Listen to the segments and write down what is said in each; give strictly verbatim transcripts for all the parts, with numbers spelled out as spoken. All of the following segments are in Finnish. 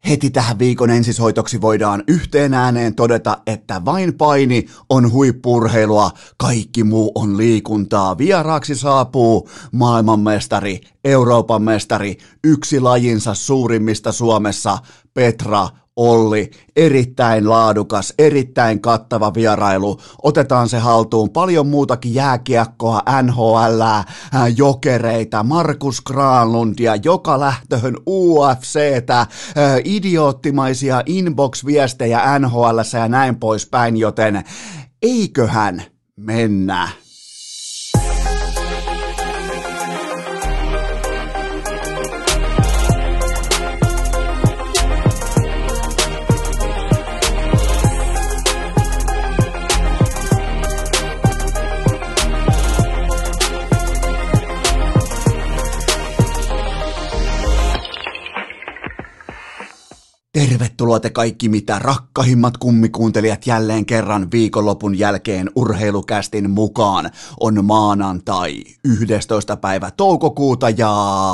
Heti tähän viikon ensisoitoksi voidaan yhteen ääneen todeta, että vain paini on huippu-urheilua, kaikki muu on liikuntaa. Vieraaksi saapuu maailmanmestari, Euroopan mestari, yksi lajinsa suurimmista Suomessa, Petra Olli, erittäin laadukas, erittäin kattava vierailu. Otetaan se haltuun. Paljon muutakin jääkiekkoa, N H L, Jokereita, Markus Granlundia, joka lähtöhön U F C:tä, idioottimaisia inbox-viestejä N H L:ssä ja näin poispäin, joten eiköhän mennä. Tervetuloa te kaikki mitä rakkahimmat kummikuuntelijat jälleen kerran viikonlopun jälkeen urheilukästin mukaan. On maanantai yhdestoista päivä toukokuuta ja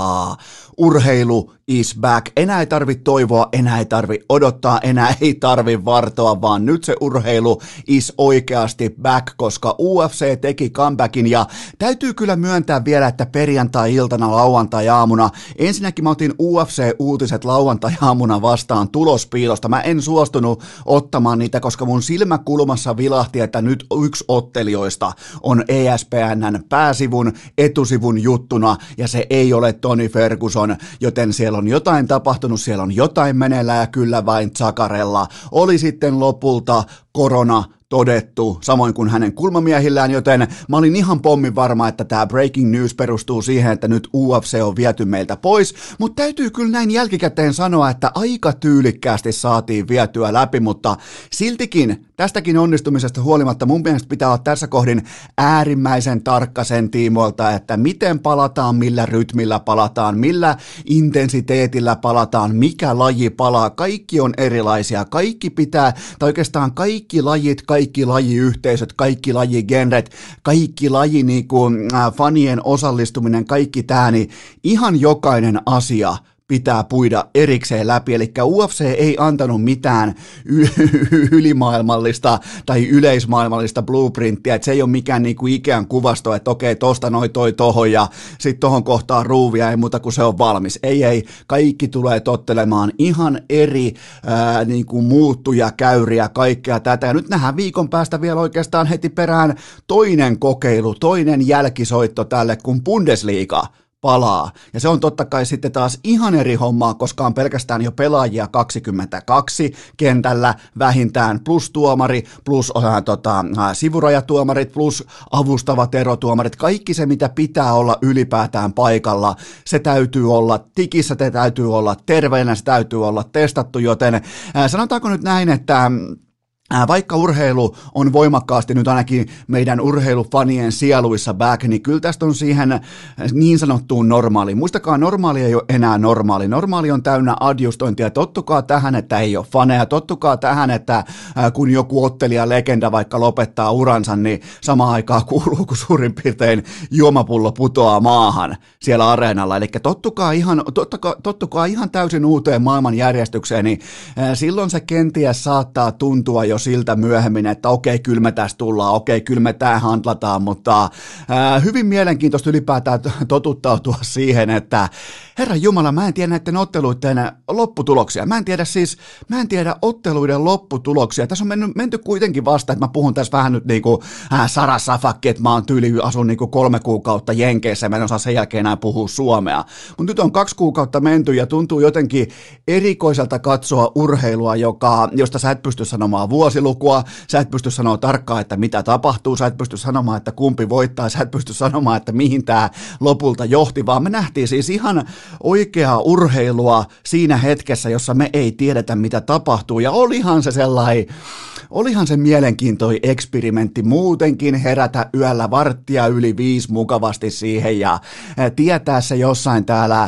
urheilu is back. Enää ei tarvitse toivoa, enää ei tarvitse odottaa, enää ei tarvitse vartoa, vaan nyt se urheilu is oikeasti back, koska U F C teki comebackin ja täytyy kyllä myöntää vielä, että perjantai-iltana, lauantai-aamuna, ensinnäkin mä otin U F C-uutiset lauantai-aamuna vastaan tulospiilosta. Mä en suostunut ottamaan niitä, koska mun silmäkulmassa vilahti, että nyt yksi ottelijoista on E S P N:n pääsivun, etusivun juttuna ja se ei ole Tony Ferguson, joten siellä on jotain tapahtunut, siellä on jotain meneillään ja kyllä vain Zakarella oli sitten lopulta korona todettu, samoin kuin hänen kulmamiehillään, joten mä olin ihan pommin varma, että tämä breaking news perustuu siihen, että nyt U F C on viety meiltä pois, mutta täytyy kyllä näin jälkikäteen sanoa, että aika tyylikkäästi saatiin vietyä läpi, mutta siltikin tästäkin onnistumisesta huolimatta mun mielestä pitää olla tässä kohdin äärimmäisen tarkka sen tiimoilta, että miten palataan, millä rytmillä palataan, millä intensiteetillä palataan, mikä laji palaa, kaikki on erilaisia, kaikki pitää, tai oikeastaan kaikki lajit, kaikki lajiyhteisöt, kaikki lajigenret, kaikki laji niin kuin, äh, fanien osallistuminen, kaikki tämä, niin ihan jokainen asia pitää puida erikseen läpi, eli U F C ei antanut mitään y- ylimaailmallista tai yleismaailmallista blueprinttiä, että se ei ole mikään niinku Ikean kuvasto, että okei, tosta noi toi tohon ja sitten tohon kohtaan ruuvia, ei muuta kuin se on valmis. Ei, ei, kaikki tulee tottelemaan ihan eri ää, niinku muuttuja, käyriä, kaikkea tätä, ja nyt nähdään viikon päästä vielä oikeastaan heti perään toinen kokeilu, toinen jälkisoitto tälle, kun Bundesliga palaa. Ja se on totta kai sitten taas ihan eri hommaa, koska on pelkästään jo pelaajia kaksikymmentäkaksi kentällä vähintään, plus tuomari, plus äh, tota, äh, sivurajatuomarit, plus avustavat erotuomarit. Kaikki se, mitä pitää olla ylipäätään paikalla, se täytyy olla tikissä, se täytyy olla terveenä, se täytyy olla testattu, joten äh, sanotaanko nyt näin, että vaikka urheilu on voimakkaasti nyt ainakin meidän urheilufanien sieluissa back, niin kyllä tästä on siihen niin sanottuun normaaliin. Muistakaa, normaali ei ole enää normaali. Normaali on täynnä adjustointia. Tottukaa tähän, että ei ole faneja. Tottukaa tähän, että kun joku ottelija legenda vaikka lopettaa uransa, niin samaan aikaan kuuluu, kun suurin piirtein juomapullo putoaa maahan siellä areenalla. Eli tottukaa ihan, tottukaa, tottukaa ihan täysin uuteen maailmanjärjestykseen, niin silloin se kenties saattaa tuntua jo siltä myöhemmin, että okei, kyllä me tästä tullaan, okei, kyllä me tämä handlataan, mutta ää, hyvin mielenkiintoista ylipäätään totuttautua siihen, että Herra Jumala, mä en tiedä näiden otteluiden lopputuloksia. Mä en tiedä siis, mä en tiedä otteluiden lopputuloksia. Tässä on mennyt, menty kuitenkin vasta, että mä puhun tässä vähän nyt niinku äh, Sara Safakki, että mä oon tyyli asun niinku kolme kuukautta Jenkeissä ja mä en osaa sen jälkeen enää puhua suomea. Mutta nyt on kaksi kuukautta menty ja tuntuu jotenkin erikoiselta katsoa urheilua, joka, josta sä et pysty sanomaan vuosilukua, sä et pysty sanomaan tarkkaan, että mitä tapahtuu, sä et pysty sanomaan, että kumpi voittaa, sä et pysty sanomaan, että mihin tää lopulta johti, vaan me nähtiin siis ihan oikeaa urheilua siinä hetkessä, jossa me ei tiedetä, mitä tapahtuu, ja olihan se sellainen, olihan se mielenkiintoinen eksperimentti muutenkin herätä yöllä varttia yli viisi mukavasti siihen ja tietää se jossain täällä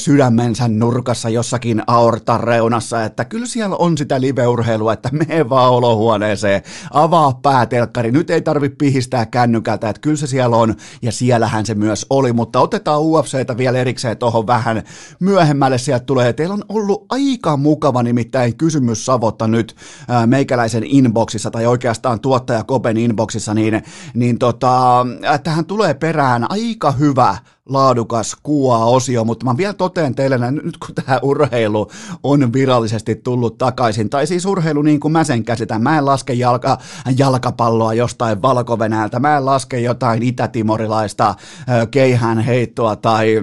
sydämensä nurkassa, jossakin aortan reunassa, että kyllä siellä on sitä live-urheilua, että me vaan olohuoneeseen, avaa päätelkkari, nyt ei tarvi pihistää kännykältä, että kyllä se siellä on, ja siellähän se myös oli, mutta otetaan U F C:tä vielä erikseen tuohon vähän myöhemmälle, sieltä tulee, teillä on ollut aika mukava nimittäin kysymys Savotta nyt ää, meikäläisen inboxissa, tai oikeastaan tuottaja Kopen inboxissa, niin, niin tota, tähän tulee perään aika hyvä laadukas Q A-osio, mutta mä vielä totean teille, että nyt kun tämä urheilu on virallisesti tullut takaisin, tai siis urheilu niin kuin mä sen käsitän, mä en laske jalka, jalkapalloa jostain Valko-Venäjältä, mä en laske jotain itätimorilaista keihäänheittoa tai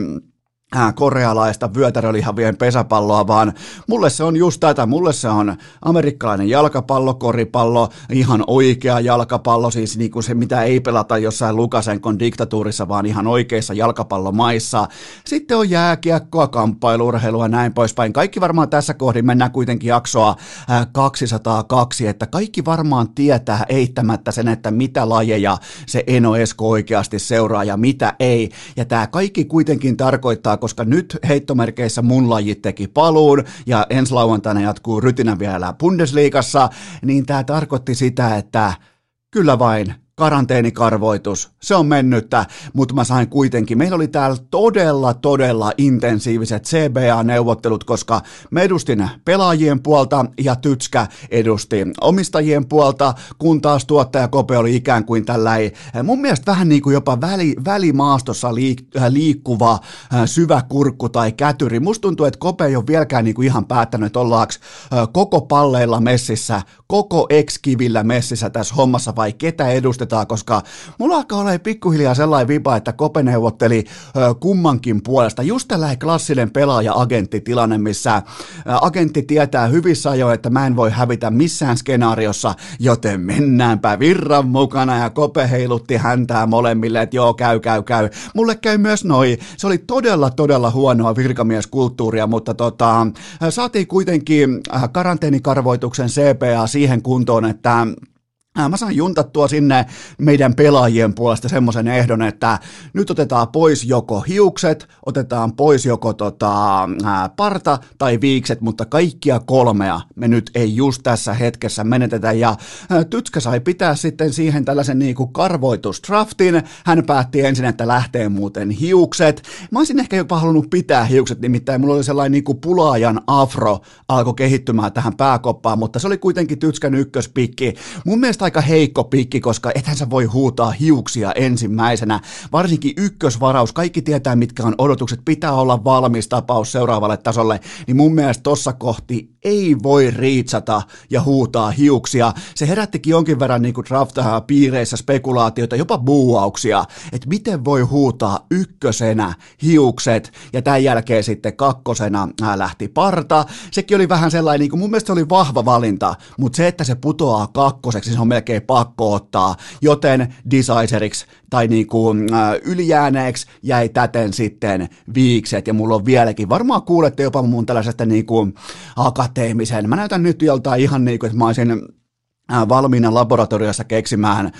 korealaista vyötärölihavien pesäpalloa, vaan mulle se on just tätä, mulle se on amerikkalainen jalkapallo, koripallo, ihan oikea jalkapallo, siis niin kuin se, mitä ei pelata jossain Lukasenkon diktatuurissa, vaan ihan oikeissa jalkapallomaissa. Sitten on jääkiekkoa, kamppailurheilua, näin poispäin. Kaikki varmaan tässä kohdin mennään kuitenkin jaksoa kaksisataakaksi, että kaikki varmaan tietää eittämättä sen, että mitä lajeja se Eno Esko oikeasti seuraa ja mitä ei, ja tämä kaikki kuitenkin tarkoittaa, koska nyt heittomerkeissä mun lajit teki paluun ja ensi lauantaina jatkuu rytinä vielä Bundesliigassa, niin tämä tarkoitti sitä, että kyllä vain karanteenikarvoitus, se on mennyttä, mutta mä sain kuitenkin, meillä oli täällä todella, todella intensiiviset C B A-neuvottelut, koska mä edustin pelaajien puolta ja Tytskä edusti omistajien puolta, kun taas tuottaja Kope oli ikään kuin tällainen, mun mielestä vähän niin kuin jopa väli, välimaastossa liik- liikkuva syvä kurkku tai kätyri. Musta tuntuu, että Kope ei ole vieläkään niin kuin ihan päättänyt, että ollaanko koko palleilla messissä, koko ex-kivillä messissä tässä hommassa vai ketä edustetaan, koska mulla alkaa olla pikkuhiljaa sellainen viba, että Kope neuvotteli ö, kummankin puolesta. Just tällainen klassinen pelaaja-agenttitilanne, missä ö, agentti tietää hyvissä ajoin, että mä en voi hävitä missään skenaariossa, joten mennäänpä virran mukana, ja Kope heilutti häntää molemmille, että joo, käy, käy, käy. Mulle käy myös noi. Se oli todella, todella huonoa virkamieskulttuuria, mutta tota, saatiin kuitenkin karanteenikarvoituksen C P A siihen kuntoon, että mä sain juntattua sinne meidän pelaajien puolesta semmoisen ehdon, että nyt otetaan pois joko hiukset, otetaan pois joko tota, ää, parta tai viikset, mutta kaikkia kolmea me nyt ei just tässä hetkessä menetetä. Ja ää, Tytskä sai pitää sitten siihen tällaisen niin kuin karvoitusdraftin. Hän päätti ensin, että lähtee muuten hiukset. Mä olisin ehkä jopa halunnut pitää hiukset, nimittäin mulla oli sellainen niin kuin pulaajan afro alkoi kehittymään tähän pääkoppaan, mutta se oli kuitenkin Tytskän ykköspikki. Mun mielestä aika heikko pikki, koska ethän sä voi huutaa hiuksia ensimmäisenä, varsinkin ykkösvaraus, kaikki tietää mitkä on odotukset, pitää olla valmis tapaus seuraavalle tasolle, niin mun mielestä tossa kohti ei voi riitsata ja huutaa hiuksia. Se herättikin jonkin verran niin kuin draft-piireissä spekulaatioita, jopa buuauksia, että miten voi huutaa ykkösenä hiukset, ja tämän jälkeen sitten kakkosena lähti parta. Sekin oli vähän sellainen, niin kuin mun mielestä se oli vahva valinta, mutta se, että se putoaa kakkoseksi, se on melkein pakko ottaa, joten Decisoriksi tai niin kuin, äh, ylijääneeksi jäi täten sitten viikset, ja mulla on vieläkin, varmaan kuulette jopa mun tällaisesta niin kuin akateemisen, mä näytän nyt joltain ihan niin kuin, että mä olisin valmiina laboratoriossa keksimään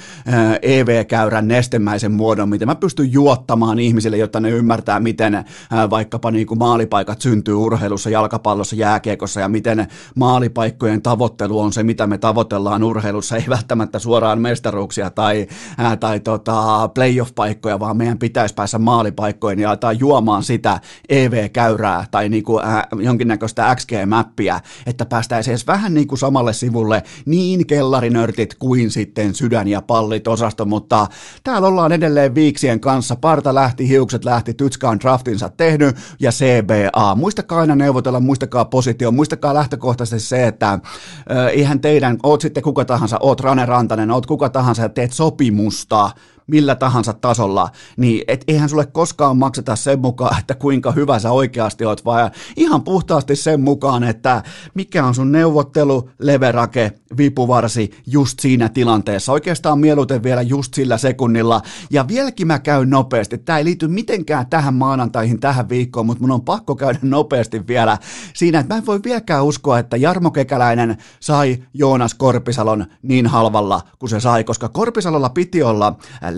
E V-käyrän nestemäisen muodon, miten mä pystyn juottamaan ihmisille, jotta ne ymmärtää, miten vaikkapa niin kuin maalipaikat syntyy urheilussa, jalkapallossa, jääkiekossa, ja miten maalipaikkojen tavoittelu on se, mitä me tavoitellaan urheilussa, ei välttämättä suoraan mestaruuksia tai, tai tota playoff-paikkoja, vaan meidän pitäisi päästä maalipaikkoihin ja aletaan juomaan sitä E V-käyrää tai niin kuin, äh, jonkinnäköistä X G-mäppiä, että päästäisiin edes vähän niin kuin samalle sivulle niin kellarinörtit kuin sitten sydän- ja pallit-osasto, mutta täällä ollaan edelleen viiksien kanssa. Parta lähti, hiukset lähti, Tytskä on draftinsa tehnyt ja C B A. Muistakaa aina neuvotella, muistakaa positio, muistakaa lähtökohtaisesti se, että äh, eihän teidän, oot sitten kuka tahansa, oot Rane Rantanen, oot kuka tahansa ja teet sopimusta millä tahansa tasolla, niin et eihän sulle koskaan makseta sen mukaan, että kuinka hyvä sä oikeasti oot, vaan ihan puhtaasti sen mukaan, että mikä on sun neuvottelu, leverake, vipuvarsi just siinä tilanteessa. Oikeastaan mieluiten vielä just sillä sekunnilla, ja vieläkin mä käyn nopeasti. Tää ei liity mitenkään tähän maanantaihin, tähän viikkoon, mutta mun on pakko käydä nopeasti vielä siinä, että mä en voi vieläkään uskoa, että Jarmo Kekäläinen sai Joonas Korpisalon niin halvalla kuin se sai, koska Korpisalolla piti olla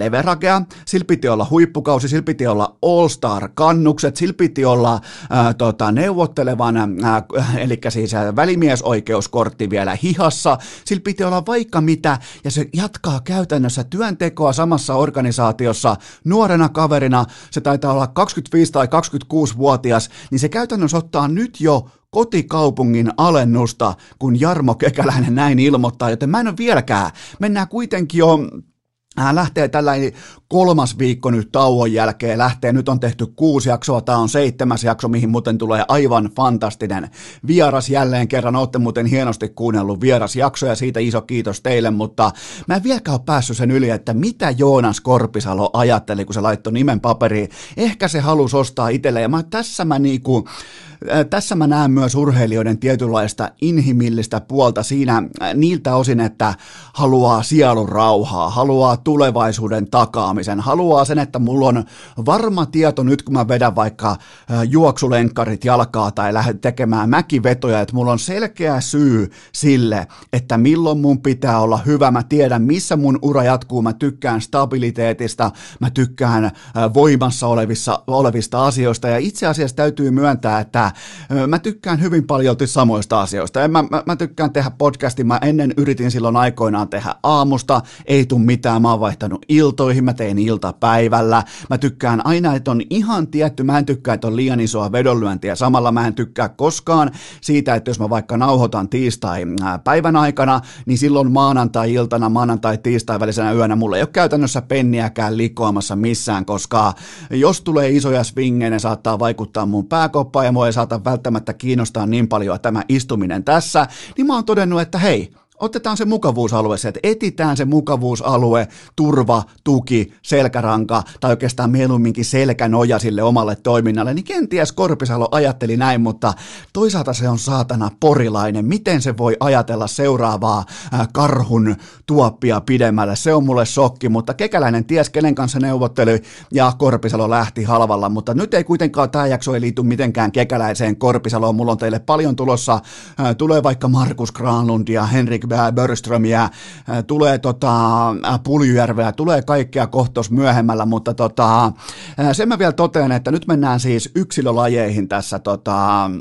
leveragea, sillä piti olla huippukausi, sillä piti olla all-star-kannukset, sillä piti olla ää, tota, neuvottelevan, ää, eli siis välimiesoikeuskortti vielä hihassa, sillä piti olla vaikka mitä, ja se jatkaa käytännössä työntekoa samassa organisaatiossa nuorena kaverina, se taitaa olla kaksikymmentäviisi- tai kaksikymmentäkuusi-vuotias, niin se käytännössä ottaa nyt jo kotikaupungin alennusta, kun Jarmo Kekäläinen näin ilmoittaa, joten mä en ole vieläkään. Mennään kuitenkin jo, äh, lähtee tällainen kolmas viikko nyt tauon jälkeen, lähtee, nyt on tehty kuusi jaksoa, tämä on seitsemäs jakso, mihin muuten tulee aivan fantastinen vieras jälleen kerran, ootte muuten hienosti kuunnellut vierasjaksoja, siitä iso kiitos teille, mutta mä en vieläkään ole päässyt sen yli, että mitä Joonas Korpisalo ajatteli, kun se laittoi nimen paperiin, ehkä se halusi ostaa itselleen, ja mä, tässä mä niinku, Tässä mä näen myös urheilijoiden tietynlaista inhimillistä puolta siinä niiltä osin, että haluaa sielun rauhaa, haluaa tulevaisuuden takaamisen, haluaa sen, että mulla on varma tieto nyt, kun mä vedän vaikka juoksulenkkarit jalkaa tai lähden tekemään mäkivetoja, että mulla on selkeä syy sille, että milloin mun pitää olla hyvä, mä tiedän, missä mun ura jatkuu, mä tykkään stabiliteetista, mä tykkään voimassa olevissa, olevista asioista ja itse asiassa täytyy myöntää, että mä tykkään hyvin paljon samoista asioista. Mä, mä, mä tykkään tehdä podcastin. Mä ennen yritin silloin aikoinaan tehdä aamusta. Ei tule mitään. Mä oon vaihtanut iltoihin. Mä tein iltapäivällä. Mä tykkään aina, että on ihan tietty. Mä en tykkää, että on liian isoa vedonlyöntiä. Samalla mä en tykkää koskaan siitä, että jos mä vaikka nauhoitan tiistai päivän aikana, niin silloin maanantai-iltana, maanantai-tiistai välisenä yönä mulla ei ole käytännössä penniäkään likoamassa missään, koska jos tulee isoja swingejä, ne saattaa vaikuttaa mun pääkoppaan ja mua ei saata välttämättä kiinnostaa niin paljon tämä istuminen tässä, niin mä oon todennut, että hei, otetaan se mukavuusalue, että etitään se mukavuusalue, turva, tuki, selkäranka tai oikeastaan mieluumminkin selkänoja sille omalle toiminnalle, niin kenties Korpisalo ajatteli näin, mutta toisaalta se on saatana porilainen. Miten se voi ajatella seuraavaa äh, karhun tuoppia pidemmälle? Se on mulle shokki, mutta Kekäläinen ties kenen kanssa neuvotteli ja Korpisalo lähti halvalla, mutta nyt ei kuitenkaan tämä jakso ei liity mitenkään Kekäläiseen Korpisaloon. Mulla on teille paljon tulossa, äh, tulee vaikka Markus Granlund ja Henrik Börströmiä, tulee tota, Puljujärveä, tulee kaikkea kohtos myöhemmällä, mutta tota, sen mä vielä totean, että nyt mennään siis yksilölajeihin tässä tota,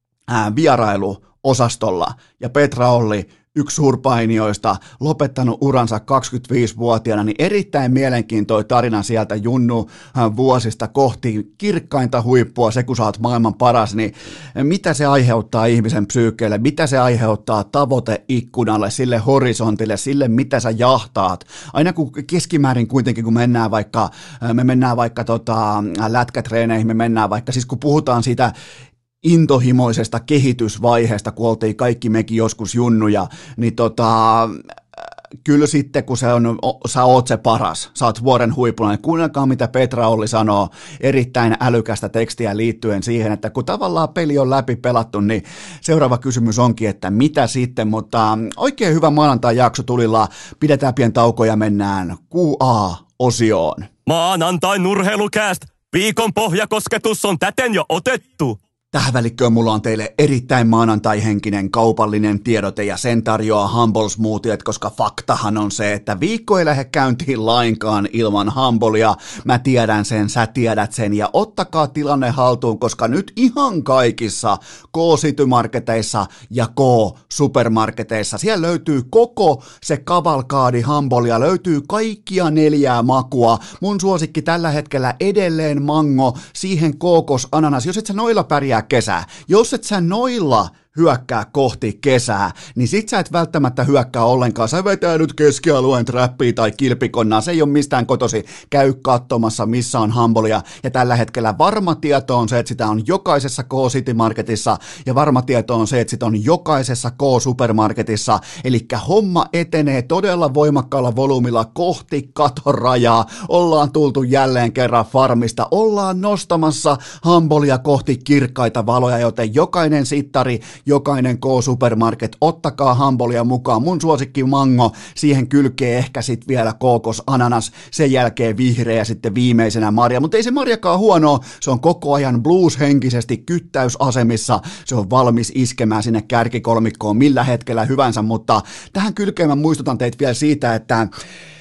vierailuosastolla, ja Petra Olli, yksi suurpainijoista, lopettanut uransa kaksikymmentäviisivuotiaana, niin erittäin mielenkiintoinen tarina sieltä Junnu vuosista kohti kirkkainta huippua, se kun sä oot maailman paras, niin mitä se aiheuttaa ihmisen psyykkeelle, mitä se aiheuttaa tavoiteikkunalle, sille horisontille, sille mitä sä jahtaat. Aina kun keskimäärin kuitenkin, kun mennään vaikka, me mennään vaikka tota, lätkätreeneihin, me mennään vaikka, siis kun puhutaan siitä intohimoisesta kehitysvaiheesta, kun oltiin kaikki mekin joskus junnuja, niin tota, kyllä sitten, kun se on, sä oot se paras, sä oot vuoden huipulla, niin kuunnelkaa, mitä Petra Olli sanoo, erittäin älykästä tekstiä liittyen siihen, että kun tavallaan peli on läpi pelattu, niin seuraava kysymys onkin, että mitä sitten, mutta oikein hyvä maanantai-jakso tulilla, pidetään pieni tauko ja mennään Q A-osioon. Maanantain urheilukääst, viikon pohjakosketus on täten jo otettu. Tähän välikköön mulla on teille erittäin maanantai-henkinen kaupallinen tiedote ja sen tarjoaa Humble Smoothiet, koska faktahan on se, että viikko ei lähde käyntiin lainkaan ilman Humblea. Mä tiedän sen, sä tiedät sen ja ottakaa tilanne haltuun, koska nyt ihan kaikissa K-City-marketeissa ja K-Supermarketeissa siellä löytyy koko se kavalkaadi Humblea, löytyy kaikkia neljää makua. Mun suosikki tällä hetkellä edelleen mango, siihen kookos, ananas, jos et sä noilla pärjää kesää. Jos et sä noilla hyökkää kohti kesää, niin sit sä et välttämättä hyökkää ollenkaan. Sä vetää nyt keskialueen trappia tai kilpikonnaa, se ei ole mistään kotosi. Käy katsomassa, missä on Humblea. Ja tällä hetkellä varma tieto on se, että sitä on jokaisessa K-City Marketissa, ja varma tieto on se, että sitä on jokaisessa K-Supermarketissa. Eli homma etenee todella voimakkaalla volyymilla kohti katon rajaa. Ollaan tultu jälleen kerran farmista, ollaan nostamassa Humblea kohti kirkkaita valoja, joten jokainen sittari, jokainen K-Supermarket, ottakaa Humblea mukaan. Mun suosikki mango, siihen kylkee ehkä sitten vielä kookos, ananas, sen jälkeen vihreä ja sitten viimeisenä marja. Mutta ei se marjakaan huonoa, se on koko ajan blues-henkisesti kyttäysasemissa, se on valmis iskemään sinne kärkikolmikkoon millä hetkellä hyvänsä, mutta tähän kylkeen mä muistutan teitä vielä siitä, että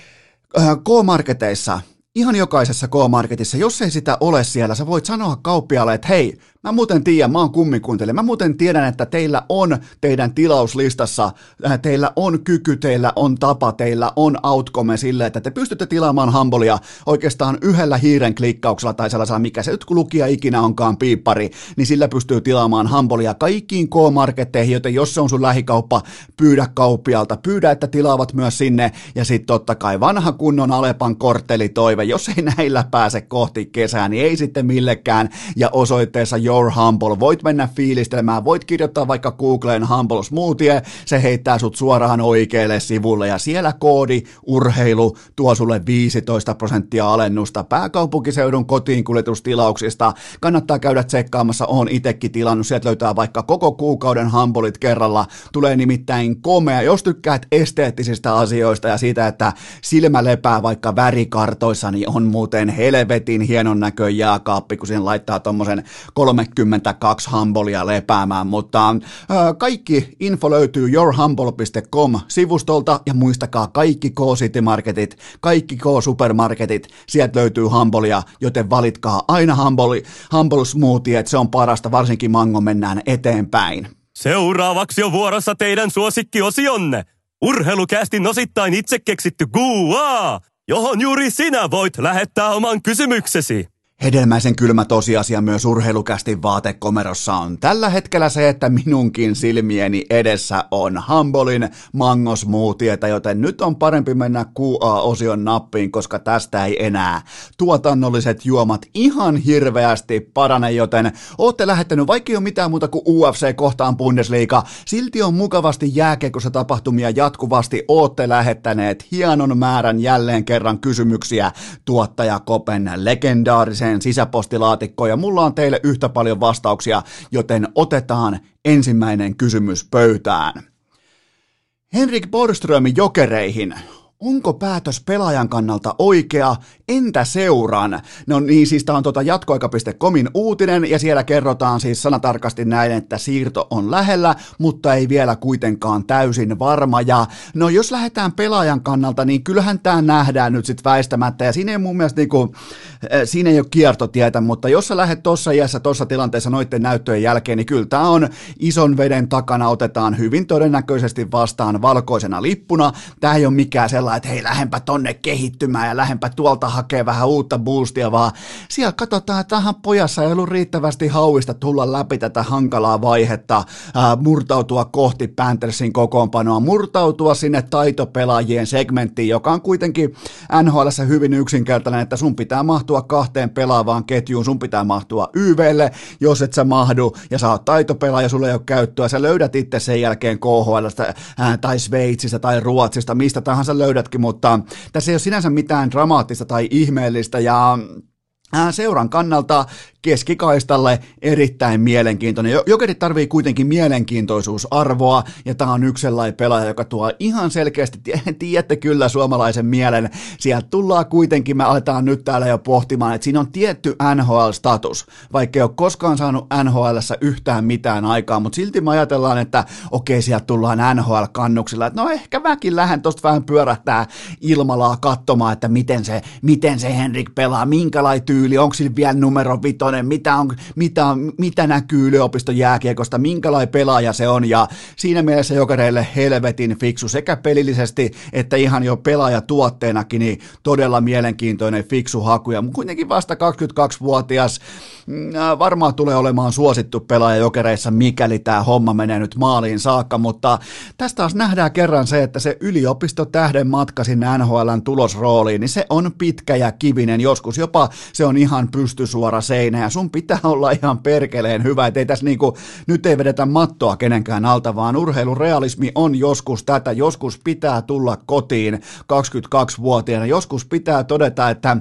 K-marketeissa, ihan jokaisessa K-marketissa, jos ei sitä ole siellä, sä voit sanoa kauppiaalle, että hei, mä muuten tiedän, mä oon kummikuuntelija, mä muuten tiedän, että teillä on teidän tilauslistassa, teillä on kyky, teillä on tapa, teillä on outcome sille, että te pystytte tilaamaan Humbleia oikeastaan yhdellä hiiren klikkauksella tai sellaisella, mikä se nyt lukija ikinä onkaan piippari, niin sillä pystyy tilaamaan Humbleia kaikkiin K-marketteihin, joten jos se on sun lähikauppa, pyydä kauppialta, pyydä, että tilaavat myös sinne, ja sitten totta kai vanha kunnon Alepan korttelitoive, jos ei näillä pääse kohti kesää, niin ei sitten millekään, ja osoitteessa Your Humble, voit mennä fiilistelemään, voit kirjoittaa vaikka Googleen Humble Smoothie, se heittää sut suoraan oikealle sivulle, ja siellä koodi urheilu tuo sulle viisitoista prosenttia alennusta pääkaupunkiseudun kotiinkuljetustilauksista, kannattaa käydä tsekkaamassa, oon itekin tilannut, sieltä löytää vaikka koko kuukauden Humblet kerralla, tulee nimittäin komea, jos tykkäät esteettisistä asioista ja siitä, että silmä lepää vaikka värikartoissa, niin on muuten helvetin hienon näköinen jääkaappi, kun siihen laittaa tommosen kolmekymmentäkaksi Humblea lepäämään, mutta ää, kaikki info löytyy your humble piste com-sivustolta, ja muistakaa kaikki K-City Marketit, kaikki K-Supermarketit, sieltä löytyy Humblea, joten valitkaa aina Humble, Humble Smoothie, että se on parasta, varsinkin mango, mennään eteenpäin. Seuraavaksi on vuorossa teidän suosikkiosionne, Urheilukästin osittain itse keksitty Q A, johon juuri sinä voit lähettää oman kysymyksesi. Hedelmäisen kylmä tosiasia myös Urheilukästin vaatekomerossa on tällä hetkellä se, että minunkin silmieni edessä on Humblein mangosmoothieta, joten nyt on parempi mennä Q A-osion nappiin, koska tästä ei enää tuotannolliset juomat ihan hirveästi parane, joten ootte lähettänyt, vaikka ei ole mitään muuta kuin U F C kohtaan Bundesliga, silti on mukavasti jääkiekossa tapahtumia jatkuvasti, ootte lähettäneet hienon määrän jälleen kerran kysymyksiä tuottaja Kopen legendaariseen sisäpostilaatikkoon, ja mulla on teille yhtä paljon vastauksia, joten otetaan ensimmäinen kysymys pöytään. Henrik Borgströmin Jokereihin. Onko päätös pelaajan kannalta oikea? Entä seuran? No niin, siis tämä on tuota jatkoaika piste comin uutinen, ja siellä kerrotaan siis sanatarkasti näin, että siirto on lähellä, mutta ei vielä kuitenkaan täysin varma. Ja no jos lähdetään pelaajan kannalta, niin kyllähän tämä nähdään nyt sitten väistämättä, ja siinä ei mun mielestä niinku, siinä ei ole kiertotietä, mutta jos sä lähdet tuossa iässä, tuossa tilanteessa noiden näyttöjen jälkeen, niin kyllä tämä on ison veden takana, otetaan hyvin todennäköisesti vastaan valkoisena lippuna. Tämä ei ole mikään sellainen, että hei, lähdenpä tonne kehittymään ja lähdenpä tuolta hakee vähän uutta boostia, vaan siellä katsotaan, että tähän pojassa ei ollut riittävästi hauista tulla läpi tätä hankalaa vaihetta, ää, murtautua kohti Panthersin kokoonpanoa, murtautua sinne taitopelaajien segmenttiin, joka on kuitenkin N H L:ssä hyvin yksinkertainen, että sun pitää mahtua kahteen pelaavaan ketjuun, sun pitää mahtua Y V:lle, jos et sä mahdu, ja sä oot taitopelaaja, sulla ei ole käyttöä, sä löydät itse sen jälkeen K H L:stä ää, tai Sveitsistä tai Ruotsista, mistä tahansa löydätkin, mutta tässä ei ole sinänsä mitään dramaattista tai ihmeellistä, ja seuran kannalta keskikaistalle erittäin mielenkiintoinen. Jokerit tarvii kuitenkin mielenkiintoisuusarvoa, ja tämä on yksi sellainen pelaaja, joka tuo ihan selkeästi, tiedätte kyllä suomalaisen mielen, sieltä tullaan kuitenkin, me aletaan nyt täällä jo pohtimaan, että siinä on tietty N H L-status, vaikka ei ole koskaan saanut N H L:ssä yhtään mitään aikaa, mutta silti me ajatellaan, että okei, sieltä tullaan N H L-kannuksilla, että no ehkä mäkin lähden tosta vähän pyörähtää ilmalaa katsomaan, että miten se, miten se Henrik pelaa, minkälainen tyyli, onko sillä vielä numero vitonen, mitä, on, mitä, on, mitä näkyy yliopiston jääkiekosta, minkälainen pelaaja se on, ja siinä mielessä Jokereille helvetin fiksu sekä pelillisesti että ihan jo pelaajatuotteenakin, niin todella mielenkiintoinen fiksu haku, ja kuitenkin vasta kaksikymmentäkaksivuotias, varmaan tulee olemaan suosittu pelaaja Jokereissa, mikäli tämä homma menee nyt maaliin saakka, mutta tästä taas nähdään kerran se, että se yliopistotähden matka sinne N H L:n tulosrooliin, niin se on pitkä ja kivinen, joskus jopa se on ihan pystysuora seinä, ja sun pitää olla ihan perkeleen hyvä, ettei tässä niinku, nyt ei vedetä mattoa kenenkään alta, vaan urheilurealismi on joskus tätä, joskus pitää tulla kotiin kaksikymmentäkaksivuotiaana, joskus pitää todeta, että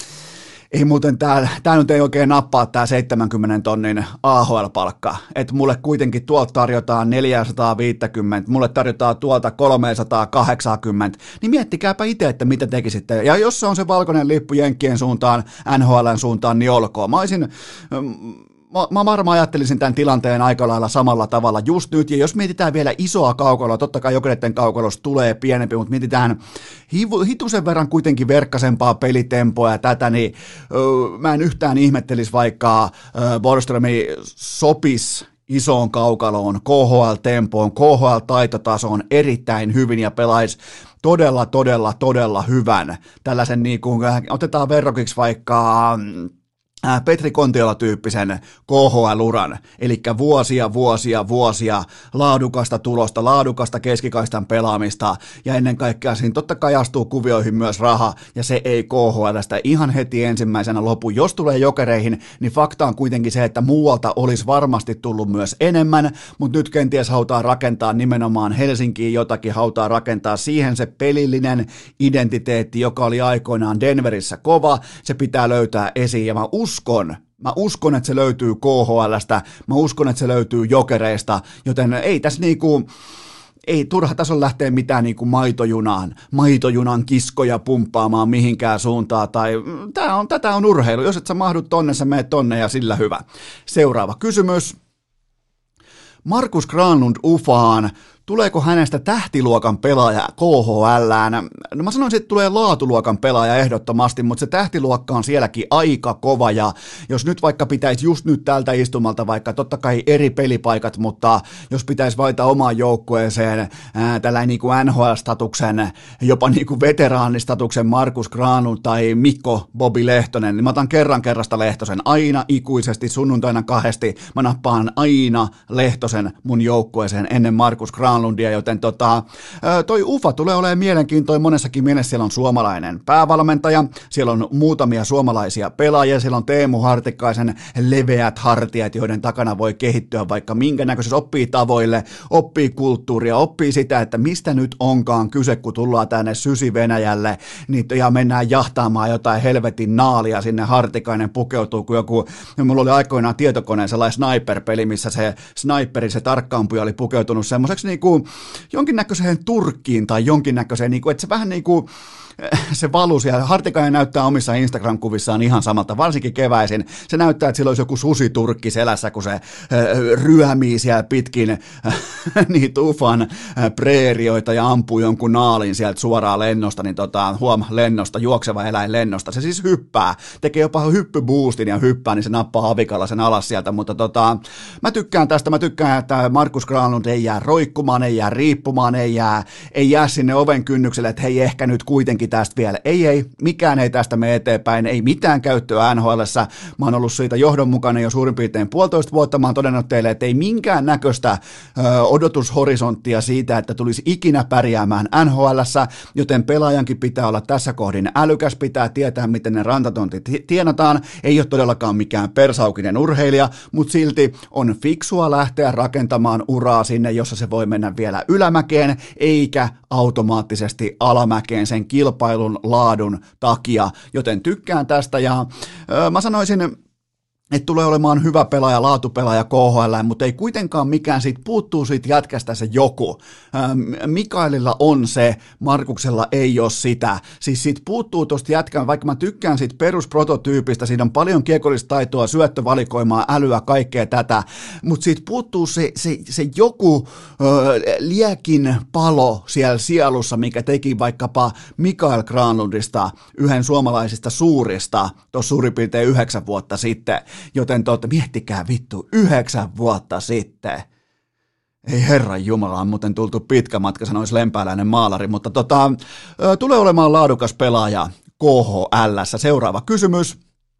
ei muuten, tää, tää nyt ei oikein nappaa tää seitsemänkymmenen tonnin A H L-palkka, että mulle kuitenkin tuolta tarjotaan neljäsataaviisikymmentä, mulle tarjotaan tuolta kolmesataakahdeksankymmentä, niin miettikääpä itse, että mitä tekisitte, ja jos se on se valkoinen lippu Jenkkien suuntaan, N H L:n suuntaan, niin olkoon. Mä olisin, mä, mä varmaan ajattelisin tämän tilanteen aika lailla samalla tavalla just nyt, ja jos mietitään vielä isoa kaukaloa, totta kai Jokereiden kaukalosta tulee pienempi, mutta mietitään hitusen verran kuitenkin verkkasempaa pelitempoa ja tätä, niin öö, mä en yhtään ihmettelisi, vaikka öö, Borgströmi sopisi isoon kaukaloon, K H L-tempoon, K H L-taitotasoon erittäin hyvin ja pelaisi todella, todella, todella hyvän. Tällaisen niin kuin, otetaan verrokiksi vaikka Petri Kontiola-tyyppisen K H L-uran, eli vuosia, vuosia, vuosia laadukasta tulosta, laadukasta keskikaistan pelaamista, ja ennen kaikkea siinä totta kai astuu kuvioihin myös raha, ja se ei K H L:stä ihan heti ensimmäisenä lopu. Jos tulee Jokereihin, niin fakta on kuitenkin se, että muualta olisi varmasti tullut myös enemmän, mutta nyt kenties halutaan rakentaa nimenomaan Helsinkiin jotakin, halutaan rakentaa siihen se pelillinen identiteetti, joka oli aikoinaan Denverissä kova, se pitää löytää esiin, ja mä uskon, Uskon. Mä uskon, että se löytyy K H L:stä, mä uskon, että se löytyy Jokereista, joten ei tässä niinku, ei turha tasolla lähteä mitään niinku maitojunaan, maitojunan kiskoja pumppaamaan mihinkään suuntaan, tai tää on, tätä on urheilu, jos et sä mahdu tonne, sä meet tonne ja sillä hyvä. Seuraava kysymys. Markus Granlund ufaan. Tuleeko hänestä tähtiluokan pelaaja K H L:ään? No mä sanoisin, että tulee laatuluokan pelaaja ehdottomasti, mutta se tähtiluokka on sielläkin aika kova, ja jos nyt vaikka pitäisi just nyt tältä istumalta, vaikka totta kai eri pelipaikat, mutta jos pitäisi valita omaan joukkueeseen ää, tällainen niin kuin N H L-statuksen, jopa niin kuin veteraanistatuksen Markus Granlund tai Mikko Bobi Lehtonen, niin mä otan kerran kerrasta Lehtosen aina ikuisesti, sunnuntaina kahdesti, mä nappaan aina Lehtosen mun joukkueeseen ennen Markus Granlundia. Joten tota, toi U F A tulee olemaan mielenkiintoinen monessakin mielessä. Siellä on suomalainen päävalmentaja, siellä on muutamia suomalaisia pelaajia, siellä on Teemu Hartikaisen leveät hartiat, joiden takana voi kehittyä vaikka minkä näköisessä, oppii tavoille, oppii kulttuuria, oppii sitä, että mistä nyt onkaan kyse, kun tullaan tänne Sysi Venäjälle, niin, ja mennään jahtaamaan jotain helvetin naalia sinne. Hartikainen pukeutuu kuin joku, mulla oli aikoinaan tietokoneen sellainen sniper-peli, missä se sniperi, se tarkkaampuja oli pukeutunut semmoiseksi niin kuin jonkinnäköiseen turkkiin tai jonkinnäköiseen, niin kuin, että se vähän niin kuin se valuu siellä. Hartikainen näyttää omissa Instagram-kuvissaan ihan samalta, varsinkin keväisin. Se näyttää, että sillä olisi joku susiturkki selässä, kun se ryömii siellä pitkin niitä U F A:n preerioita ja ampuu jonkun naalin sieltä suoraan lennosta, niin tota, huom, lennosta, juokseva eläin lennosta. Se siis hyppää, tekee jopa hyppyboostin ja hyppää, niin se nappaa avikalla sen alas sieltä, mutta tota, mä tykkään tästä, mä tykkään, että Markus Granlund ei jää roikkumaan, ei jää riippumaan, ei jää, ei jää sinne oven kynnykselle, että hei, ehkä nyt kuitenkin tästä vielä. Ei, ei, mikään ei tästä mene eteenpäin, ei mitään käyttöä N H L:ssä. Mä oon ollut siitä johdonmukainen jo suurin piirtein puolitoista vuotta. Mä oon todennut teille, että ei minkään näköistä ö, odotushorisonttia siitä, että tulisi ikinä pärjäämään N H L:ssä, joten pelaajankin pitää olla tässä kohdin älykäs, pitää tietää, miten ne rantatontit tienataan. Ei ole todellakaan mikään persaukinen urheilija, mutta silti on fiksua lähteä rakentamaan uraa sinne, jossa se voi mennä vielä ylämäkeen, eikä automaattisesti alamäkeen sen kilpailun laadun takia, joten tykkään tästä, ja ö, mä sanoisin, että tulee olemaan hyvä pelaaja, laatupelaaja K H L, mutta ei kuitenkaan mikään, siitä puuttuu siitä jätkästä se joku. Ähm, Mikaelilla on se, Markuksella ei ole sitä. Siis siitä puuttuu tuosta jätkän, vaikka mä tykkään siitä perusprototyypistä, siinä on paljon kiekollista taitoa, syöttövalikoimaa, älyä, kaikkea tätä, mutta siitä puuttuu se, se, se joku ö, liekin palo siellä sielussa, mikä teki vaikkapa Mikael Granlundista yhden suomalaisista suurista, tuossa suurin piirtein yhdeksän vuotta sitten. Joten tuotte, miettikää vittu, yhdeksän vuotta sitten. Ei herran jumala, on muuten tultu pitkä matka, sanoisi lempääläinen maalari, mutta tota, tulee olemaan laadukas pelaaja K H L:ssä. Seuraava kysymys.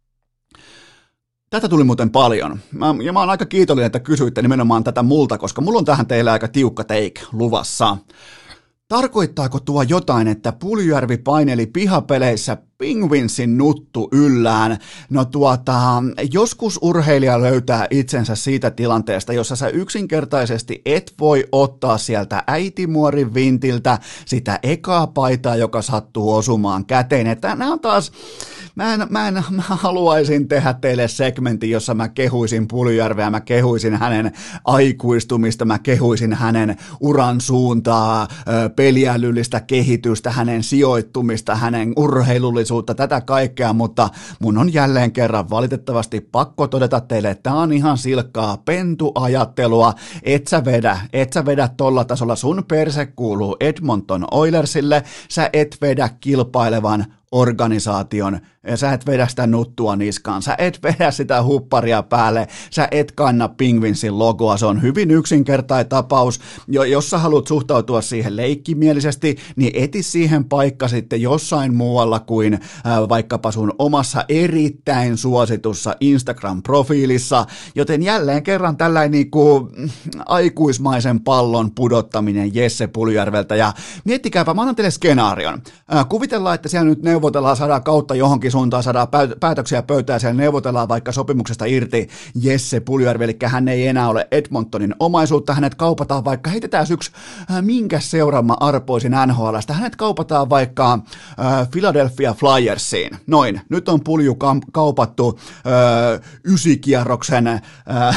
Tätä tuli muuten paljon, mä, ja mä oon aika kiitollinen, että kysyitte nimenomaan tätä multa, koska mulla on tähän teille aika tiukka take luvassa. Tarkoittaako tuo jotain, että Puljujärvi paineli pihapeleissä Penguinsin nuttu yllään? No tuota, joskus urheilija löytää itsensä siitä tilanteesta, jossa sä yksinkertaisesti et voi ottaa sieltä äitimuorin vintiltä sitä ekaa paitaa, joka sattuu osumaan käteen. Että nämä on taas, mä, en, mä, en, mä haluaisin tehdä teille segmentin, jossa mä kehuisin Puljujärveä, mä kehuisin hänen aikuistumista, mä kehuisin hänen uran suuntaa, peliälyllistä kehitystä, hänen sijoittumista, hänen urheilullisuutta, tulevaisuutta, tätä kaikkea, mutta mun on jälleen kerran valitettavasti pakko todeta teille, että tää on ihan silkkaa pentuajattelua, et sä vedä, et sä vedä tolla tasolla, sun perse kuuluu Edmonton Oilersille, sä et vedä kilpailevan organisaation, sä et vedä sitä nuttua niskaan, sä et vedä sitä hupparia päälle, sä et kanna Penguinsin logoa, se on hyvin yksinkertainen tapaus, jos sä haluat suhtautua siihen leikkimielisesti, niin eti siihen paikka sitten jossain muualla kuin äh, vaikkapa sun omassa erittäin suositussa Instagram-profiilissa, joten jälleen kerran tällainen niin kuin aikuismaisen pallon pudottaminen Jesse Puljujärveltä, ja miettikääpä, mä annan teille skenaarion, äh, kuvitellaan, että siellä nyt neuvotellaan, saadaan kautta johonkin suuntaan, saadaan päätöksiä pöytään, siellä neuvotellaan vaikka sopimuksesta irti Jesse Puljujärvi, eli hän ei enää ole Edmontonin omaisuutta, hänet kaupataan vaikka, heitetään yksi, äh, minkä seuraama arpoisin N H L:stä, hänet kaupataan vaikka äh, Philadelphia Flyersiin, noin, nyt on Pulju kaupattu äh, ysikierroksen, äh,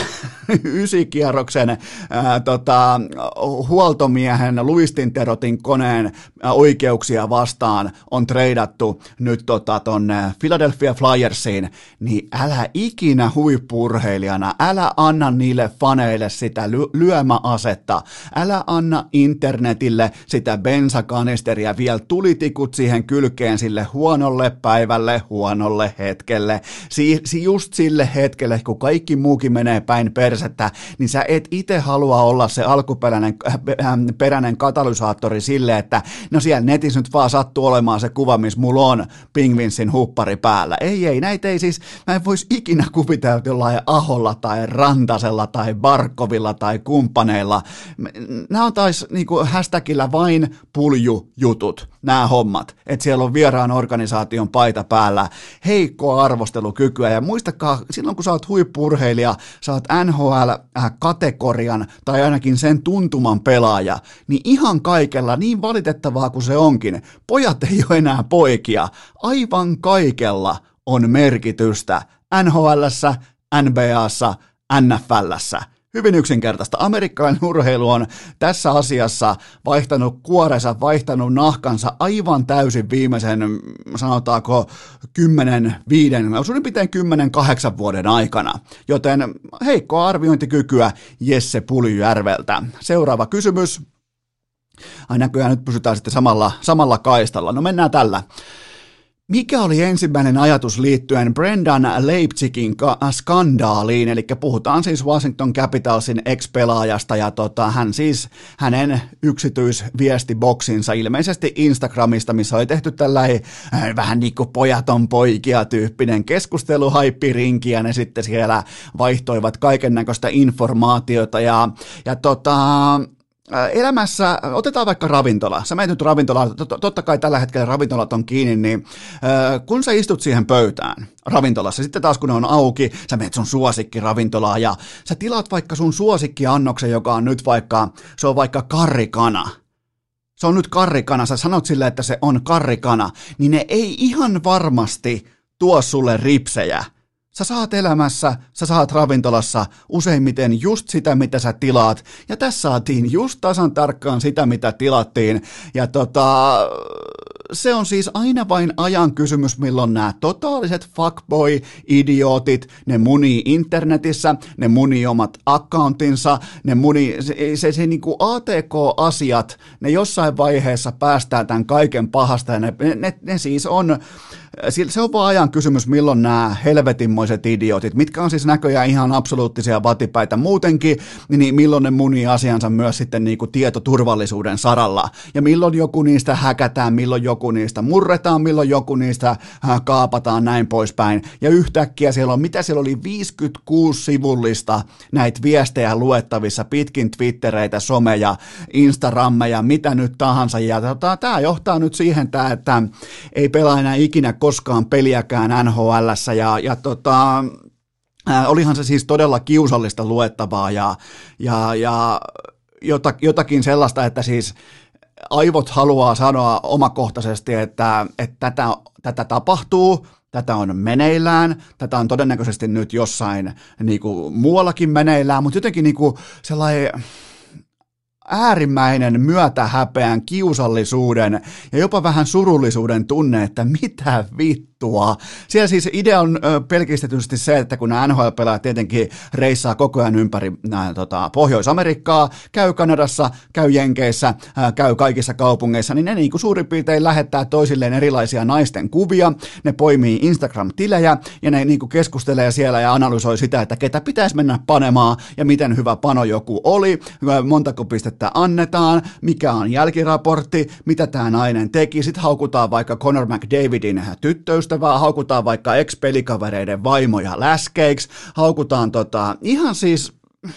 ysikierroksen äh, tota, huoltomiehen Luistin Terotin koneen äh, oikeuksia vastaan on treidattu nyt tota, ton Philadelphia Flyersiin, niin älä ikinä huippu-urheilijana, älä anna niille faneille sitä ly- lyömäasetta, älä anna internetille sitä bensakanisteria, vielä tulitikut siihen kylkeen sille huonolle päivälle, huonolle hetkelle, si- si- just sille hetkelle, kun kaikki muukin menee päin persettä, niin sä et itse halua olla se alkuperäinen äh, peräinen katalysaattori sille, että no siellä netissä nyt vaan sattuu olemaan se kuva, missä mulla on Penguinsin huppari päällä. Ei, ei, näitä ei siis, mä en vois ikinä kuvitella jollain Aholla tai Rantasella tai Barkovilla tai kumppaneilla. Nämä on taas niinku hashtagillä vain puljujutut, nämä hommat, että siellä on vieraan organisaation paita päällä, heikkoa arvostelukykyä, ja muistakaa, silloin kun sä oot huippu-urheilija, sä oot N H L-kategorian tai ainakin sen tuntuman pelaaja, niin ihan kaikella, niin valitettavaa kuin se onkin, pojat ei ole enää poikia, aivan kaikella on merkitystä N H L:ssä, N B A:ssa, N F L:ssä. Hyvin yksinkertaista. Amerikkalainen urheilu on tässä asiassa vaihtanut kuorensa, vaihtanut nahkansa aivan täysin viimeisen, sanotaanko, kymmenen, viiden, suurin piirtein kymmenen, kahdeksan vuoden aikana. Joten heikkoa arviointikykyä Jesse Puljujärveltä. Seuraava kysymys. Ai näköjään nyt pysytään sitten samalla, samalla kaistalla. No mennään tällä. Mikä oli ensimmäinen ajatus liittyen Brendan Leipzigin skandaaliin, eli puhutaan siis Washington Capitalsin ex-pelaajasta, ja tota, hän siis, hänen yksityisviestiboksinsa ilmeisesti Instagramista, missä oli tehty tällainen äh, vähän niin kuin pojaton poikia tyyppinen keskusteluhaippirinki, ja ne sitten siellä vaihtoivat kaiken näköistä informaatiota, ja, ja tota... Elämässä, otetaan vaikka ravintola, sä menet nyt ravintolaan, totta kai tällä hetkellä ravintolat on kiinni, niin kun sä istut siihen pöytään ravintolassa, sitten taas kun ne on auki, sä menet sun suosikkiravintolaan ja sä tilaat vaikka sun suosikkiannoksen, joka on nyt vaikka, se on vaikka karrikana. Se on nyt karrikana, sä sanot silleen, että se on karrikana, niin ne ei ihan varmasti tuo sulle ripsejä. Sä saat elämässä, sä saat ravintolassa useimmiten just sitä, mitä sä tilaat, ja tässä saatiin just tasan tarkkaan sitä, mitä tilattiin, ja tota, se on siis aina vain ajan kysymys, milloin nämä totaaliset fuckboy-idiootit, ne munii internetissä, ne munii omat accountinsa, ne munii, se, se, se niin kuin A T K-asiat, ne jossain vaiheessa päästään tämän kaiken pahasta, ja ne, ne, ne siis on... Se on vaan ajan kysymys, milloin nämä helvetinmoiset idiootit, mitkä on siis näköjään ihan absoluuttisia vatipäitä muutenkin, niin milloin ne munii asiansa myös sitten niin kuin tietoturvallisuuden saralla. Ja milloin joku niistä häkätään, milloin joku niistä murretaan, milloin joku niistä kaapataan näin poispäin. Ja yhtäkkiä siellä on, mitä siellä oli, viisikymmentäkuusi sivullista näitä viestejä luettavissa, pitkin Twittereitä, someja, Instagrammeja, mitä nyt tahansa. Ja tota, tämä johtaa nyt siihen, tää, että ei pelaa enää ikinä koskaan peliäkään N H L:ssä, ja, ja tota, äh, olihan se siis todella kiusallista luettavaa, ja, ja, ja jotakin sellaista, että siis aivot haluaa sanoa omakohtaisesti, että, että tätä, tätä tapahtuu, tätä on meneillään, tätä on todennäköisesti nyt jossain niin kuin muuallakin meneillään, mutta jotenkin niin kuin sellainen... äärimmäinen myötähäpeän, kiusallisuuden ja jopa vähän surullisuuden tunne, että mitä vittua. Siellä siis idea on pelkistetysti se, että kun nämä N H L-pelaajat tietenkin reissaa koko ajan ympäri nää, tota, Pohjois-Amerikkaa, käy Kanadassa, käy Jenkeissä, ää, käy kaikissa kaupungeissa, niin ne niin kuin suurin piirtein lähettää toisilleen erilaisia naisten kuvia, ne poimii Instagram-tilejä ja ne niin kuin keskustelee siellä ja analysoi sitä, että ketä pitäisi mennä panemaan ja miten hyvä pano joku oli, montako pistettä annetaan, mikä on jälkiraportti, mitä tämä nainen teki, sitten haukutaan vaikka Connor McDavidin tyttöystävää, haukutaan vaikka ex-pelikavereiden vaimoja läskeiksi, haukutaan tota, ihan siis,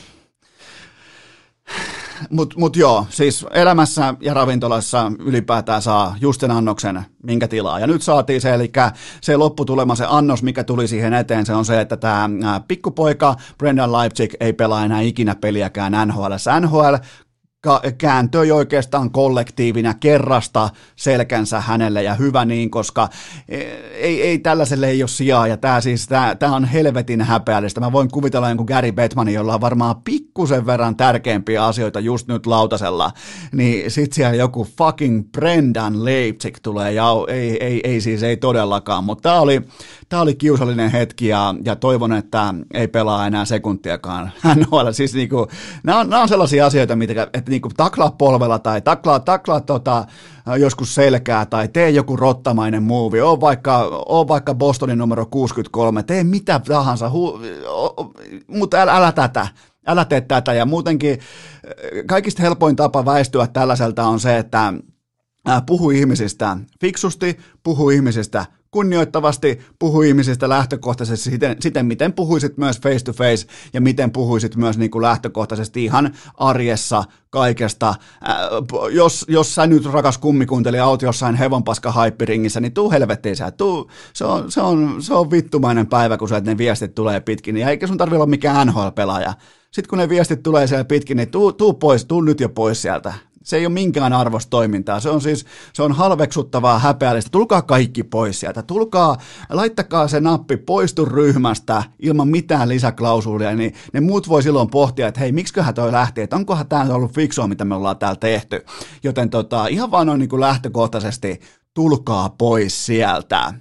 mutta mut joo, siis elämässä ja ravintolassa ylipäätään saa just sen annoksen, minkä tilaa. Ja nyt saatiin se, eli se lopputulema, se annos, mikä tuli siihen eteen, se on se, että tämä pikkupoika Brendan Leipzig ei pelaa enää ikinä peliäkään N H L. N H L kääntöi oikeastaan kollektiivina kerrasta selkänsä hänelle ja hyvä niin, koska ei, ei tällaiselle ei ole sijaa ja tämä siis, tämä, tämä on helvetin häpeällistä. Mä voin kuvitella jonkun Gary Bettmanin, jolla on varmaan pikkusen verran tärkeämpiä asioita just nyt lautasella, niin sit siellä joku fucking Brendan Leipzig tulee ja ei, ei, ei siis ei todellakaan, mutta tämä oli, tämä oli kiusallinen hetki ja, ja toivon, että ei pelaa enää sekuntiakaan N H L. Siis niinku, nämä on, nämä on sellaisia asioita, mitä, että niinku taklaa polvella tai taklaa, taklaa tota, joskus selkää tai tee joku rottamainen muuvi, oo vaikka, oo vaikka Bostonin numero kuusikymmentäkolme, tee mitä tahansa, hu, mutta älä, älä tätä. Älä tee tätä ja muutenkin kaikista helpoin tapa väistyä tällaiselta on se, että puhu ihmisistä fiksusti, puhu ihmisistä kunnioittavasti, puhu ihmisistä lähtökohtaisesti siten, siten, miten puhuisit myös face to face ja miten puhuisit myös niin kuin lähtökohtaisesti ihan arjessa kaikesta. Äh, jos, jos sä nyt rakas kummikuuntelija oot jossain hevonpaska haippiringissä, niin tuu helvettiin sä, tuu, se, on, se, on, se on vittumainen päivä, kun sieltä ne viestit tulee pitkin, ja eikä sun tarvitse olla mikään N H L-pelaaja. Sitten kun ne viestit tulee siellä pitkin, niin tuu, tuu pois, tuu nyt jo pois sieltä. Se ei ole minkään arvosta toimintaa, se on siis se on halveksuttavaa, häpeällistä, tulkaa kaikki pois sieltä, tulkaa, laittakaa se nappi, poistu ryhmästä ilman mitään lisäklausuulia, niin ne muut voi silloin pohtia, että hei, miksiköhän toi lähti, että onkohan tämä ollut fiksua, mitä me ollaan täällä tehty, joten tota, ihan vaan noin niin kuin lähtökohtaisesti tulkaa pois sieltä.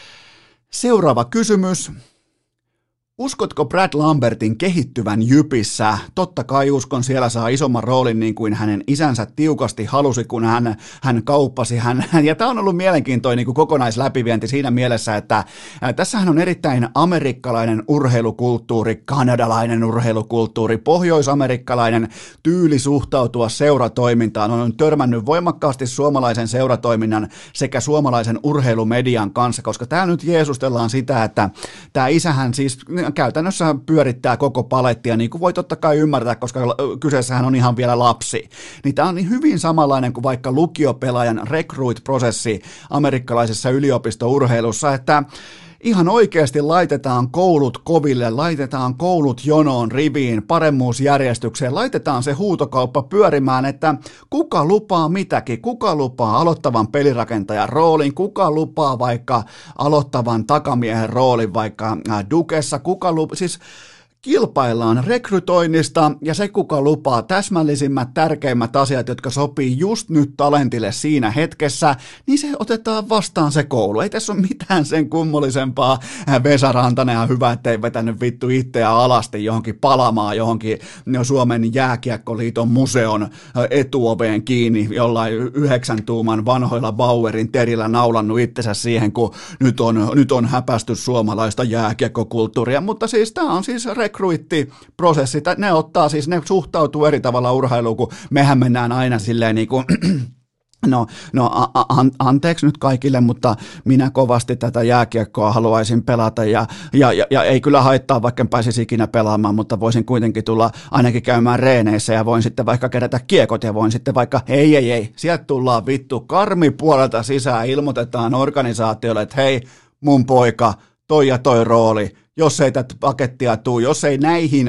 Seuraava kysymys. Uskotko Brad Lambertin kehittyvän Jypissä? Totta kai uskon, siellä saa isomman roolin niin kuin hänen isänsä tiukasti halusi, kun hän, hän kauppasi hän. Ja tämä on ollut mielenkiintoinen niin kuin kokonaisläpivienti siinä mielessä, että tässähän on erittäin amerikkalainen urheilukulttuuri, kanadalainen urheilukulttuuri, pohjoisamerikkalainen tyyli suhtautua seuratoimintaan. On törmännyt voimakkaasti suomalaisen seuratoiminnan sekä suomalaisen urheilumedian kanssa, koska täällä nyt jeesustellaan sitä, että tämä isähän siis käytännössä pyörittää koko palettia, niin kuin voi totta kai ymmärtää, koska kyseessähän on ihan vielä lapsi. Niin tämä on niin hyvin samanlainen kuin vaikka lukiopelaajan recruit-prosessi amerikkalaisessa yliopistourheilussa, että ihan oikeasti laitetaan koulut koville, laitetaan koulut jonoon, riviin, paremmuusjärjestykseen, laitetaan se huutokauppa pyörimään, että kuka lupaa mitäkin, kuka lupaa aloittavan pelirakentajan roolin, kuka lupaa vaikka aloittavan takamiehen roolin vaikka Dukessa, kuka lupaa, siis kilpaillaan rekrytoinnista ja se, kuka lupaa täsmällisimmät, tärkeimmät asiat, jotka sopii just nyt talentille siinä hetkessä, niin se otetaan vastaan se koulu. Ei tässä ole mitään sen kummallisempaa. Vesa Rantanen on hyvä, ettei vetänyt vittu itseä alasti johonkin palamaan, johonkin Suomen jääkiekkoliiton museon etuoveen kiinni, jollain yhdeksän tuuman vanhoilla Bauerin terillä naulannut itsensä siihen, kun nyt on, nyt on häpästy suomalaista jääkiekkokulttuuria, mutta siis tämä on siis rekruittiprosessi, ne ottaa siis, ne suhtautuu eri tavalla urheiluun, kun mehän mennään aina silleen niin kuin, no, no a, a, anteeksi nyt kaikille, mutta minä kovasti tätä jääkiekkoa haluaisin pelata ja, ja, ja, ja ei kyllä haittaa, vaikka en pääsisi ikinä pelaamaan, mutta voisin kuitenkin tulla ainakin käymään reeneissä ja voin sitten vaikka kerätä kiekot ja voin sitten vaikka, ei ei ei, sieltä tullaan vittu karmipuolelta sisään, ilmoitetaan organisaatiolle, että hei mun poika, toi ja toi rooli, jos ei tätä pakettia tule, jos ei näihin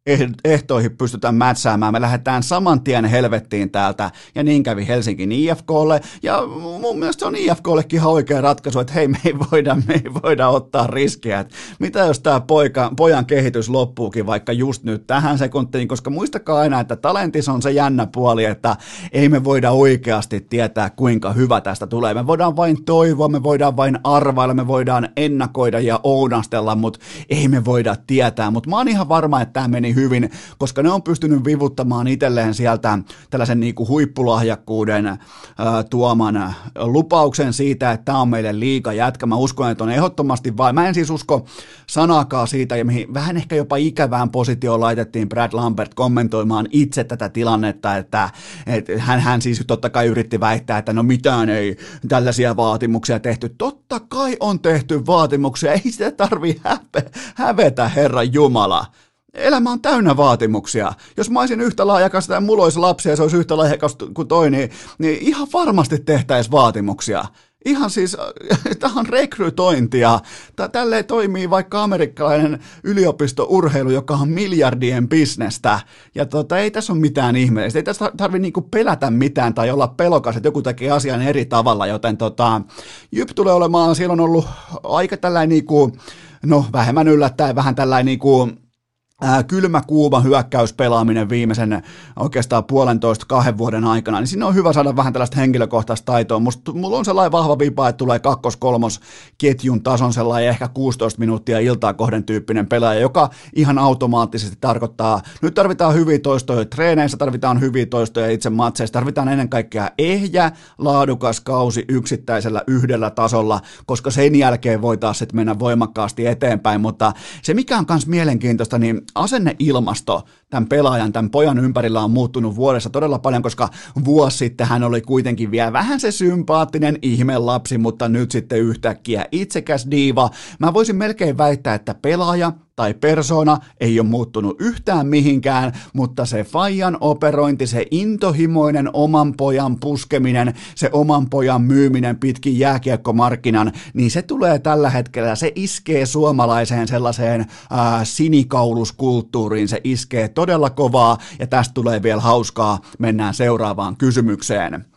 ehtoihin pystytään mätsäämään, me lähdetään saman tien helvettiin täältä, ja niin kävi Helsingin I F K:lle, ja mun mielestä se on I F K:llekin ihan oikea ratkaisu, että hei, me ei voida, me ei voida ottaa riskiä, että mitä jos tämä poika, pojan kehitys loppuukin vaikka just nyt tähän sekuntiin, koska muistakaa aina, että talentissa on se jännä puoli, että ei me voida oikeasti tietää, kuinka hyvä tästä tulee, me voidaan vain toivoa, me voidaan vain arvailla, me voidaan ennakoida ja ounastella, mutta ei me voida tietää, mutta mä oon ihan varma, että tämä meni hyvin, koska ne on pystynyt vivuttamaan itselleen sieltä tällaisen niin kuin huippulahjakkuuden äh, tuoman lupauksen siitä, että tämä on meille liiga jätkä. Mä uskon, että on ehdottomasti vain. Mä en siis usko sanaakaan siitä, ja mihin vähän ehkä jopa ikävään positioon laitettiin Brad Lambert kommentoimaan itse tätä tilannetta, että, että hän, hän siis totta kai yritti väittää, että no mitään ei tällaisia vaatimuksia tehty. Totta kai on tehty vaatimuksia, ei sitä tarvitse häve, hävetä, Herran Jumala. Elämä on täynnä vaatimuksia. Jos mä olisin yhtä lahjakas tai mulla olisi lapsia ja se olisi yhtä lahjakas kuin toi, niin, niin ihan varmasti tehtäisiin vaatimuksia. Ihan siis, tämä on rekrytointia. Tälleen toimii vaikka amerikkalainen yliopistourheilu, joka on miljardien bisnestä. Ja tota, ei tässä ole mitään ihmeellistä. Ei tässä tarvitse niinku pelätä mitään tai olla pelokas, että joku tekee asian eri tavalla. Joten tota, Jyp tulee olemaan, siellä on ollut aika tällainen, niinku, no vähemmän yllättäen, vähän tällainen niinku, Äh, kylmä, kuuma hyökkäyspelaaminen viimeisen oikeastaan puolentoista kahden vuoden aikana, niin siinä on hyvä saada vähän tällaista henkilökohtaista taitoa. Musta, mulla on sellainen vahva vipa, että tulee kakkos-kolmos ketjun tason sellainen ehkä kuusitoista minuuttia iltaa kohden tyyppinen pelaaja, joka ihan automaattisesti tarkoittaa, nyt tarvitaan hyviä toistoja treeneissä, tarvitaan hyviä toistoja itse matseissa, tarvitaan ennen kaikkea ehjä, laadukas kausi yksittäisellä yhdellä tasolla, koska sen jälkeen voi taas sitten mennä voimakkaasti eteenpäin, mutta se mikä on myös mielenkiintoista, niin asenneilmasto tämän pelaajan, tämän pojan ympärillä on muuttunut vuodessa todella paljon, koska vuosi sitten hän oli kuitenkin vielä vähän se sympaattinen ihmelapsi, mutta nyt sitten yhtäkkiä itsekäs diiva. Mä voisin melkein väittää, että pelaaja tai persona ei ole muuttunut yhtään mihinkään, mutta se faijan operointi, se intohimoinen oman pojan puskeminen, se oman pojan myyminen pitkin jääkiekkomarkkinan, niin se tulee tällä hetkellä, se iskee suomalaiseen sellaiseen ää, sinikauluskulttuuriin, se iskee todella kovaa, ja tästä tulee vielä hauskaa, mennään seuraavaan kysymykseen.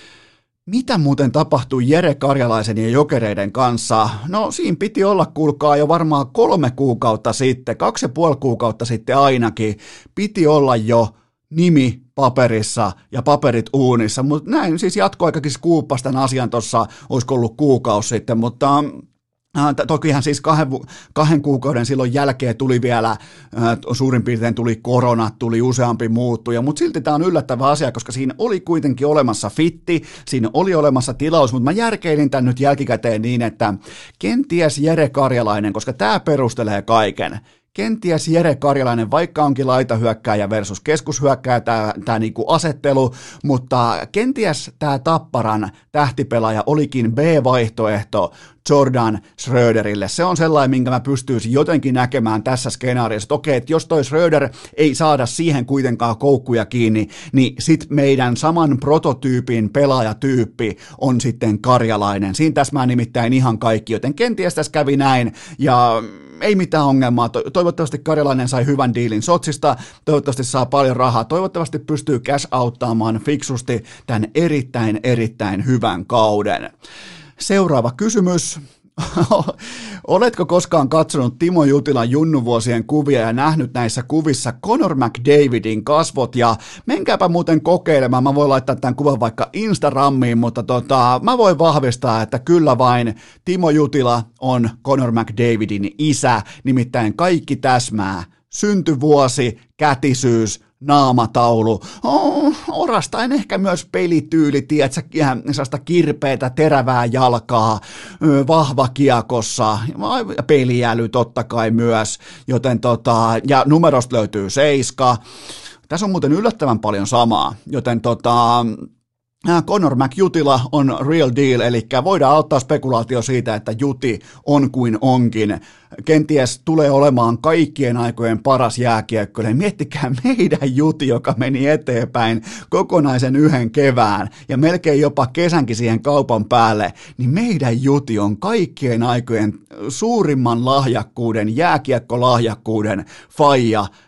Mitä muuten tapahtui Jere Karjalaisen ja Jokereiden kanssa? No siinä piti olla, kuulkaa, jo varmaan kolme kuukautta sitten, kaksi ja puoli kuukautta sitten ainakin, piti olla jo nimi paperissa ja paperit uunissa, mutta näin siis jatkoaikakin skuuppasi tämän asian tuossa, olisiko ollut kuukausi sitten, mutta tokihan siis kahden, kahden kuukauden silloin jälkeen tuli vielä, äh, suurin piirtein tuli korona, tuli useampi muuttuja, mutta silti tämä on yllättävä asia, koska siinä oli kuitenkin olemassa fitti, siinä oli olemassa tilaus, mutta mä järkeilin tämän nyt jälkikäteen niin, että kenties Jere Karjalainen, koska tämä perustelee kaiken, kenties Jere Karjalainen, vaikka onkin laitahyökkääjä versus keskushyökkääjä tämä, tämä niinku asettelu, mutta kenties tämä Tapparan tähtipelaaja olikin B-vaihtoehto Jordan Schröderille. Se on sellainen, minkä mä pystyisin jotenkin näkemään tässä skenaariossa. Okei, että jos toi Schröder ei saada siihen kuitenkaan koukkuja kiinni, niin sit meidän saman prototyypin pelaajatyyppi on sitten Karjalainen. Siinä täsmää nimittäin ihan kaikki, joten kenties tässä kävi näin, ja ei mitään ongelmaa. Toivottavasti Karjalainen sai hyvän diilin Sotsista, toivottavasti saa paljon rahaa, toivottavasti pystyy cash outtaamaan fiksusti tämän erittäin, erittäin hyvän kauden. Seuraava kysymys. Oletko koskaan katsonut Timo Jutilan junnuvuosien kuvia ja nähnyt näissä kuvissa Connor McDavidin kasvot, ja menkääpä muuten kokeilemaan, mä voin laittaa tämän kuvan vaikka Instagramiin, mutta tota, mä voin vahvistaa, että kyllä vain Timo Jutila on Connor McDavidin isä, nimittäin kaikki täsmää, syntyvuosi, kätisyys, naamataulu, oh, orastaen ehkä myös pelityyli, tiedätkö, sellaista kirpeätä, terävää jalkaa, vahva kiekossa, peliäly totta kai myös, joten tota, ja numerosta löytyy seiska. Tässä on muuten yllättävän paljon samaa, joten tota, Connor McJutila on real deal, eli voidaan ottaa spekulaatio siitä, että Juti on kuin onkin. Kenties tulee olemaan kaikkien aikojen paras jääkiekkoilija. Miettikää meidän Juti, joka meni eteenpäin kokonaisen yhden kevään ja melkein jopa kesänkin siihen kaupan päälle, niin meidän Juti on kaikkien aikojen suurimman lahjakkuuden, jääkiekkolahjakkuuden faija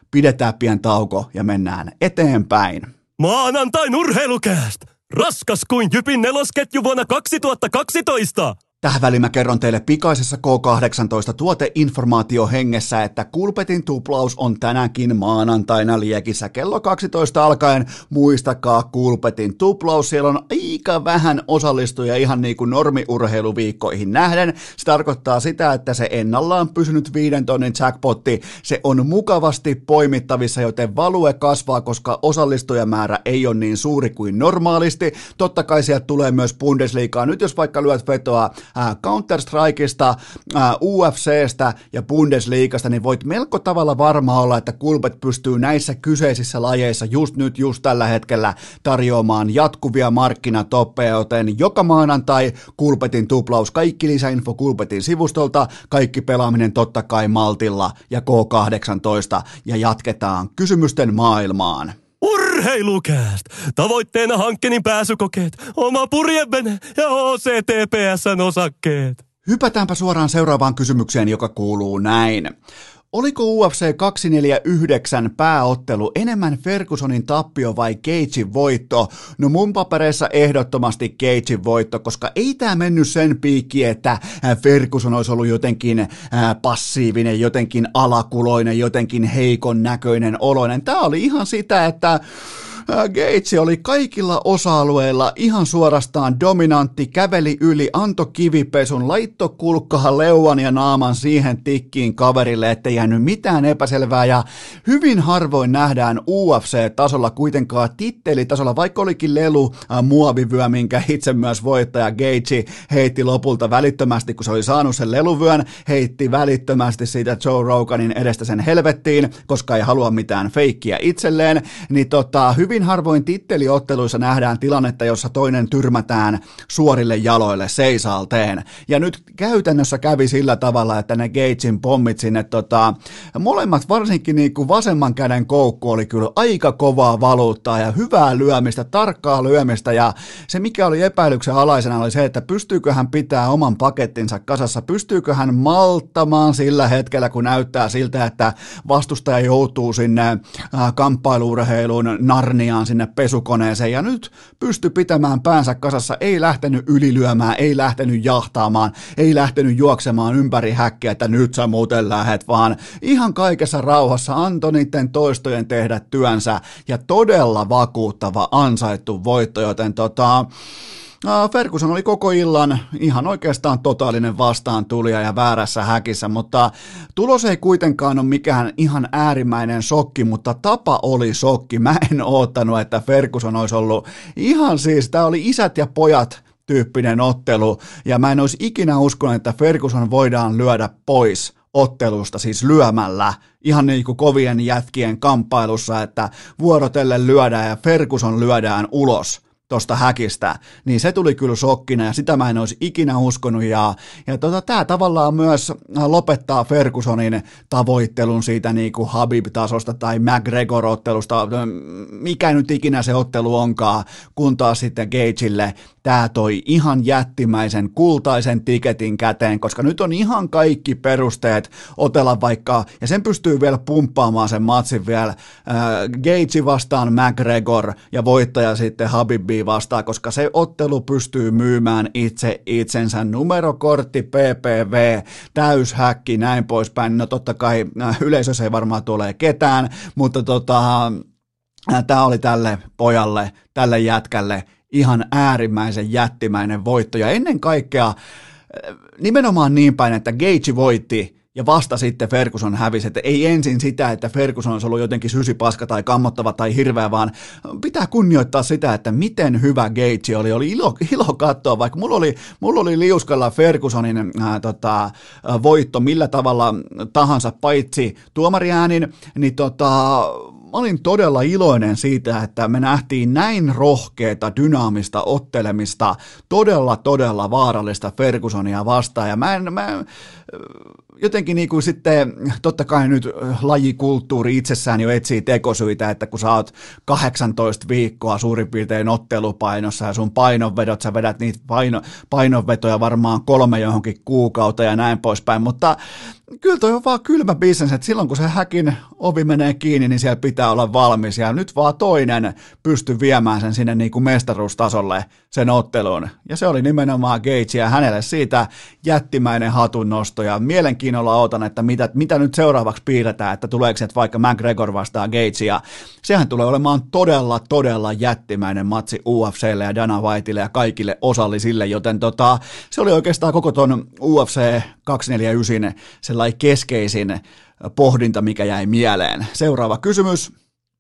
pidetään pian tauko ja mennään eteenpäin. Maanantain urheilukääst! Raskas kuin Jypin nelosketju vuonna kaksituhattakaksitoista! Tähän väliin mä kerron teille pikaisessa K kahdeksantoista tuoteinformaatiohengessä, että Kulpetin tuplaus on tänäkin maanantaina liekissä kello kaksitoista alkaen. Muistakaa Kulpetin tuplaus, siellä on aika vähän osallistujia ihan niin kuin normiurheiluviikkoihin nähden. Se tarkoittaa sitä, että se ennallaan pysynyt viiden tonnin jackpotti, se on mukavasti poimittavissa, joten value kasvaa, koska osallistujamäärä ei ole niin suuri kuin normaalisti. Totta kai sieltä tulee myös Bundesligaa. Nyt jos vaikka lyöt vetoa Counter-Strikeista, U F C:stä ja Bundesliigasta, niin voit melko tavalla varma olla, että Kulpet pystyy näissä kyseisissä lajeissa just nyt, just tällä hetkellä tarjoamaan jatkuvia markkinatoppeja, joten joka maanantai Kulpetin tuplaus, kaikki lisäinfo Kulpetin sivustolta, kaikki pelaaminen totta kai maltilla ja K kahdeksantoista ja jatketaan kysymysten maailmaan. Urheilukääst! Tavoitteena hankkeenin pääsykokeet, oma purjevene ja O C T P S:n osakkeet. Hypätäänpä suoraan seuraavaan kysymykseen, joka kuuluu näin. Oliko U F C kaksisataaneljäkymmentäyhdeksän pääottelu enemmän Fergusonin tappio vai Gagein voitto? No mun papereissa ehdottomasti Gagein voitto, koska ei tää mennyt sen piikki, että Ferguson olisi ollut jotenkin passiivinen, jotenkin alakuloinen, jotenkin heikon näköinen oloinen. Tää oli ihan sitä, että Gage oli kaikilla osa-alueilla ihan suorastaan dominantti, käveli yli, antoi kivipesun, laitto kulkkahan leuan ja naaman siihen tikkiin kaverille, ettei jäänyt mitään epäselvää ja hyvin harvoin nähdään U F C-tasolla kuitenkaan tittelitasolla, vaikka olikin lelu äh, muovivyö, minkä itse myös voittaja Gage heitti lopulta välittömästi, kun se oli saanut sen leluvyön, heitti välittömästi siitä Joe Roganin edestä sen helvettiin, koska ei halua mitään feikkiä itselleen, niin tota, hyvin harvoin titteliotteluissa nähdään tilannetta, jossa toinen tyrmätään suorille jaloille seisalteen. Ja nyt käytännössä kävi sillä tavalla, että ne Gagein pommit sinne, tota, molemmat varsinkin niin kuin vasemman käden koukku oli kyllä aika kovaa valuuttaa ja hyvää lyömistä, tarkkaa lyömistä. Ja se mikä oli epäilyksen alaisena oli se, että pystyykö hän pitää oman pakettinsa kasassa, pystyykö hän malttamaan sillä hetkellä, kun näyttää siltä, että vastustaja joutuu sinne äh, kamppailuurheiluun Narniaan sinne pesukoneeseen ja nyt pystyi pitämään päänsä kasassa, ei lähtenyt ylilyömään, ei lähtenyt jahtaamaan, ei lähtenyt juoksemaan ympäri häkkiä, että nyt sä muuten lähet, vaan ihan kaikessa rauhassa antoi niiden toistojen tehdä työnsä ja todella vakuuttava ansaittu voitto, joten tota... Ferguson oli koko illan ihan oikeastaan totaalinen vastaantulija ja väärässä häkissä, mutta tulos ei kuitenkaan ole mikään ihan äärimmäinen shokki, mutta tapa oli shokki. Mä en oottanut, että Ferguson olisi ollut ihan siis, tää oli isät ja pojat tyyppinen ottelu, ja mä en olisi ikinä uskonut, että Ferguson voidaan lyödä pois ottelusta, siis lyömällä, ihan niin kuin kovien jätkien kamppailussa, että vuorotellen lyödään ja Ferguson lyödään ulos tuosta häkistä, niin se tuli kyllä shokkina ja sitä mä en olisi ikinä uskonut ja, ja tota, tämä tavallaan myös lopettaa Fergusonin tavoittelun siitä niin kuin Habib-tasosta tai McGregor-ottelusta, mikä nyt ikinä se ottelu onkaan, kun taas sitten Gageille tämä toi ihan jättimäisen kultaisen tiketin käteen, koska nyt on ihan kaikki perusteet otella vaikka, ja sen pystyy vielä pumppaamaan sen matsin vielä, äh, Gage vastaan McGregor ja voittaja sitten Habibi vastaan, koska se ottelu pystyy myymään itse itsensä, numerokortti, P P V, täyshäkki, näin poispäin, no totta kai äh, yleisössä ei varmaan tule ketään, mutta tota, äh, tämä oli tälle pojalle, tälle jätkälle ihan äärimmäisen jättimäinen voitto ja ennen kaikkea nimenomaan niin päin, että Gage voitti ja vasta sitten Ferguson hävisi, että ei ensin sitä, että Ferguson olisi ollut jotenkin sysipaska tai kammottava tai hirveä, vaan pitää kunnioittaa sitä, että miten hyvä Gage oli, oli ilo, ilo katsoa, vaikka mulla oli, mulla oli liuskalla Fergusonin ää, tota, voitto millä tavalla tahansa paitsi tuomariäänin, niin tota... Mä olin todella iloinen siitä, että me nähtiin näin rohkeata, dynaamista ottelemista, todella, todella vaarallista Fergusonia vastaan. Ja mä en, mä, jotenkin niin kuin sitten, totta kai nyt lajikulttuuri itsessään jo etsii tekosyitä, että kun sä oot kahdeksantoista viikkoa suurin piirtein ottelupainossa ja sun painonvedot, sä vedät niitä paino, painonvetoja varmaan kolme johonkin kuukautta ja näin poispäin, mutta kyllä toi on vaan kylmä bisnes, että silloin kun se häkin ovi menee kiinni, niin siellä pitää olla valmis ja nyt vaan toinen pystyy viemään sen sinne niin kuin mestaruustasolle sen otteluun ja se oli nimenomaan Gage ja hänelle siitä jättimäinen hatunnosto ja mielenkiinnolla odotan, että mitä, mitä nyt seuraavaksi piirretään, että tuleeko se vaikka McGregor vastaa Gage ja sehän tulee olemaan todella, todella jättimäinen matsi U F C:lle ja Dana Whiteille ja kaikille osallisille, joten tota, se oli oikeastaan koko ton U F C kaksisataaneljäkymmentäyhdeksän sellainen keskeisin pohdinta, mikä jäi mieleen. Seuraava kysymys.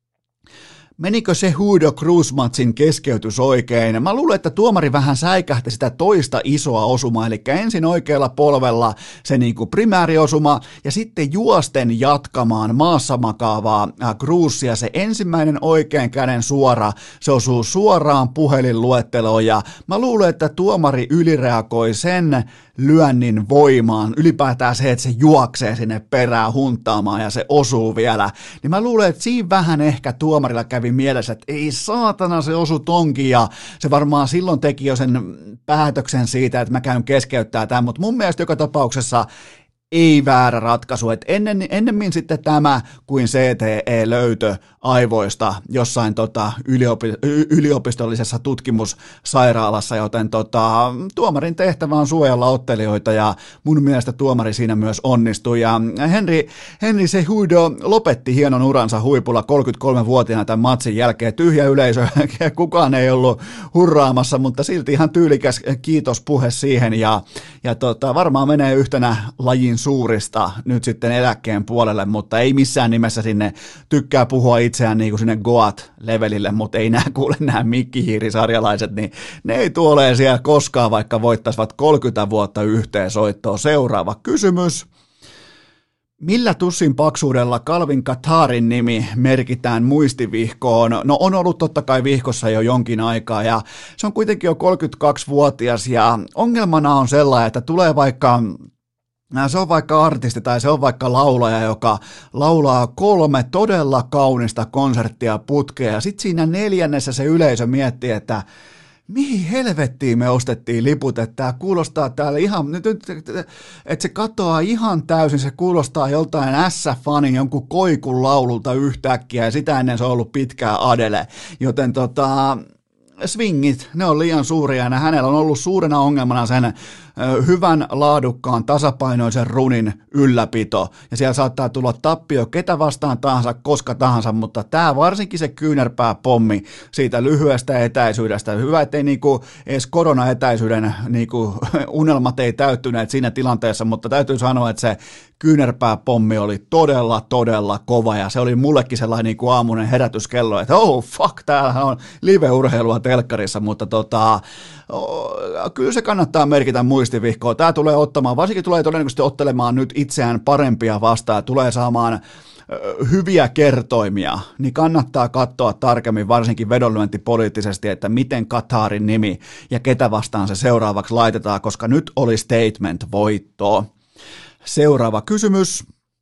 Menikö se Hudo Cruz-matsin keskeytys oikein? Mä luulen, että tuomari vähän säikähti sitä toista isoa osumaa, eli ensin oikealla polvella se niin kuin primäriosuma, ja sitten juosten jatkamaan maassa makaavaa Cruzia. Se ensimmäinen oikean käden suora, se osuu suoraan puhelinluetteloon, ja mä luulen, että tuomari ylireagoi sen lyönnin voimaan, ylipäätään se, että se juoksee sinne perään hunttaamaan ja se osuu vielä, niin mä luulen, että siinä vähän ehkä tuomarilla kävi mielessä, että ei saatana se osu tonkin ja se varmaan silloin teki jo sen päätöksen siitä, että mä käyn keskeyttää tämän, mutta mun mielestä joka tapauksessa ei väärä ratkaisu, että ennen, ennemmin sitten tämä kuin C T E-löytö aivoista jossain tota yliopi, yliopistollisessa tutkimussairaalassa, joten tota, tuomarin tehtävä on suojella ottelijoita ja mun mielestä tuomari siinä myös onnistui ja Henry, Henry Cejudo lopetti hienon uransa huipulla kolmekymmentäkolmevuotiaana tämän matsin jälkeen, tyhjä yleisö, kukaan ei ollut hurraamassa, mutta silti ihan tyylikäs kiitospuhe siihen ja, ja tota, varmaan menee yhtenä lajin suurista nyt sitten eläkkeen puolelle, mutta ei missään nimessä sinne tykkää puhua itseään niin kuin sinne Goat-levelille, mutta ei nämä kuule nämä mikkihiirisarjalaiset, niin ne ei tuolee siellä koskaan, vaikka voittaisivat kolmekymmentä vuotta yhteen soittoa. Seuraava kysymys. Millä tussin paksuudella Calvin Katharin nimi merkitään muistivihkoon? No on ollut totta kai vihkossa jo jonkin aikaa ja se on kuitenkin jo kolmekymmentäkaksivuotias ja ongelmana on sellainen, että tulee vaikka se on vaikka artisti tai se on vaikka laulaja, joka laulaa kolme todella kaunista konserttia putkea ja sitten siinä neljännessä se yleisö miettii, että mihin helvettiin me ostettiin liput, että tämä kuulostaa täällä ihan, nyt, että se katoaa ihan täysin, se kuulostaa joltain S-fanin jonkun koikun laululta yhtäkkiä ja sitä ennen se on ollut pitkään Adele, joten tota swingit, ne on liian suuria ja hänellä on ollut suurena ongelmana sen hyvän, laadukkaan, tasapainoisen runin ylläpito. Ja siellä saattaa tulla tappio ketä vastaan tahansa, koska tahansa, mutta tämä varsinkin se kyynärpääpommi siitä lyhyestä etäisyydestä. Hyvä, ettei niinku edes koronaetäisyyden niinku unelmat ei täyttyneet siinä tilanteessa, mutta täytyy sanoa, että se kyynärpääpommi oli todella, todella kova ja se oli mullekin sellainen niinku aamuinen herätyskello, että oh fuck, tämähän on live-urheilua telkkarissa, mutta tota, oh, kyllä se kannattaa merkitä muistivihkoa. Tämä tulee ottamaan, varsinkin tulee todennäköisesti ottelemaan nyt itseään parempia vastaan, tulee saamaan hyviä kertoimia, niin kannattaa katsoa tarkemmin, varsinkin vedonlyöntipoliittisesti, että miten Katharin nimi ja ketä vastaan se seuraavaksi laitetaan, koska nyt oli statement-voitto. Seuraava kysymys.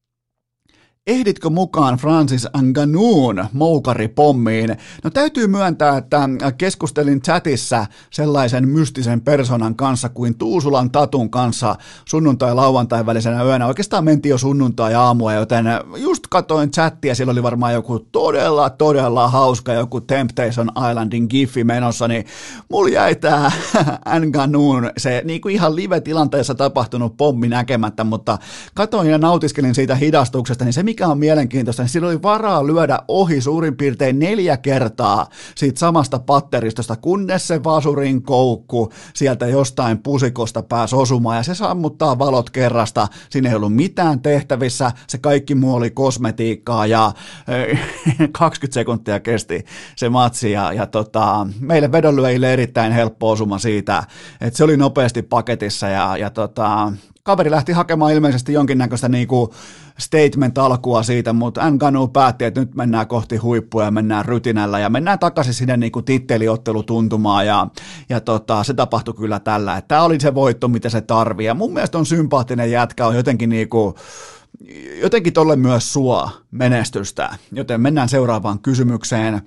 Ehditkö mukaan Francis Ngannou'n moukaripommiin? No täytyy myöntää, että keskustelin chatissa sellaisen mystisen personan kanssa kuin Tuusulan Tatun kanssa sunnuntai-lauantai välisenä yönä. Oikeastaan mentiin jo sunnuntai-aamua, joten just katoin chattia, siellä oli varmaan joku todella, todella hauska, joku Temptation Islandin giffi menossa, niin mulla jäi tää Ngannou'n, se niin kuin ihan live-tilanteessa tapahtunut pommi näkemättä, mutta katoin ja nautiskelin siitä hidastuksesta, niin se mikä on mielenkiintoista, niin sillä oli varaa lyödä ohi suurin piirtein neljä kertaa siitä samasta patteristosta, kunnes se vasurin koukku sieltä jostain pusikosta pääsi osumaan, ja se sammuttaa valot kerrasta, siinä ei ollut mitään tehtävissä, se kaikki muu oli kosmetiikkaa, ja kaksikymmentä sekuntia kesti se matsi, ja, ja tota, meille vedonlyöjille erittäin helppo osuma siitä, että se oli nopeasti paketissa, ja, ja tota, kaveri lähti hakemaan ilmeisesti jonkinnäköistä niinku statement-alkua siitä, mutta Ngannou päätti, että nyt mennään kohti huippua ja mennään rytinällä ja mennään takaisin sinne niinku titteliottelutuntumaan ja, ja tota, se tapahtui kyllä tällä, että tämä oli se voitto, mitä se tarvii ja mun mielestä on sympaattinen jätkä, on jotenkin niinku jotenkin tolle myös suo menestystä, joten mennään seuraavaan kysymykseen.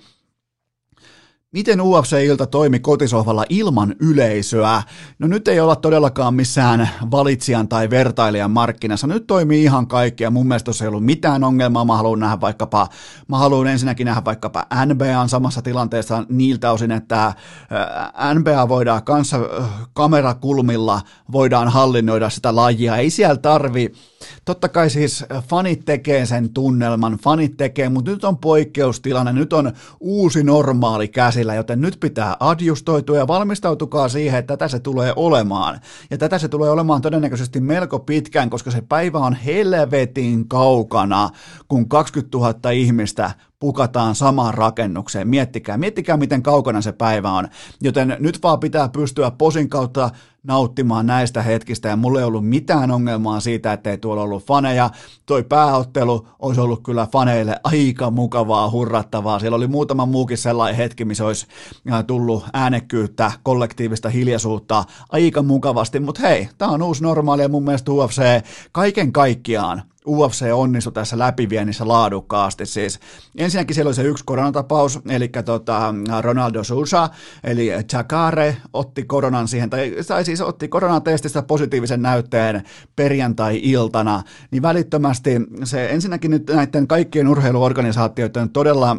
Miten U F C-ilta toimi kotisohvalla ilman yleisöä? No nyt ei olla todellakaan missään valitsijan tai vertailijan markkinassa. Nyt toimii ihan kaikki ja mun mielestä tuossa ei ollut mitään ongelmaa. Mä haluan nähdä vaikkapa, mä haluan ensinnäkin nähdä vaikkapa N B A:n samassa tilanteessa niiltä osin, että N B A voidaan kanssa kamerakulmilla voidaan hallinnoida sitä lajia. Ei siellä tarvi, totta kai siis fanit tekee sen tunnelman, fanit tekee, mutta nyt on poikkeustilanne, nyt on uusi normaali käsillä, joten nyt pitää adjustoitua ja valmistautukaa siihen, että tätä se tulee olemaan. Ja tätä se tulee olemaan todennäköisesti melko pitkään, koska se päivä on helvetin kaukana, kun kaksikymmentätuhatta ihmistä pukataan samaan rakennukseen. Miettikää, miettikää miten kaukana se päivä on. Joten nyt vaan pitää pystyä posin kautta nauttimaan näistä hetkistä ja mulla ei ollut mitään ongelmaa siitä, ettei tuolla ollut faneja. Toi pääottelu olisi ollut kyllä faneille aika mukavaa, hurrattavaa. Siellä oli muutama muukin sellainen hetki, missä olisi tullut äänekkyyttä, kollektiivista hiljaisuutta aika mukavasti, mutta hei, tää on uusi normaali ja mun mielestä U F C kaiken kaikkiaan U F C onnistui tässä läpiviennissä laadukkaasti. Siis ensinnäkin siellä oli se yksi koronatapaus, eli tota Ronaldo Sousa, eli Jacare otti koronan siihen, tai, tai siis otti koronatestistä positiivisen näytteen perjantai-iltana, niin välittömästi se ensinnäkin nyt näiden kaikkien urheiluorganisaatioiden todella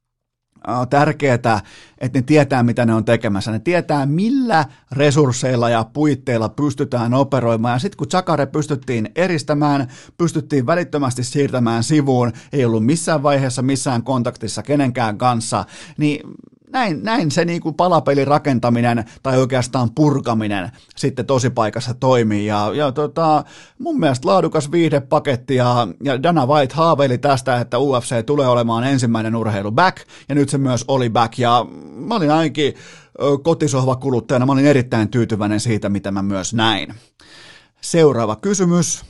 tärkeää, että ne tietää, mitä ne on tekemässä. Ne tietää, millä resursseilla ja puitteilla pystytään operoimaan. Ja sitten kun Jacare pystyttiin eristämään, pystyttiin välittömästi siirtämään sivuun, ei ollut missään vaiheessa missään kontaktissa kenenkään kanssa, niin näin, näin se niin kuin palapelin rakentaminen tai oikeastaan purkaminen sitten tosipaikassa toimii. Ja, ja tota, mun mielestä laadukas viihdepaketti ja, ja Dana White haaveili tästä, että U F C tulee olemaan ensimmäinen urheilu back ja nyt se myös oli back ja mä olin ainakin kotisohvakuluttajana, mä olin erittäin tyytyväinen siitä, mitä mä myös näin. Seuraava kysymys.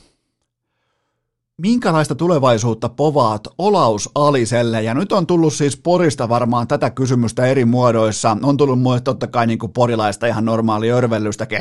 Minkälaista tulevaisuutta povaat Olaus Aliselle? Ja nyt on tullut siis Porista varmaan tätä kysymystä eri muodoissa. On tullut mulle totta kai niin kuin porilaista ihan normaali örvellystäkin.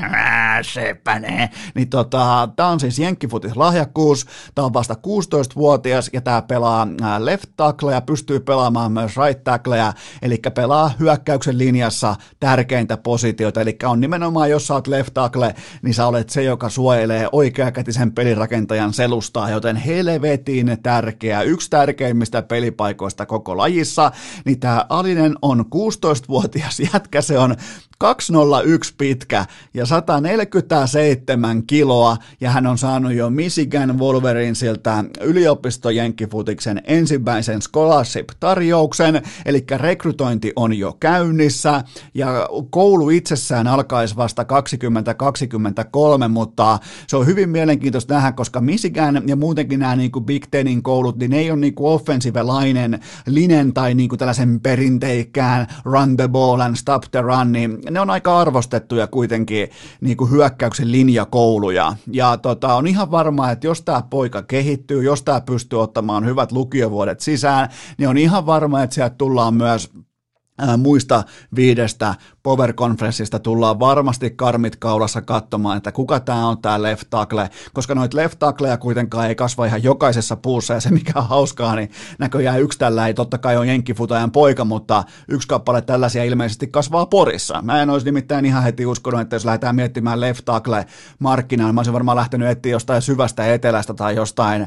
Seppäne. Niin tota, tää on siis jenkkifutis lahjakkuus. Tää on vasta kuusitoistavuotias ja tää pelaa left tackleja, pystyy pelaamaan myös right tackleja. Eli pelaa hyökkäyksen linjassa tärkeintä positiota. Eli on nimenomaan, jos sä oot left tackle, niin sä olet se, joka suojelee oikeakätisen pelirakentajan selustaa, joten helvetin tärkeä, yksi tärkeimmistä pelipaikoista koko lajissa, niin tämä Alinen on kuusitoistavuotias jätkä, se on kaksisataayyksi pitkä ja sata neljäkymmentäseitsemän kiloa ja hän on saanut jo Michigan Wolverinesilta yliopistojenkkifutiksen ensimmäisen scholarship-tarjouksen, eli rekrytointi on jo käynnissä ja koulu itsessään alkaisi vasta kaksituhattakaksikymmentäkolme, mutta se on hyvin mielenkiintoista nähdä, koska Michigan ja muutenkin nämä niin kuin Big Tenin koulut, niin ne ei ole niin kuin offensive-lainen linen tai niin kuin tällaisen perinteikkään run the ball and stop the run, niin ne on aika arvostettuja kuitenkin niin kuin hyökkäyksen linjakouluja. Ja tota, on ihan varmaa, että jos tämä poika kehittyy, jos tämä pystyy ottamaan hyvät lukiovuodet sisään, niin on ihan varmaa, että sieltä tullaan myös Ää, muista viidestä Power Conferenceista tullaan varmasti karmit kaulassa katsomaan, että kuka tämä on tämä left tackle, koska noita left tackleja kuitenkaan ei kasva ihan jokaisessa puussa, ja se mikä on hauskaa, niin näköjään yksi tällä ei totta kai ole jenkkifutajan poika, mutta yksi kappale tällaisia ilmeisesti kasvaa Porissa. Mä en olisi nimittäin ihan heti uskonut, että jos lähdetään miettimään left tackle markkinaa, niin mä olisin varmaan lähtenyt etsiä jostain syvästä etelästä tai jostain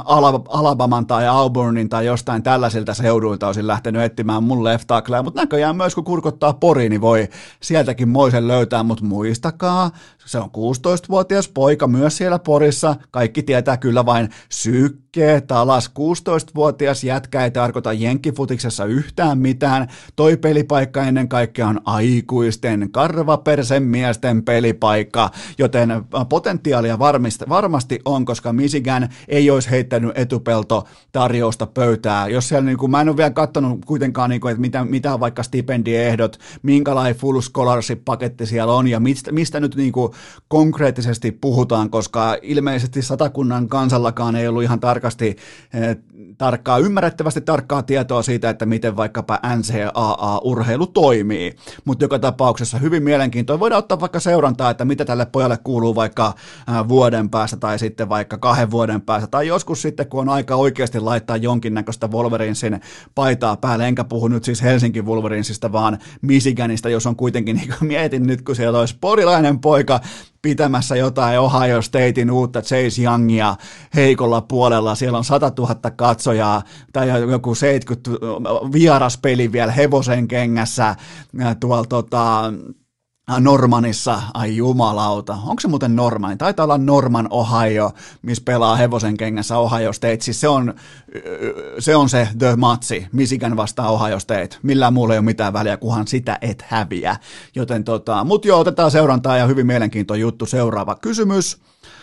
Alabaman tai Auburnin tai jostain tällaisilta seuduilta olisin lähtenyt etsimään mun left tacklea, mutta näköjään myös kun kurkottaa Poriin, niin voi sieltäkin moisen löytää, mutta muistakaa, se on kuusitoistavuotias poika myös siellä Porissa, kaikki tietää kyllä vain sykkeet alas, kuusitoistavuotias jätkä ei tarkoita jenkkifutiksessa yhtään mitään, toi pelipaikka ennen kaikkea on aikuisten, karvapersen miesten pelipaikka, joten potentiaalia varmasti, varmasti on, koska Michigan ei olisi heittänyt etupelto tarjousta pöytää, jos siellä, niin kuin, mä en ole vielä katsonut kuitenkaan, niin kuin, että mitä, mitä on vaikka stipendiehdot, minkälainen full scholarship-paketti siellä on ja mistä, mistä nyt niin kuin konkreettisesti puhutaan, koska ilmeisesti Satakunnan kansallakaan ei ollut ihan tarkasti eh, tarkkaa, ymmärrettävästi tarkkaa tietoa siitä, että miten vaikkapa N C A A-urheilu toimii, mutta joka tapauksessa hyvin mielenkiintoinen. Voidaan ottaa vaikka seurantaa, että mitä tälle pojalle kuuluu vaikka vuoden päästä tai sitten vaikka kahden vuoden päästä tai joskus sitten, kun on aika oikeasti laittaa jonkinnäköistä Wolverinesin paitaa päälle, enkä puhu nyt siis Helsinki Wolverinesista, vaan Michiganista, jos on kuitenkin, niin kuin mietin nyt, kun siellä olisi porilainen poika pitämässä jotain Ohio Statein uutta Chase Youngia heikolla puolella, siellä on satatuhatta katsojaa tai joku seitsemänkymmentä vieraspeli vielä hevosen kengässä tuolla tota, Normanissa, ai jumalauta, onko se muuten Norman? Taitaa olla Norman, Ohio, missä pelaa hevosen kengässä Ohio State, siis se on se, on se the matsi, Michigan vastaan Ohio State, millään muulla ei ole mitään väliä, kunhan sitä et häviä, joten tota, mut joo, otetaan seurantaa ja hyvin mielenkiintoinen juttu, seuraava kysymys.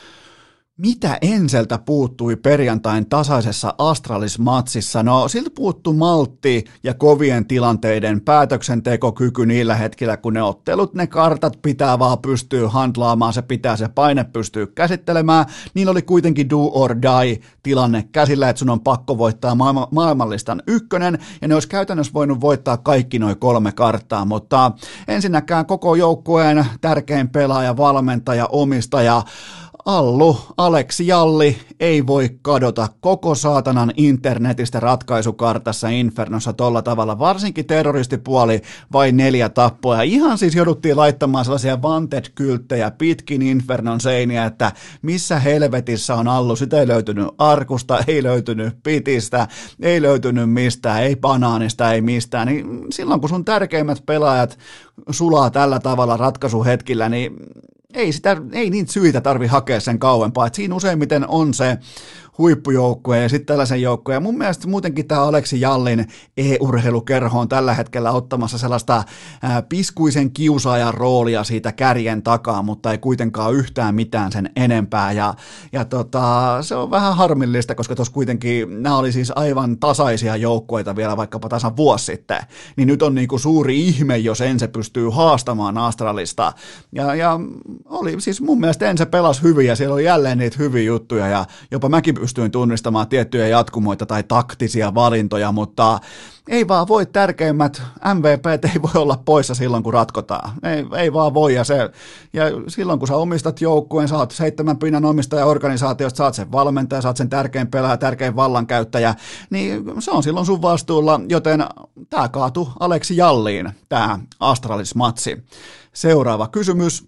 Mitä Enseltä puuttui perjantain tasaisessa Astralis-matsissa? No, siltä puuttu maltti ja kovien tilanteiden päätöksentekokyky niillä hetkillä, kun ne ottelut, ne kartat pitää vaan pystyä handlaamaan, se pitää se paine pystyä käsittelemään. Niillä oli kuitenkin do or die tilanne käsillä, että sun on pakko voittaa maailma- maailmanlistan ykkönen, ja ne olisi käytännössä voinut voittaa kaikki noin kolme karttaa, mutta ensinnäkään koko joukkueen tärkein pelaaja, valmentaja, omistaja, Allu, Aleksi Jalli ei voi kadota koko saatanan internetistä ratkaisukartassa Infernossa tolla tavalla, varsinkin terroristipuoli vain neljä tappoa. Ihan siis jouduttiin laittamaan sellaisia wanted-kylttejä pitkin Infernon seiniä, että missä helvetissä on Allu, sitä ei löytynyt arkusta, ei löytynyt pitistä, ei löytynyt mistään, ei banaanista, ei mistään. Niin silloin kun sun tärkeimmät pelaajat sulaa tällä tavalla ratkaisuhetkillä, niin Ei, sitä, ei niitä syitä tarvi hakea sen kauempaa, että siinä useimmiten on se huippujoukkue ja sitten tällaisen joukkueen. Ja mun mielestä muutenkin tämä Aleksi Jallin e-urheilukerho on tällä hetkellä ottamassa sellaista ää, piskuisen kiusaajan roolia siitä kärjen takaa, mutta ei kuitenkaan yhtään mitään sen enempää. Ja, ja tota, se on vähän harmillista, koska tuossa kuitenkin nämä oli siis aivan tasaisia joukkueita vielä vaikkapa tasan vuosi sitten. Niin nyt on niinku suuri ihme, jos Ense pystyy haastamaan Astralista. Ja, ja oli siis mun mielestä Ense pelasi hyvin ja siellä oli jälleen niitä hyviä juttuja ja jopa mäkin pystyin tunnistamaan tiettyjä jatkumoita tai taktisia valintoja, mutta ei vaan voi, tärkeimmät M V P:t ei voi olla poissa silloin, kun ratkotaan. Ei, ei vaan voi, ja, se, ja silloin, kun sä omistat joukkueen, sä oot seitsemän pinnan omistaja-organisaatiosta, sä oot sen valmentaja, sä oot sen tärkein pelaaja, tärkein vallankäyttäjä, niin se on silloin sun vastuulla, joten tää kaatui Aleksi Jalliin, tää Astralis-matsi. Seuraava kysymys.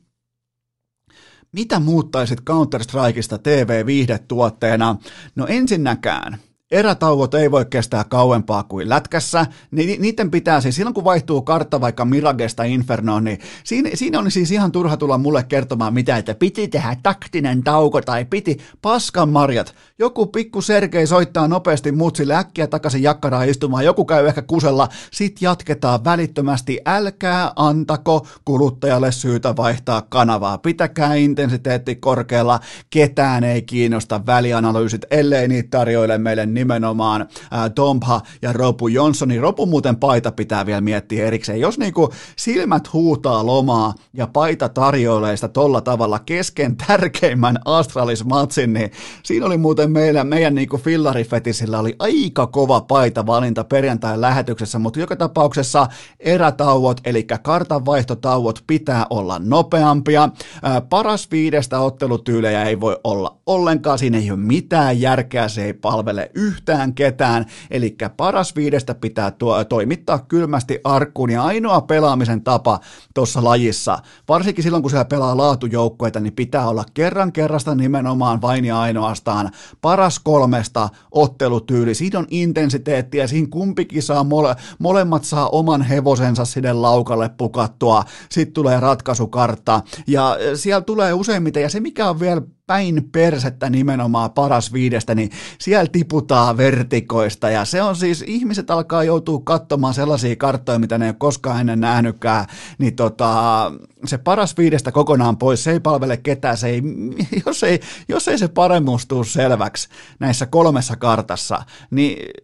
Mitä muuttaisit Counter-Strikeista T V-viihdetuotteena? No ensinnäkään. Erätauot ei voi kestää kauempaa kuin lätkässä, Ni, niiden pitää siis, silloin kun vaihtuu kartta vaikka Miragesta Infernoon, niin siinä, siinä on siis ihan turha tulla mulle kertomaan mitä, että piti tehdä taktinen tauko tai piti paskan marjat. Joku pikku Sergei soittaa nopeasti mutsille äkkiä takaisin jakkaraan istumaan, joku käy ehkä kusella, sit jatketaan välittömästi, älkää antako kuluttajalle syytä vaihtaa kanavaa, pitäkää intensiteetti korkealla, ketään ei kiinnosta välianalyysit, ellei niitä tarjoile meille nimenomaan ää, Tompha ja Ropu Jonssoni. Ropu muuten paita pitää vielä miettiä erikseen. Jos niinku silmät huutaa lomaa ja paita tarjoilee sitä tolla tavalla kesken tärkeimmän Astralis-matsin, niin siinä oli muuten meillä, meidän niinku fillarifetisillä oli aika kova paita valinta perjantain lähetyksessä, mutta joka tapauksessa erätauot, eli kartanvaihtotauot pitää olla nopeampia. Ää, paras viidestä ottelutyylejä ei voi olla ollenkaan, siinä ei ole mitään järkeä, se ei palvele yhtään ketään, eli paras viidestä pitää tuo, toimittaa kylmästi arkkuun, ja ainoa pelaamisen tapa tuossa lajissa, varsinkin silloin kun siellä pelaa laatujoukkoita, niin pitää olla kerran kerrasta nimenomaan vain ja ainoastaan paras kolmesta ottelutyyli, siinä on intensiteettiä, siinä kumpikin saa, mole, molemmat saa oman hevosensa sinne laukalle pukattua, sitten tulee ratkaisukartta, ja siellä tulee useimmiten, ja se mikä on vielä päin persettä nimenomaan paras viidestä, niin siellä tiputaan vertikoista, ja se on siis, ihmiset alkaa joutua katsomaan sellaisia karttoja, mitä ne ei ole koskaan ennen nähnytkään, niin tota, se paras viidestä kokonaan pois, se ei palvele ketään, se ei, jos, ei, jos ei se paremmuus tule selväksi näissä kolmessa kartassa, niin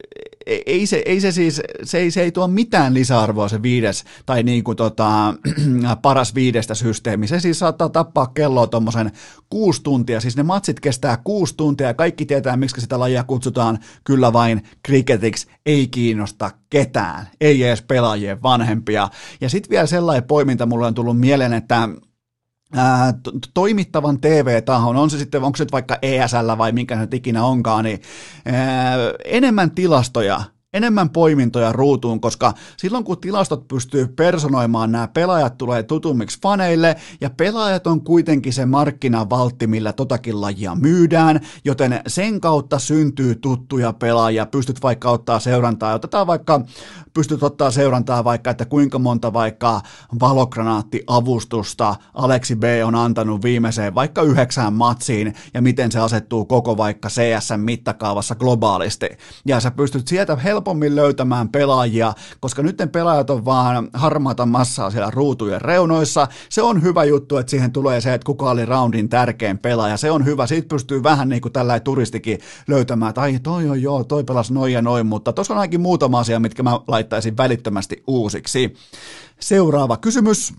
ei se, ei se siis, se ei, se ei tuo mitään lisäarvoa se viides tai niin kuin tota, paras viidestä systeemi. Se siis saattaa tappaa kelloa tuommoisen kuusi tuntia, siis ne matsit kestää kuusi tuntia ja kaikki tietää, miksi sitä lajia kutsutaan kyllä vain cricketiksi, ei kiinnosta ketään, ei edes pelaajien vanhempia. Ja sitten vielä sellainen poiminta mulle on tullut mieleen, että Ää, to- toimittavan T V-tahon, on se sitten, onko se nyt vaikka E S L vai minkä se nyt ikinä onkaan, niin ää, enemmän tilastoja, enemmän poimintoja ruutuun, koska silloin kun tilastot pystyy personoimaan, nämä pelaajat tulee tutummiksi faneille, ja pelaajat on kuitenkin se markkinavaltti, millä totakin lajia myydään, joten sen kautta syntyy tuttuja pelaajia, pystyt vaikka ottaa seurantaa, otetaan vaikka, pystyt ottaa seurantaa vaikka, että kuinka monta vaikka valokranaattiavustusta Aleksi B on antanut viimeiseen vaikka yhdeksään matsiin, ja miten se asettuu koko vaikka C S mittakaavassa globaalisti, ja sä pystyt sieltä helposti helpommin löytämään pelaajia, koska nyt pelaajat on vaan harmaata massaa siellä ruutujen reunoissa. Se on hyvä juttu, että siihen tulee se, että kuka oli roundin tärkein pelaaja. Se on hyvä, siitä pystyy vähän niin kuin tällainen turistikin löytämään, että ai toi on joo, toi pelasi noin ja noin, mutta tuossa on ainakin muutama asia, mitkä mä laittaisin välittömästi uusiksi. Seuraava kysymys.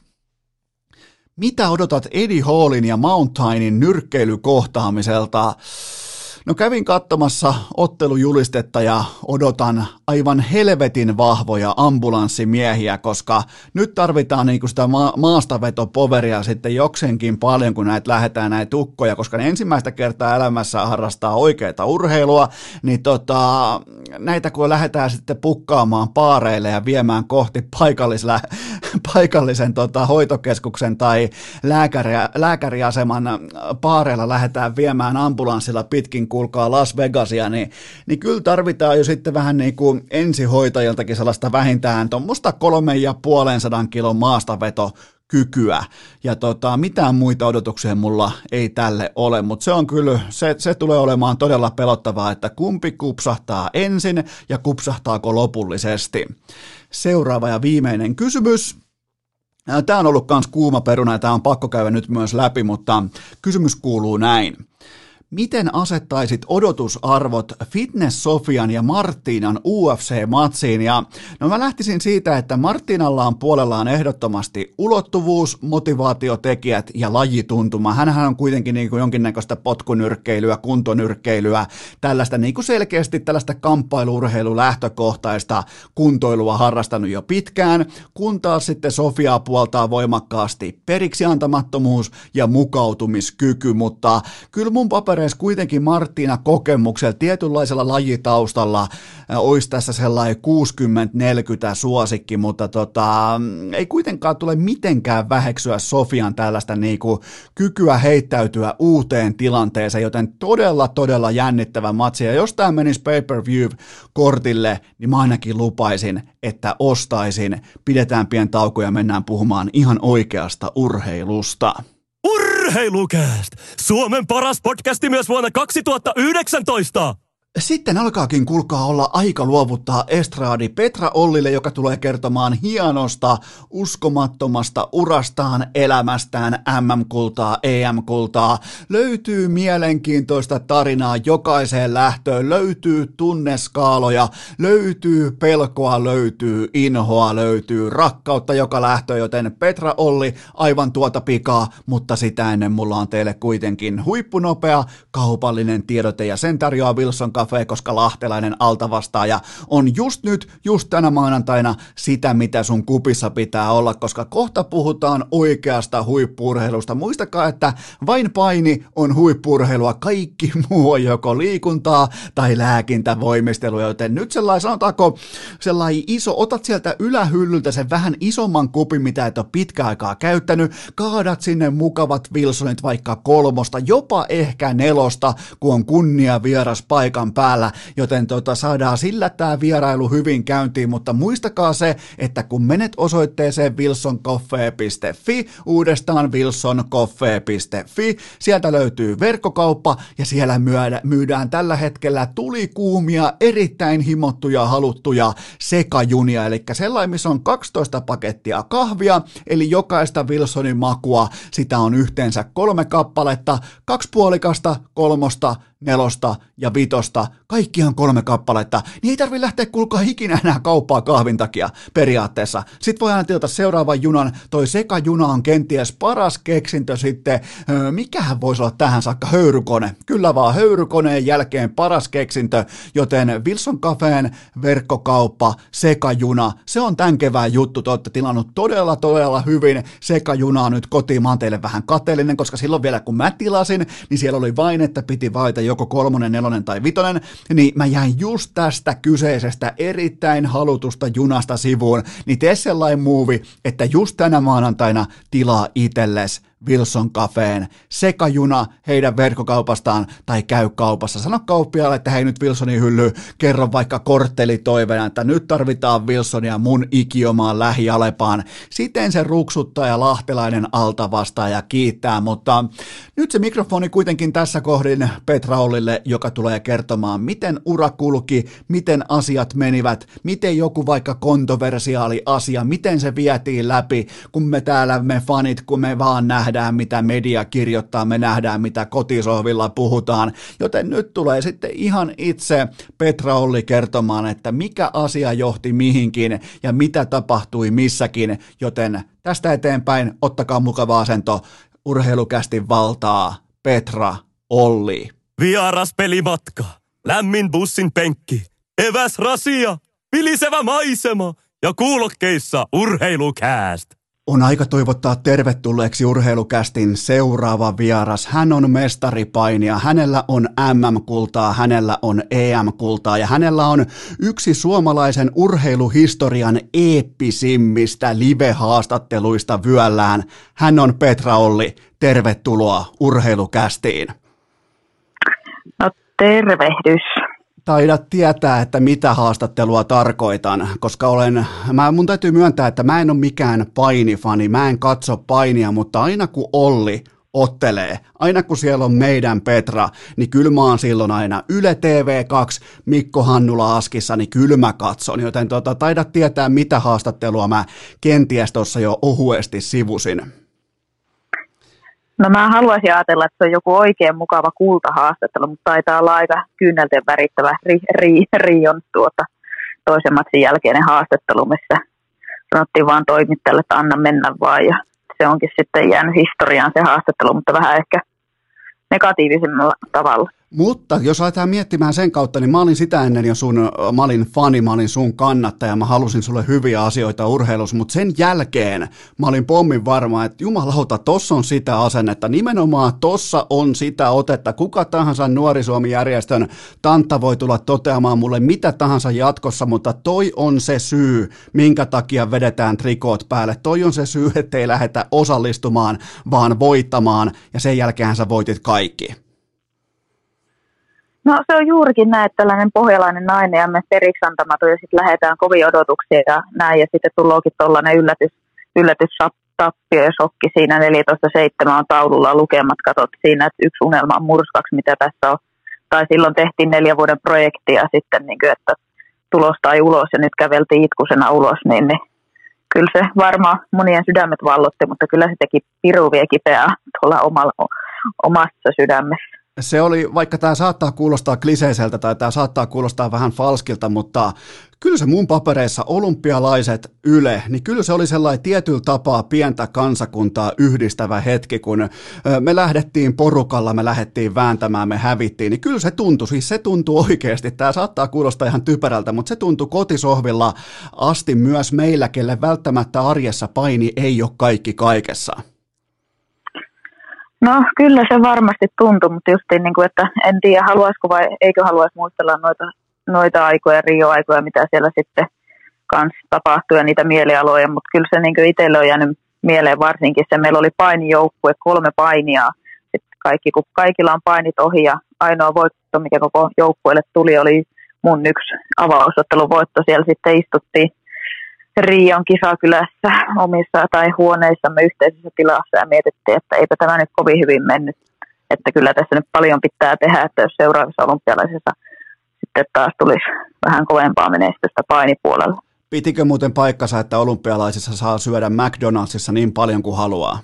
Mitä odotat Eddie Hallin ja Mountainin nyrkkeilykohtaamiselta? No kävin katsomassa ottelujulistetta ja odotan aivan helvetin vahvoja ambulanssimiehiä, koska nyt tarvitaan niinku sitä ma- maastavetopoveria sitten jokseenkin paljon, kun näitä lähdetään näitä tukkoja, koska ne ensimmäistä kertaa elämässä harrastaa oikeaa urheilua, niin tota, näitä kun lähdetään sitten pukkaamaan paareille ja viemään kohti paikallisla- paikallisen tota, hoitokeskuksen tai lääkäri- lääkäriaseman paareilla lähdetään viemään ambulanssilla pitkin kuulkaa Las Vegasia, niin, niin kyllä tarvitaan jo sitten vähän niin kuin ensihoitajiltakin sellaista vähintään tuommoista kolmen ja puolen sadan kilon maastaveto-kykyä. Ja tota, mitään muita odotuksia mulla ei tälle ole, mutta se on kyllä, se, se tulee olemaan todella pelottavaa, että kumpi kupsahtaa ensin ja kupsahtaako lopullisesti. Seuraava ja viimeinen kysymys. Tämä on ollut myös kuuma peruna ja tämä on pakko käydä nyt myös läpi, mutta kysymys kuuluu näin. Miten asettaisit odotusarvot Fitness Sofian ja Martinan U F C-matsiin? Ja no mä lähtisin siitä, että Martinalla on puolellaan ehdottomasti ulottuvuus, motivaatiotekijät ja lajituntuma. Hänhän on kuitenkin niin kuin jonkinnäköistä potkunyrkkeilyä, kuntonyrkkeilyä, tällaista niin kuin selkeästi tällaista kamppailu-urheilulähtökohtaista kuntoilua harrastanut jo pitkään, kun taas sitten Sofiaa puoltaa voimakkaasti periksiantamattomuus ja mukautumiskyky, mutta kyllä mun paperi kuitenkin Martina kokemuksella tietynlaisella lajitaustalla olisi tässä sellainen kuusikymmentä neljäkymmentä suosikki, mutta tota, ei kuitenkaan tule mitenkään väheksyä Sofian tällaista niinku kykyä heittäytyä uuteen tilanteeseen, joten todella todella jännittävä matsi, ja jos tämä menisi pay-per-view-kortille, niin mä ainakin lupaisin, että ostaisin, pidetään pieni tauko ja mennään puhumaan ihan oikeasta urheilusta. Urheilukääst! Suomen paras podcasti myös vuonna kaksituhattayhdeksäntoista! Sitten alkaakin kuulkaa olla aika luovuttaa estraadi Petra Ollille, joka tulee kertomaan hienosta, uskomattomasta urastaan, elämästään, M M-kultaa, E M-kultaa. Löytyy mielenkiintoista tarinaa jokaiseen lähtöön, löytyy tunneskaaloja, löytyy pelkoa, löytyy inhoa, löytyy rakkautta joka lähtö, joten Petra Olli aivan tuota pikaa, mutta sitä ennen mulla on teille kuitenkin huippunopea kaupallinen tiedote ja sen tarjoaa Wilson Cafe, koska lahtelainen altavastaaja on just nyt, just tänä maanantaina sitä, mitä sun kupissa pitää olla, koska kohta puhutaan oikeasta huippu-urheilusta. Muistakaa, että vain paini on huippu-urheilua, kaikki muu on joko liikuntaa tai lääkintävoimistelua, joten nyt sellainen, sanotaanko, sellainen iso, otat sieltä ylähyllyltä sen vähän isomman kupin, mitä et ole pitkä aikaa käyttänyt, kaadat sinne mukavat Wilsonit vaikka kolmosta, jopa ehkä nelosta, kun on kunnia vieras paikan päällä, joten tota, saadaan sillä tämä vierailu hyvin käyntiin, mutta muistakaa se, että kun menet osoitteeseen wilson coffee piste fi, uudestaan wilson coffee piste fi, sieltä löytyy verkkokauppa ja siellä myydä, myydään tällä hetkellä tulikuumia, erittäin himottuja, haluttuja sekajunia, eli sellainen, missä on kaksitoista pakettia kahvia, eli jokaista Wilsonin makua, sitä on yhteensä kolme kappaletta, kaksi puolikasta, kolmosta, nelosta ja vitosta, ostaa kaikkiaan kolme kappaletta, niin ei tarvitse lähteä kulkaa ikinä enää kauppaa kahvin takia periaatteessa. Sitten voi aina tilata seuraavan junan, toi sekajuna on kenties paras keksintö sitten, öö, mikähän voisi olla tähän saakka, höyrykone. Kyllä vaan, höyrykoneen jälkeen paras keksintö, joten Wilson Cafeen verkkokauppa, sekajuna, se on tämän kevään juttu, te olette tilannut todella todella hyvin sekajunaa nyt kotiin, mä oon teille vähän kateellinen, koska silloin vielä kun mä tilasin, niin siellä oli vain, että piti valita joko kolmonen, nelonen tai vitonen, niin mä jäin just tästä kyseisestä erittäin halutusta junasta sivuun, niin tee sellainen muuvi, että just tänä maanantaina tilaa itsellesi Wilson Cafeen sekajuna heidän verkkokaupastaan tai käy kaupassa. Sano kauppiaalle, että hei nyt Wilsonin hylly, kerro vaikka korttelitoiveena, että nyt tarvitaan Wilsonia mun ikiomaan lähialepaan. Siten se ruksuttaa ja lahtelainen alta vastaa ja kiittää, mutta nyt se mikrofoni kuitenkin tässä kohdin Petra Ollille, joka tulee kertomaan, miten ura kulki, miten asiat menivät, miten joku vaikka kontroversiaali asia, miten se vietiin läpi, kun me täällä me fanit, kun me vaan nähdään, nähdään, mitä media kirjoittaa, me nähdään, mitä kotisohvilla puhutaan, joten nyt tulee sitten ihan itse Petra Olli kertomaan, että mikä asia johti mihinkin ja mitä tapahtui missäkin, joten tästä eteenpäin ottakaa mukava asento, urheilukästi valtaa Petra Olli. Vieras pelimatka, lämmin bussin penkki, eväs rasia, vilisevä maisema ja kuulokkeissa urheilukääst. On aika toivottaa tervetulleeksi urheilukästin seuraava vieras. Hän on mestaripainija, hänellä on M M-kultaa, hänellä on E M-kultaa ja hänellä on yksi suomalaisen urheiluhistorian eeppisimmistä live-haastatteluista vyöllään. Hän on Petra Olli. Tervetuloa urheilukästiin. No tervehdys. Taidat tietää, että mitä haastattelua tarkoitan, koska olen, mä, mun täytyy myöntää, että mä en ole mikään painifani, mä en katso painia, mutta aina kun Olli ottelee, aina kun siellä on meidän Petra, niin kyllä mä oon silloin aina Yle T V kaksi, Mikko Hannula Askissa, niin kyllä mä katson, joten tota, taidat tietää, mitä haastattelua mä kenties tuossa jo ohuesti sivusin. No mä haluaisin ajatella, että se on joku oikein mukava kultahaastattelu, mutta taitaa olla aika kyynelten värittävä ri, ri, Rion tuota, toisen matsin jälkeinen haastattelu, missä sanottiin vaan toimittajalle, että anna mennä vaan. Ja se onkin sitten jäänyt historiaan se haastattelu, mutta vähän ehkä negatiivisemmalla tavalla. Mutta jos aletaan miettimään sen kautta, niin mä olin sitä ennen jo sun, mä olin fani, mä olin sun kannattaja, mä halusin sulle hyviä asioita urheilussa, mutta sen jälkeen mä olin pommin varma, että jumalauta, tossa on sitä asennetta, nimenomaan tossa on sitä otetta, kuka tahansa Nuori Suomi-järjestön tantta voi tulla toteamaan mulle mitä tahansa jatkossa, mutta toi on se syy, minkä takia vedetään trikoot päälle, toi on se syy, ettei lähdetä osallistumaan, vaan voittamaan, ja sen jälkeen sä voitit kaikki. No se on juurikin näin, että tällainen pohjalainen nainen ja me periksi antamaton ja sitten lähdetään kovin odotuksia ja näin ja sitten tullookin tuollainen yllätys, yllätystappio ja shokki siinä neljätoista seitsemän on taululla lukemat, katsot siinä, että yksi unelma on murskaksi, mitä tässä on. Tai silloin tehtiin neljän vuoden projekti ja sitten, niin kuin, että tulosta ei ulos ja nyt käveltiin itkusena ulos, niin, niin kyllä se varmaan monien sydämet vallotti, mutta kyllä se teki pirun vie kipeää tuolla omalla, omassa sydämessä. Se oli, vaikka tämä saattaa kuulostaa kliseiseltä tai tämä saattaa kuulostaa vähän falskilta, mutta kyllä se mun papereissa olympialaiset Yle, niin kyllä se oli sellainen tietyllä tapaa pientä kansakuntaa yhdistävä hetki, kun me lähdettiin porukalla, me lähdettiin vääntämään, me hävittiin, niin kyllä se tuntui, siis se tuntui oikeasti, tämä saattaa kuulostaa ihan typerältä, mutta se tuntui kotisohvilla asti myös meillä, kelle välttämättä arjessa paini ei ole kaikki kaikessa. No kyllä se varmasti tuntui, mutta justiin niin kuin, että en tiedä haluaisiko vai eikö haluaisi muistella noita, noita aikoja, Rio-aikoja, mitä siellä sitten kanssa tapahtui ja niitä mielialoja, mutta kyllä se niin kuin itselle on jäänyt mieleen varsinkin se, meillä oli painijoukkue, kolme painia, sitten kaikki, kun kaikilla on painit ohi ja ainoa voitto, mikä koko joukkueelle tuli, oli mun yksi avausottelun voitto, siellä sitten istuttiin Rion kisakylässä omissa tai huoneissamme yhteisessä tilassa ja mietittiin, että eipä tämä nyt kovin hyvin mennyt. Että kyllä tässä nyt paljon pitää tehdä, että jos seuraavissa olympialaisissa sitten taas tulisi vähän kovempaa menestystä painipuolella. Pitikö muuten paikkansa, että olympialaisissa saa syödä McDonaldsissa niin paljon kuin haluaa?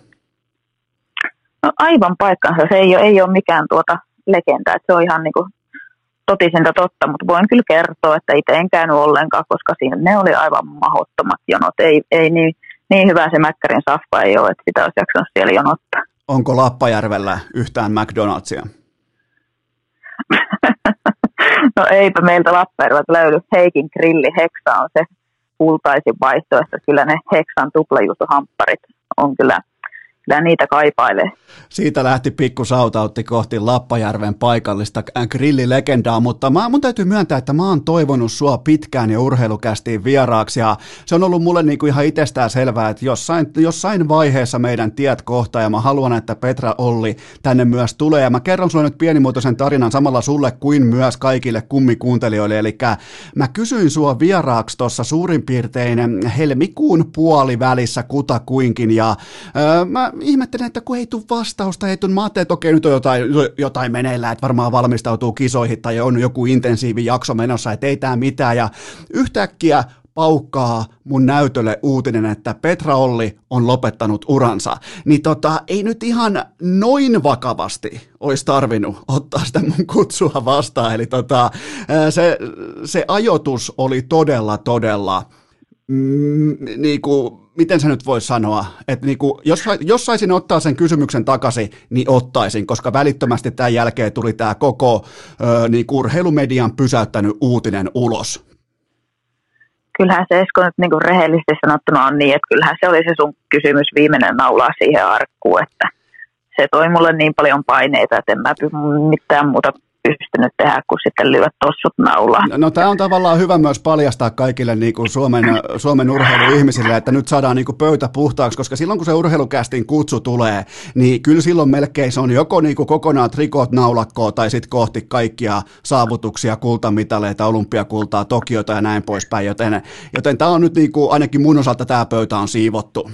No aivan paikkansa. Se ei ole, ei ole mikään tuota legenda. Että se on ihan niin kuin totisinta totta, mutta voin kyllä kertoa, että itse en käynyt ollenkaan, koska siinä ne oli aivan mahdottomat jonot. Ei, ei niin, niin hyvä se Mäkkärin safka ei ole, että sitä olisi jaksanut siellä jonottaa. Onko Lappajärvellä yhtään McDonald'sia? No eipä meiltä Lappajärveltä löydy. Heikin grilli Heksa on se kultaisin vaihtoehto. Kyllä ne Heksan tuplajuustohampparit on kyllä, kyllä niitä kaipailee. Siitä lähti pikku sautautti kohti Lappajärven paikallista grillilegendaa, mutta mä, mun täytyy myöntää, että mä oon toivonut sua pitkään ja urheilukästiin vieraaksi, ja se on ollut mulle niinku ihan itsestään selvää, että jossain, jossain vaiheessa meidän tiet kohtaa, ja mä haluan, että Petra Olli tänne myös tulee, ja mä kerron sulle nyt pienimuotoisen tarinan samalla sulle kuin myös kaikille kummikuuntelijoille, eli mä kysyin sua vieraaksi tuossa suurin piirtein helmikuun puolivälissä kutakuinkin, ja öö, mä ihmettelin, että kun ei tule vastausta, ei tule, mä ajattelin, että okei, nyt on jotain, jotain meneillään, että varmaan valmistautuu kisoihin tai on joku intensiivi jakso menossa, että ei tää mitään, ja yhtäkkiä paukkaa mun näytölle uutinen, että Petra Olli on lopettanut uransa, niin tota, ei nyt ihan noin vakavasti olisi tarvinnut ottaa sitä mun kutsua vastaan, eli tota, se, se ajoitus oli todella, todella, mm, niinku, miten sä nyt vois sanoa, että niinku, jos, jos saisin ottaa sen kysymyksen takaisin, niin ottaisin, koska välittömästi tämän jälkeen tuli tämä koko ö, niinku, urheilumedian pysäyttänyt uutinen ulos. Kyllähän se Esko nyt niinku rehellisesti sanottuna on niin, että kyllähän se oli se sun kysymys viimeinen naulaa siihen arkkuun, että se toi mulle niin paljon paineita, että en mä mitään muuta pystynyt tehdä, kun sitten lyödä tossut naulaa. No, no tämä on tavallaan hyvä myös paljastaa kaikille niin kuin Suomen, Suomen urheiluihmisille, että nyt saadaan niin kuin pöytä puhtaaksi, koska silloin kun se urheilukästin kutsu tulee, niin kyllä silloin melkein se on joko niin kuin kokonaan trikot naulakkoa tai sitten kohti kaikkia saavutuksia, kultamitaleita, olympiakultaa, Tokiota ja näin poispäin, joten, joten tämä on nyt niin kuin, ainakin mun osalta tämä pöytä on siivottu.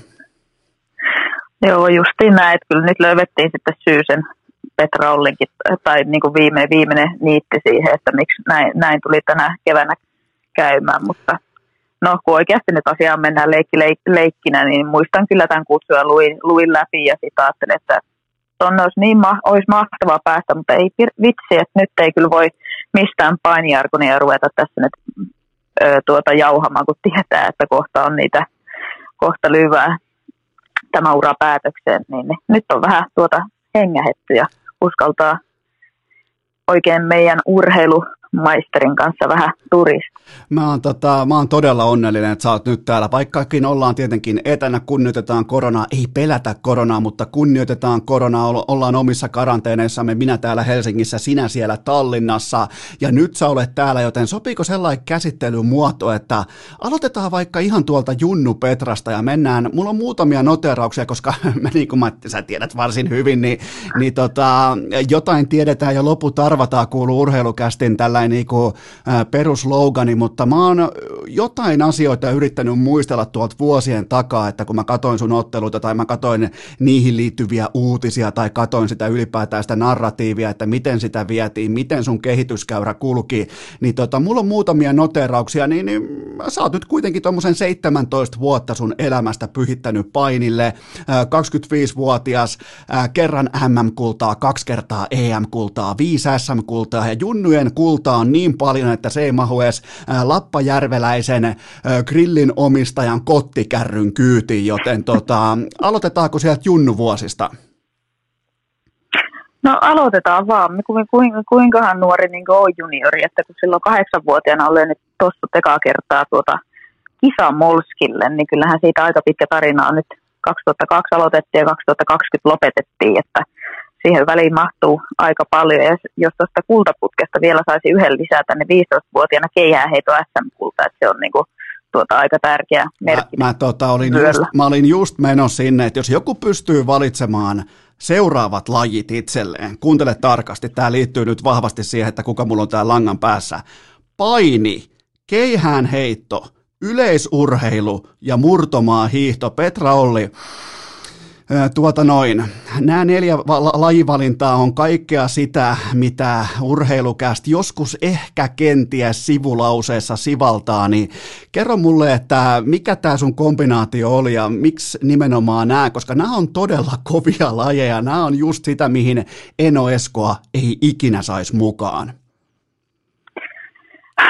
Joo, justiin näin, että kyllä nyt löydettiin sitten syy sen Petra Ollinkin, tai niin kuin viimeinen, viimeinen niitti siihen, että miksi näin, näin tuli tänä keväänä käymään, mutta no kun oikeasti nyt asiaan mennään leikki, leik, leikkinä, niin muistan kyllä tämän kutsun ja luin, luin läpi ja sitten ajattelin, että tonne olisi, niin ma- olisi mahtavaa päästä, mutta ei vitsi, että nyt ei kyllä voi mistään painijarkonia ruveta tässä nyt ö, tuota jauhamaan, kun tietää, että kohta on niitä, kohta lyvää tämä ura päätökseen, niin, niin nyt on vähän tuota hengähetty ja uskaltaa oikein meidän urheilumaisterin kanssa vähän turista. Mä oon, tota, mä oon todella onnellinen, että sä oot nyt täällä. Vaikkakin ollaan tietenkin etänä, kunnioitetaan koronaa, ei pelätä koronaa, mutta kunnioitetaan koronaa, ollaan omissa karanteeneissamme, minä täällä Helsingissä, sinä siellä Tallinnassa, ja nyt sä olet täällä, joten sopiiko sellainen käsittelymuoto, että aloitetaan vaikka ihan tuolta Junnu Petrasta ja mennään, mulla on muutamia noterauksia, koska mä, niin kuin mä, sä tiedät varsin hyvin, niin, niin tota, jotain tiedetään ja loput arvataan, kuuluu urheilukästin tällainen niin kuin, ä, peruslogani, mutta mä oon jotain asioita yrittänyt muistella tuolta vuosien takaa, että kun mä katoin sun otteluita tai mä katoin niihin liittyviä uutisia tai katoin sitä ylipäätään sitä narratiivia, että miten sitä vietiin, miten sun kehityskäyrä kulki, niin tota, mulla on muutamia noterauksia, niin, niin sä oot nyt kuitenkin tommosen seitsemäntoista vuotta sun elämästä pyhittänyt painille, kaksikymmentäviisivuotias, kerran M M-kultaa, kaksi kertaa E M-kultaa, viisi S M-kultaa ja junnujen kultaa on niin paljon, että se ei mahu edes lappajärveläisen grillin omistajan kottikärryn kyytiin, joten tota, aloitetaanko sieltä junnuvuosista? No aloitetaan vaan. Kuinka, kuinkahan nuori niin on juniori, että kun silloin kahdeksanvuotiaana olen nyt tossut ekaa kertaa tuota kisamolskille, niin kyllähän siitä aika pitkä tarina on nyt kaksituhattakaksi aloitettiin ja kaksituhattakaksikymmentä lopetettiin, että siihen väliin mahtuu aika paljon, ja jos tuosta kultaputkesta vielä saisi yhden lisätä, niin viisitoistavuotiaana keihääheito S M-kulta, että se on niin kuin, tuota, aika tärkeä merkki. Mä, mä, tota, olin just, mä olin just menossa sinne, että jos joku pystyy valitsemaan seuraavat lajit itselleen, kuuntele tarkasti, tämä liittyy nyt vahvasti siihen, että kuka mulla on täällä langan päässä, paini, keihäänheitto, yleisurheilu ja murtomaa hiihto, Petra Olli. Tuota noin. Nämä neljä lajivalintaa on kaikkea sitä, mitä urheilukäst joskus ehkä kenties sivulauseessa sivaltaa, niin kerro mulle, että mikä tämä sun kombinaatio oli ja miksi nimenomaan nämä, koska nämä on todella kovia lajeja, nämä on just sitä, mihin Eno Eskoa ei ikinä saisi mukaan.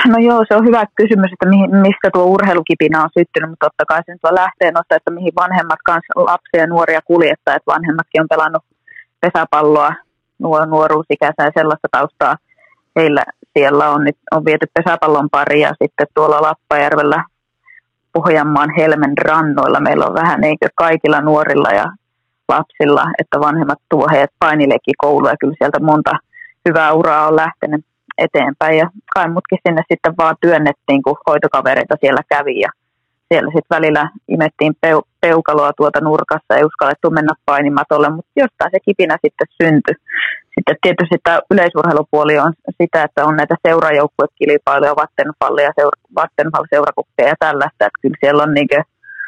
No joo, se on hyvä kysymys, että mihin, mistä tuo urheilukipinä on syttynyt, mutta totta kai sen tuo lähtee nostaa, että mihin vanhemmat kanssa lapsia ja nuoria kuljettaa, että vanhemmatkin on pelannut pesäpalloa nuo, nuoruusikäisen ja sellaista taustaa. Heillä siellä on nyt on viety pesäpallon pari ja sitten tuolla Lappajärvellä Pohjanmaan Helmen rannoilla meillä on vähän eikö kaikilla nuorilla ja lapsilla, että vanhemmat tuo heidät painileikkikouluun ja kyllä sieltä monta hyvää uraa on lähtenyt eteenpäin ja kai mutkin sinne sitten vaan työnnettiin, kun hoitokavereita siellä kävi ja siellä sitten välillä imettiin peu- peukaloa tuota nurkassa, ei uskallettu mennä painimatolle, mutta jostain se kipinä sitten syntyi. Sitten tietysti tämä yleisurheilupuoli on sitä, että on näitä seurajoukkuekilpailuja, Vattenfallia, seura- Vattenfall-seurakuppeja ja tällaista, että kyllä siellä on niinkö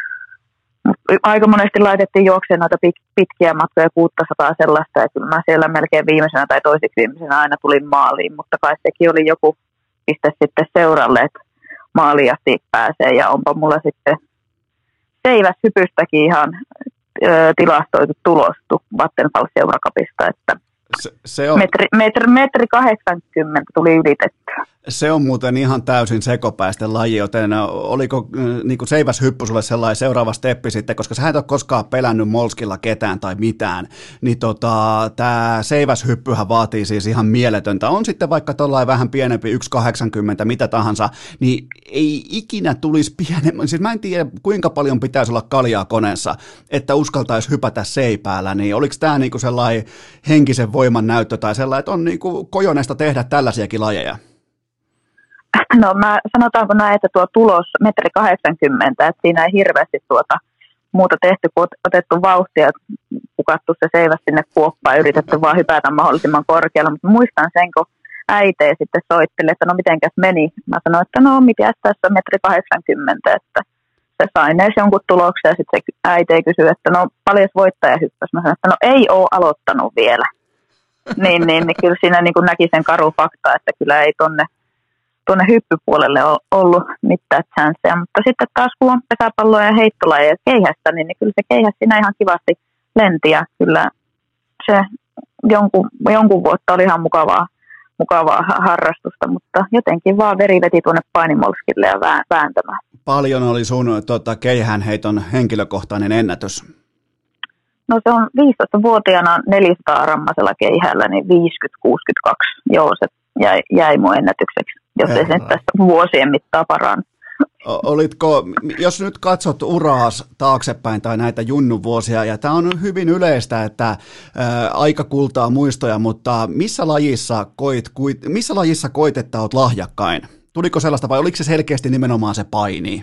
aika monesti laitettiin juokseen noita pit- pitkiä matkoja, kuusisataa sellaista, ja kyllä mä siellä melkein viimeisenä tai toiseksi viimeisenä aina tulin maaliin, mutta kai sekin oli joku piste sitten seuralle, että maaliin asti pääsee, ja onpa mulla sitten seiväshypystäkin ihan ö, tilastoitu tulostu Vattenfall-seurakapista, että se, se on... metri, metri, metri kahdeksankymmentä tuli ylitettyä. Se on muuten ihan täysin sekopäisten laji, joten oliko niin kuin seiväshyppy sulle sellainen seuraava steppi sitten, koska sä et ole koskaan pelännyt molskilla ketään tai mitään, niin tota, tämä seiväshyppyhän vaatii siis ihan mieletöntä. On sitten vaikka tollain vähän pienempi, yksi kahdeksankymmentä, mitä tahansa, niin ei ikinä tulisi pienemmän. Siis mä en tiedä, kuinka paljon pitäisi olla kaljaa koneessa, että uskaltaisi hypätä seipäällä, niin oliko tämä niin kuin sellainen henkisen voiman näyttö tai sellainen, että on niin kuin kojonesta tehdä tällaisiakin lajeja? No mä sanotaanko näin, että tuo tulos metri kahdeksankymmentä, että siinä ei hirveästi tuota muuta tehty, kun otettu vauhtia, pukattu se seiväs sinne kuoppaan ja yritetty vaan hypätä mahdollisimman korkealla, mutta muistan sen, kun äiti sitten soitteli, että no mitenkäs meni. Mä sanoin, että no mitäs tässä metri kahdeksankymmentä, että se sai edes jonkun tuloksen ja sitten se äiti kysyi, että no paljon voittaja hyppäsi. Mä sanoin, että no ei ole aloittanut vielä. niin, niin, niin kyllä siinä niin kuin näki sen karu fakta, että kyllä ei tonne tuonne hyppypuolelle on ollut mitään chanceja, mutta sitten taas kun on pesäpalloa ja heittolajeja keihästä, niin, niin kyllä se keihäs siinä ihan kivasti lenti ja kyllä se jonkun, jonkun vuotta oli ihan mukavaa, mukavaa harrastusta, mutta jotenkin vaan veri veti tuonne painimolskille ja vääntämään. Paljon oli sun tota, keihäänheiton henkilökohtainen ennätys? No se on viisitoistavuotiaana neljäsataa rammasella keihällä, niin viisikymmentä kuusikymmentäkaksi, joo se jäi, jäi mun ennätykseksi, jos ei sen tässä vuosien mittaan parannu. Olitko, jos nyt katsot uraas taaksepäin tai näitä junnuvuosia, ja tämä on hyvin yleistä, että ää, aika kultaa muistoja, mutta missä lajissa koit, kuit, missä lajissa koit, että olet lahjakkain? Tuliko sellaista vai oliko se selkeästi nimenomaan se paini?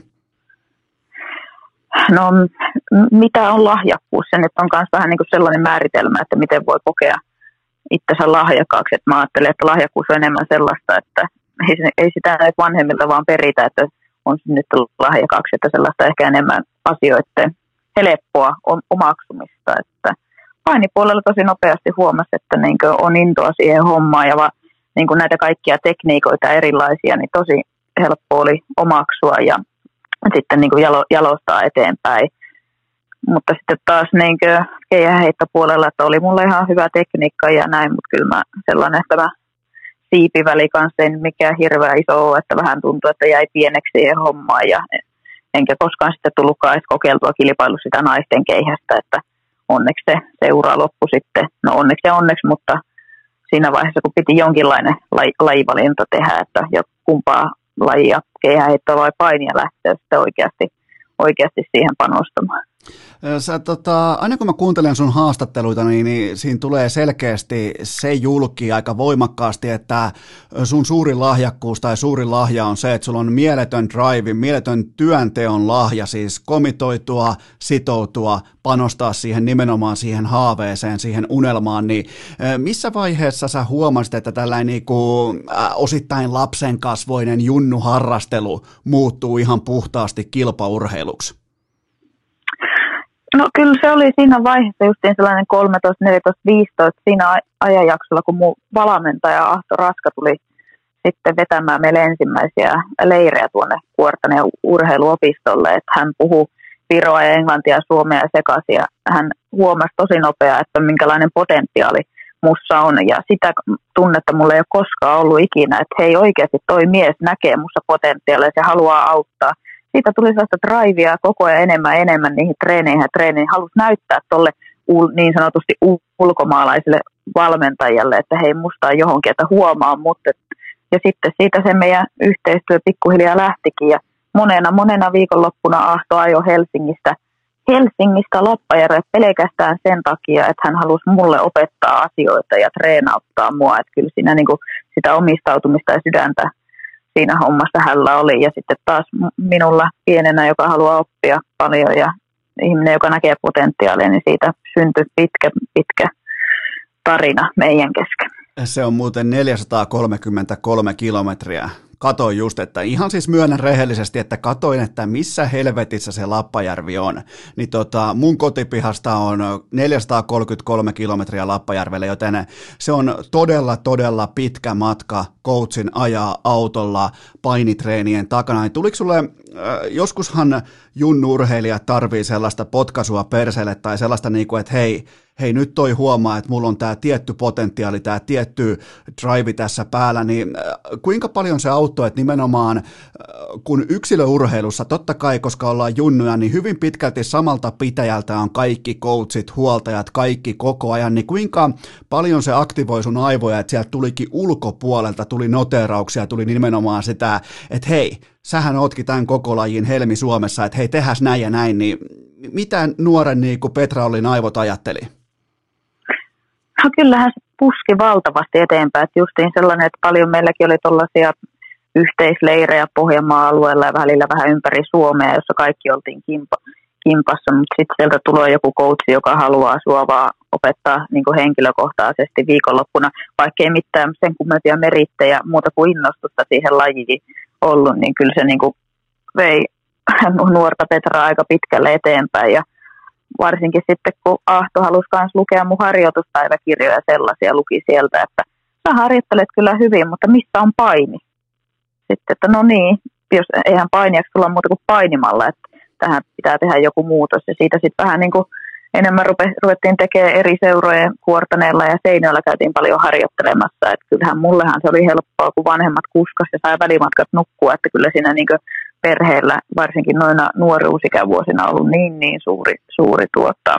No mitä on lahjakkuus? Se nyt on myös vähän niin kuin sellainen määritelmä, että miten voi kokea itsensä lahjakkaaksi. Että mä ajattelen, että lahjakkuus on enemmän sellaista, että ei, ei sitä näitä vanhemmilta vaan peritä, että on nyt lahjakkaaksi, että sellaista ehkä enemmän asioiden helppoa omaksumista. Että painipuolella tosi nopeasti huomasi, että niin on intoa siihen hommaan ja va, niin näitä kaikkia tekniikoita erilaisia, niin tosi helppo oli omaksua ja sitten niin jalo, jalostaa eteenpäin. Mutta sitten taas niin keihäheittopuolella, että oli mulla ihan hyvä tekniikka ja näin, mutta kyllä mä sellainen tämä siipiväli kanssa ei mikään hirveän iso ole, että vähän tuntuu, että jäi pieneksi siihen hommaan ja enkä koskaan sitten tullutkaan edes kokeiltua kilpailu sitä naisten keihästä, että onneksi se seura loppu sitten, no onneksi ja onneksi, mutta siinä vaiheessa kun piti jonkinlainen laj- lajivalinta tehdä, että kumpaa lajia keihäheittoa vai painia lähteä sitten oikeasti, oikeasti siihen panostamaan. Sä, tota, aina kun mä kuuntelen sun haastatteluita, niin, niin siinä tulee selkeästi se julki aika voimakkaasti, että sun suurin lahjakkuus tai suurin lahja on se, että sulla on mieletön drive, mieletön työnteon lahja, siis komitoitua, sitoutua, panostaa siihen nimenomaan siihen haaveeseen, siihen unelmaan, niin missä vaiheessa sä huomasit, että tällainen niin kuin, äh, osittain lapsenkasvoinen junnuharrastelu muuttuu ihan puhtaasti kilpaurheiluksi? No kyllä se oli siinä vaiheessa justiin sellainen kolmetoista, neljätoista, viisitoista siinä ajanjaksolla, kun mun valmentaja Ahto Raska tuli sitten vetämään meille ensimmäisiä leirejä tuonne Kuortaneen urheiluopistolle, että hän puhui viroa ja englantia ja suomea ja sekaisin ja hän huomasi tosi nopeaa, että minkälainen potentiaali mussa on. Ja sitä tunnetta mulla ei ole koskaan ollut ikinä, että hei oikeasti toi mies näkee mussa potentiaalia ja se haluaa auttaa. Siitä tuli sellaista drivea koko ajan enemmän ja enemmän niihin treeneihin ja treeneihin. Halusi näyttää tolle niin sanotusti ulkomaalaiselle valmentajalle, että hei musta on johonkin, että huomaa mut. Ja sitten siitä se meidän yhteistyö pikkuhiljaa lähtikin ja monena monena viikonloppuna Ahto ajoi Helsingistä, Helsingistä Lappajärvelle pelkästään sen takia, että hän halusi mulle opettaa asioita ja treenauttaa mua. Että kyllä siinä niin kuin sitä omistautumista ja sydäntä siinä hommassa hänellä oli. Ja sitten taas minulla pienenä, joka haluaa oppia paljon ja ihminen, joka näkee potentiaalia, niin siitä syntyi pitkä, pitkä tarina meidän kesken. Se on muuten neljäsataakolmekymmentäkolme kilometriä. Katoin just, että ihan siis myönnän rehellisesti, että katoin, että missä helvetissä se Lappajärvi on. Niin tota, mun kotipihasta on neljäsataakolmekymmentäkolme kilometriä Lappajärvelle, joten se on todella, todella pitkä matka coachin ajaa autolla painitreenien takana. Niin tuliko sulle, äh, joskushan junnu-urheilijat tarvii sellaista potkaisua perseelle tai sellaista, niin kuin, että hei, hei nyt toi huomaa, että mulla on tämä tietty potentiaali, tämä tietty drive tässä päällä, niin kuinka paljon se auttoi, että nimenomaan kun yksilöurheilussa, totta kai koska ollaan junnuja, niin hyvin pitkälti samalta pitäjältä on kaikki coachit, huoltajat, kaikki koko ajan, niin kuinka paljon se aktivoi sun aivoja, että sieltä tulikin ulkopuolelta, tuli noterauksia, tuli nimenomaan sitä, että hei, sähän ootkin tämän koko lajin helmi Suomessa, että hei, tehäs näin ja näin, niin mitä nuoren niin kuin Petra Ollin aivot ajatteli? No kyllähän se puski valtavasti eteenpäin, että justiin sellainen, että paljon meilläkin oli tuollaisia yhteisleirejä Pohjanmaa-alueella ja välillä vähän ympäri Suomea, jossa kaikki oltiin kimpa, kimpassa, mutta sitten sieltä tulee joku coachi, joka haluaa sua vaan opettaa niin kuin henkilökohtaisesti viikonloppuna, vaikka ei mitään sen kummempia merittejä muuta kuin innostusta siihen lajiin ollut, niin kyllä se niin kuin vei nuorta Petraa aika pitkälle eteenpäin ja varsinkin sitten, kun Ahto halusi myös lukea mun harjoituspäiväkirjoja sellaisia, luki sieltä, että sä harjoittelet kyllä hyvin, mutta missä on paini? Sitten, että no niin, jos eihän painiaksi tulla muuta kuin painimalla, että tähän pitää tehdä joku muutos. Ja siitä sitten vähän niin kuin enemmän rupe, ruvettiin tekemään eri seurojen Kuortaneella ja Seinäjoella käytiin paljon harjoittelemassa. Että kyllähän mullehan se oli helppoa, kun vanhemmat kuskas ja sai välimatkat nukkua, että kyllä siinä niin kuin perheellä, varsinkin noina nuoruusikävuosina, on ollut niin, niin suuri, suuri tuottaa,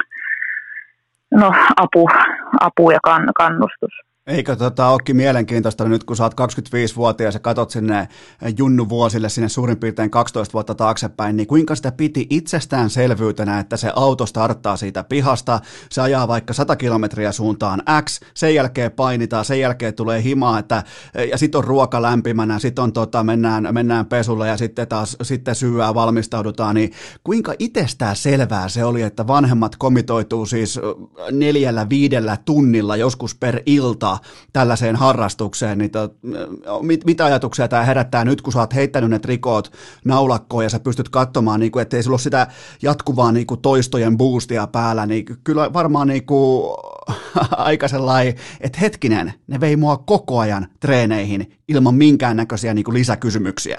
no, apu, apu ja kann, kannustus. Eikö tota olekin mielenkiintoista nyt, kun sä oot kaksikymmentäviisivuotias ja katot sinne junnuvuosille sinne suurin piirtein kaksitoista vuotta taaksepäin, niin kuinka sitä piti itsestäänselvyytenä, että se auto starttaa siitä pihasta, se ajaa vaikka sata kilometriä suuntaan X, sen jälkeen painitaan, sen jälkeen tulee himaa, että, ja sitten on ruoka lämpimänä, sitten on tota, mennään, mennään pesulle ja sitten taas sitten syyää valmistaudutaan, niin kuinka itsestään selvää se oli, että vanhemmat komitoituu siis neljällä viidellä tunnilla joskus per ilta tällaiseen harrastukseen, niin to, mit, mitä ajatuksia tämä herättää nyt, kun sä oot heittänyt ne trikoot naulakkoon ja sä pystyt katsomaan, niin kuin, ettei sulla ole sitä jatkuvaa niin kuin toistojen boostia päällä, niin kyllä varmaan niin kuin, aika sellainen, että hetkinen, ne vei mua koko ajan treeneihin ilman minkäännäköisiä niin kuin lisäkysymyksiä.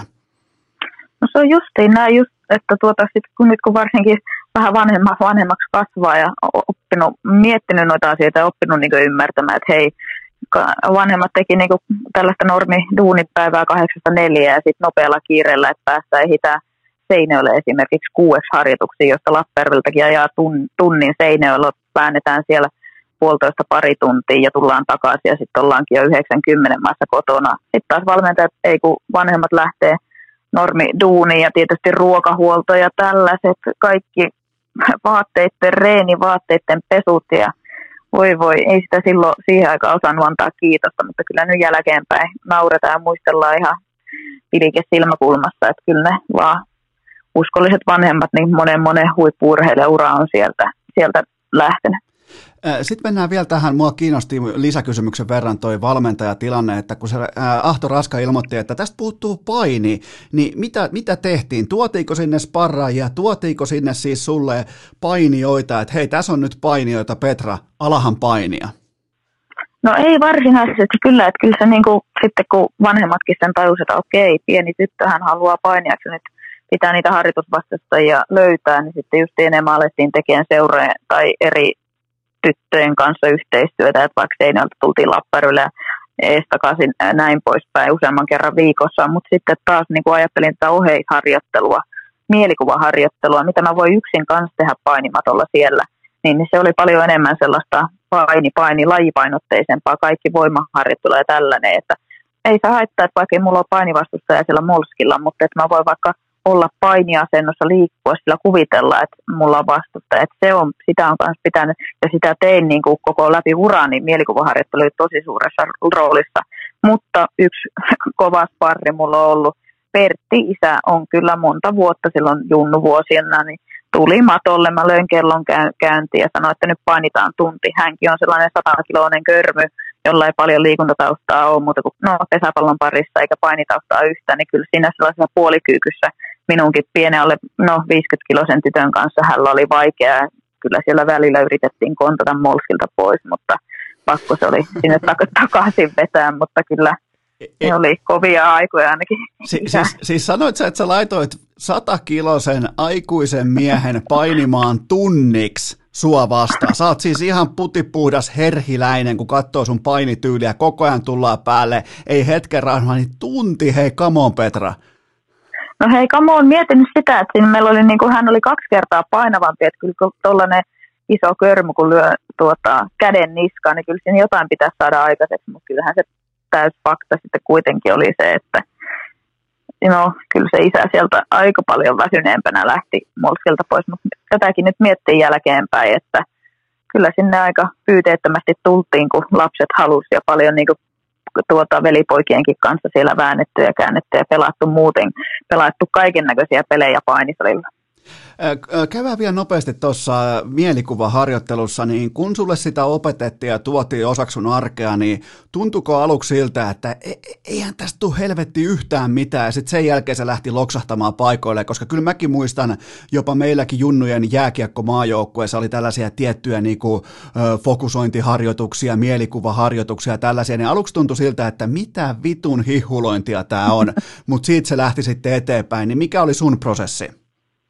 No se on justiin näin, just, että tuota, sit, kun nyt kun varsinkin vähän vanhemmaksi, vanhemmaksi kasvaa ja oppinut, miettinyt noita asioita ja oppinut niin kuin ymmärtämään, että hei, vanhemmat teki niinku tällaista normiduunipäivää kahdeksasta neljään ja sitten nopealla kiireellä, että päästään ehitään Seinäjoelle esimerkiksi kuueksi harjoituksiin, josta Lappajärveltäkin ajaa tun, tunnin Seinäjoelle, väännetään siellä puolitoista pari tuntia ja tullaan takaisin ja sitten ollaankin jo yhdeksänkymmentä maassa kotona. Sitten taas valmentajat, ei kun vanhemmat lähtee normiduuniin ja tietysti ruokahuolto ja tällaiset kaikki vaatteiden, reenivaatteiden pesut ja voi voi, ei sitä silloin siihen aikaan osannut antaa kiitosta, mutta kyllä nyt jälkeenpäin nauretaan ja muistellaan ihan pilike silmäkulmassa, että kyllä ne vaan uskolliset vanhemmat, niin monen monen huippu-urheilijan ura on sieltä, sieltä lähtenyt. Sitten mennään vielä tähän, mua kiinnosti lisäkysymyksen verran toi valmentajatilanne, että kun se Ahto Raska ilmoitti, että tästä puuttuu paini, niin mitä, mitä tehtiin? Tuotiiko sinne sparraajia, tuotiiko sinne siis sulle painijoita, että hei, tässä on nyt painijoita, Petra, alahan painia? No ei varsinaisesti kyllä, että kyllä se niin kuin, sitten kun vanhemmatkin sen tajusivat, että okei, pieni tyttöhän haluaa painiaksi nyt pitää niitä harjoitusvastustajia löytää, niin sitten just enemmän alettiin tekemään seuroja tai eri tyttöjen kanssa yhteistyötä, että vaikka Seinäjältä tultiin Lappajärvelle ja ees takaisin näin poispäin useamman kerran viikossa, mutta sitten taas niin kuin ajattelin tätä oheisharjoittelua, mielikuvaharjoittelua, mitä mä voin yksin kanssa tehdä painimatolla siellä, niin se oli paljon enemmän sellaista paini, paini, lajipainotteisempaa, kaikki voimaharjoittelua ja tällainen, että ei saa haittaa, että vaikka ei mulla ole painivastustaja siellä molskilla, mutta että mä voin vaikka olla painiasennossa, liikkua sillä, kuvitella, että mulla on vastustaja, että se on, sitä on kanssa pitänyt, ja sitä tein niin kuin koko läpi uraa, niin mielikuvaharjoittelu oli tosi suuressa roolissa, mutta yksi kova sparri mulla on ollut, Pertti isä on kyllä monta vuotta silloin junnuvuosina, niin tuli matolle, mä löin kellon käyntiin ja sanoin, että nyt painitaan tunti. Hänkin on sellainen satakiloinen körmy, jolla ei paljon liikuntataustaa ole muuta kuin no, pesäpallon parissa eikä painitaustaa yhtään, niin kyllä siinä sellaisessa puolikyykyssä minunkin pienen alle no, viisikymmenkiloisen tytön kanssa hänellä oli vaikeaa. Kyllä siellä välillä yritettiin kontata molskilta pois, mutta pakko se oli sinne tak- takaisin vetää, mutta kyllä ne oli kovia aikoja ainakin. Si- siis, siis sanoit sä, että sä laitoit satakilosen aikuisen miehen painimaan tunniksi sua vastaan. Sä oot siis ihan putipuhdas herhiläinen, kun katsoo sun painityyliä, koko ajan tullaan päälle, ei hetken rahma, niin tunti, hei, come on Petra. No hei, come on, mietin sitä, että siinä meillä oli, niin kuin, hän oli kaksi kertaa painavampi, että kyllä kun tollainen iso körmy, kun lyö tuota, käden niskaan, niin kyllä siinä jotain pitäisi saada aikaiseksi, mutta kyllähän se täys fakta sitten kuitenkin oli se, että no, kyllä se isä sieltä aika paljon väsyneempänä lähti molskilta pois, mutta tätäkin nyt miettii jälkeenpäin, että kyllä sinne aika pyyteettömästi tultiin, kun lapset halusi ja paljon niin kuin, tuota, velipoikienkin kanssa siellä väännetty ja käännetty ja pelattu muuten, pelattu kaiken näköisiä pelejä painisalilla. Käydään vielä nopeasti tuossa mielikuvaharjoittelussa, niin kun sulle sitä opetettiin ja tuotiin osaksi sun arkea, niin tuntuiko aluksi siltä, että eihän tästä tule helvetti yhtään mitään, ja sitten sen jälkeen se lähti loksahtamaan paikoille, koska kyllä mäkin muistan, jopa meilläkin junnujen jääkiekko-maajoukkueessa oli tällaisia tiettyjä niin kuin, fokusointiharjoituksia, mielikuvaharjoituksia ja tällaisia, niin aluksi tuntui siltä, että mitä vitun hihulointia tämä on, mutta siitä se lähti sitten eteenpäin, niin mikä oli sun prosessi?